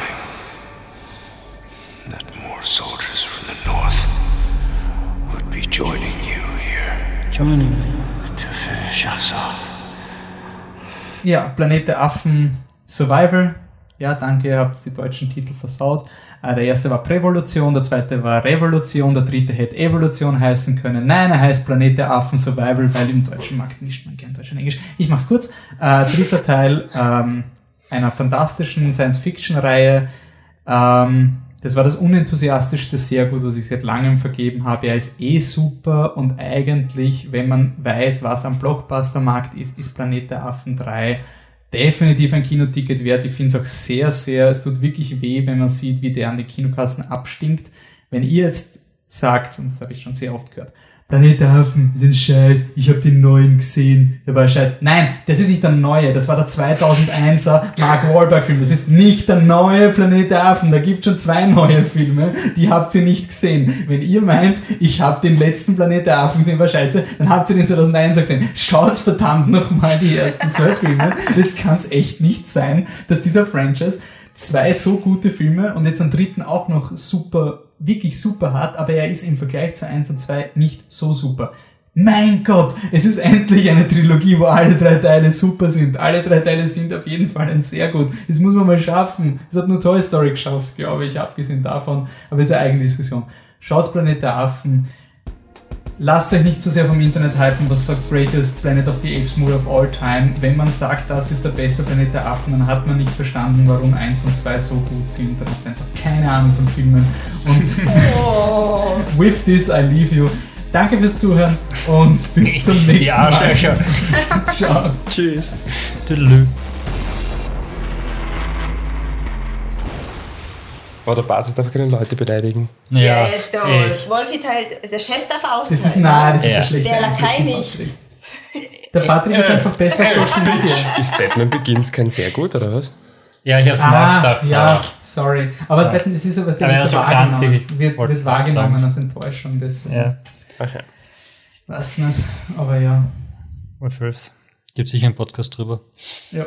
that more soldiers from the north would be joining you here. Joining me? To finish us off. Ja, Planet der Affen Survival. Ja, danke, ihr habt die deutschen Titel versaut. Der erste war Prävolution, der zweite war Revolution, der dritte hätte Evolution heißen können. Nein, er heißt Planet der Affen Survival, weil im deutschen Markt mischt man gern Deutsch und Englisch. Ich mach's kurz. Äh, dritter Teil ähm, einer fantastischen Science-Fiction-Reihe. Ähm, Das war das unenthusiastischste sehr gut, was ich seit langem vergeben habe. Er ist eh super und eigentlich, wenn man weiß, was am Blockbuster-Markt ist, ist Planet der Affen drei definitiv ein Kinoticket wert. Ich finde es auch sehr, sehr, es tut wirklich weh, wenn man sieht, wie der an den Kinokassen abstinkt. Wenn ihr jetzt sagt, und das habe ich schon sehr oft gehört, Planet der Affen ist ein Scheiß, ich habe den neuen gesehen, der war ein Scheiß. Nein, das ist nicht der neue, das war der zweitausendeiner Mark Wahlberg-Film, das ist nicht der neue Planet der Affen, da gibt schon zwei neue Filme, die habt ihr nicht gesehen. Wenn ihr meint, ich habe den letzten Planet der Affen gesehen, war scheiße, dann habt ihr den zweitausendeins gesehen. Schaut verdammt nochmal die ersten zwei Filme, jetzt kann es echt nicht sein, dass dieser Franchise zwei so gute Filme und jetzt am dritten auch noch super wirklich super hat, aber er ist im Vergleich zu eins und zwei nicht so super. Mein Gott, es ist endlich eine Trilogie, wo alle drei Teile super sind. Alle drei Teile sind auf jeden Fall ein sehr gut. Das muss man mal schaffen. Es hat nur Toy Story geschafft, glaube ich, abgesehen davon. Aber es ist eine eigene Diskussion. Schaut Planet der Affen. Lasst euch nicht zu sehr vom Internet hypen, was sagt Greatest Planet of the Apes Movie of All Time. Wenn man sagt, das ist der beste Planet der Affen, dann hat man nicht verstanden, warum eins und zwei so gut sind. Dann hat es einfach keine Ahnung von Filmen. Und oh. With this I leave you. Danke fürs Zuhören und bis zum nächsten ja, Mal. Ciao. Tschüss. Tüdelü. Aber der Basis darf keine Leute beleidigen. Ja, ja jetzt der Wolf. Wolfi teilt, der Chef darf austeilen. Das ist, nein, das ist ja. der schlechte Der Lakai nicht. Der Patrick ist einfach besser auf Social Media. Ist Batman Begins kein sehr gut, oder was? Ja, ich hab's ah, mir auch gedacht. Ja, aber sorry. Aber ja. Batman, das ist so was, der wird so wahrgenommen. Wird, wird wahrgenommen als Enttäuschung. Das, ja. Ach ja. Weiß nicht, aber ja. Was will's? Gibt sicher einen Podcast drüber. Ja.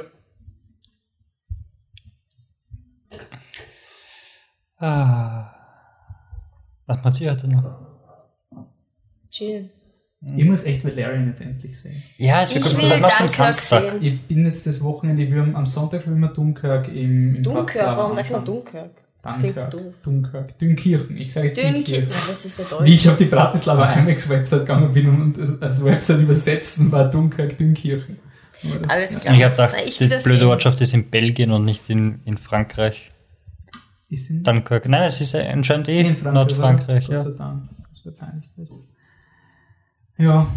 Ah. Was macht sie heute noch? Chillen. Ich muss echt Valerian jetzt endlich sehen. Ja, es wird gut. Was machst du am Samstag? Ich bin jetzt das Wochenende, wir haben am Sonntag spielen wir Dunkirk im, im Dunkirk, warum sagt man Dunkirk? Das klingt doof. Dunkirk, Dünkirchen, ich sage jetzt Dünkirchen, das ist ja deutsch. Wie ich auf die Bratislava IMAX Website gegangen bin und als Website übersetzen war Dunkirk, Dünkirchen. Alles klar. Ich habe gedacht, ich die blöde sehen. Ortschaft ist in Belgien und nicht in, in Frankreich. Ist in Dunkirk. Nein, es ist ja anscheinend eh in Nordfrankreich. Gott sei Dank. Das wäre peinlich gewesen. Ja.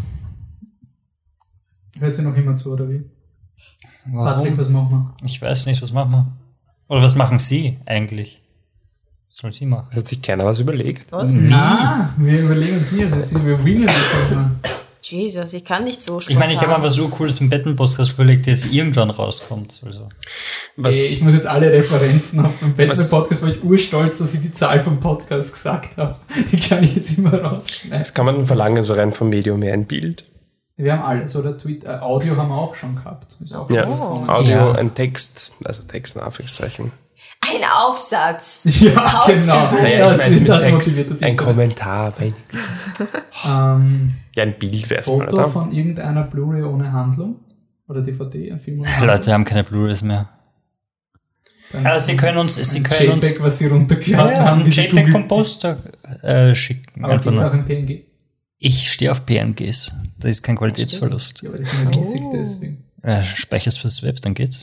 Hört sie noch immer zu, oder wie? Warum? Patrick, was machen wir? Ich weiß nicht, was machen wir? Oder was machen Sie eigentlich? Was soll sie machen? Es hat sich keiner was überlegt. Was? Nein, wir überlegen uns nie, also wir wingen das immer. Jesus, ich kann nicht so spontan. Ich meine, ich habe mal was so Cooles beim Betten-Podcast überlegt, der jetzt irgendwann rauskommt. Also. Was? Ey, ich muss jetzt alle Referenzen auf dem Betten-Podcast, war ich urstolz, dass ich die Zahl vom Podcast gesagt habe. Die kann ich jetzt immer rausschneiden. Das kann man verlangen, so rein vom Medium her ein Bild. Wir haben alles, oder Tweet, äh, Audio haben wir auch schon gehabt. Ist auch ja, schon Audio, ja. ein Text, also Text in Anführungszeichen. Ein Aufsatz. Ja, genau. Naja, ich meine mit das Text, ein Kommentar. ähm, ja, ein Bild wäre es mal, oder? Foto von irgendeiner Blu-ray ohne Handlung? Oder D V D, ein Film ohne Handlung? Leute haben keine Blu-rays mehr. Dann also sie können uns, sie können JPEG, uns, was sie runtergeladen ja, haben. ein JPEG vom Poster äh, schicken. Aber gibt es auch ein P N G? Ich stehe auf P N Gs. Da ist kein Qualitätsverlust. Ja, aber das sind ja riesig, oh. deswegen. Ja, speicherst fürs Web, dann geht's.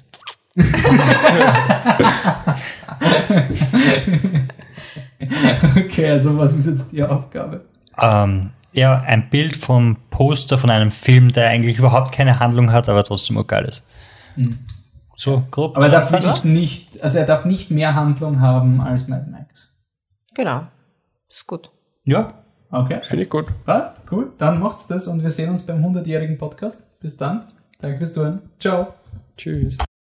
Okay, also was ist jetzt die Aufgabe? Ähm, ja, ein Bild vom Poster von einem Film, der eigentlich überhaupt keine Handlung hat, aber trotzdem auch geil ist. Hm. So, grob. Aber er darf nicht, nicht, also er darf nicht mehr Handlung haben als Mad Max. Genau. Ist gut. Ja. Okay. Finde ich gut. Passt, cool. Dann macht's das und wir sehen uns beim hundertjährigen Podcast. Bis dann. Danke fürs Zuhören. Ciao. Tschüss.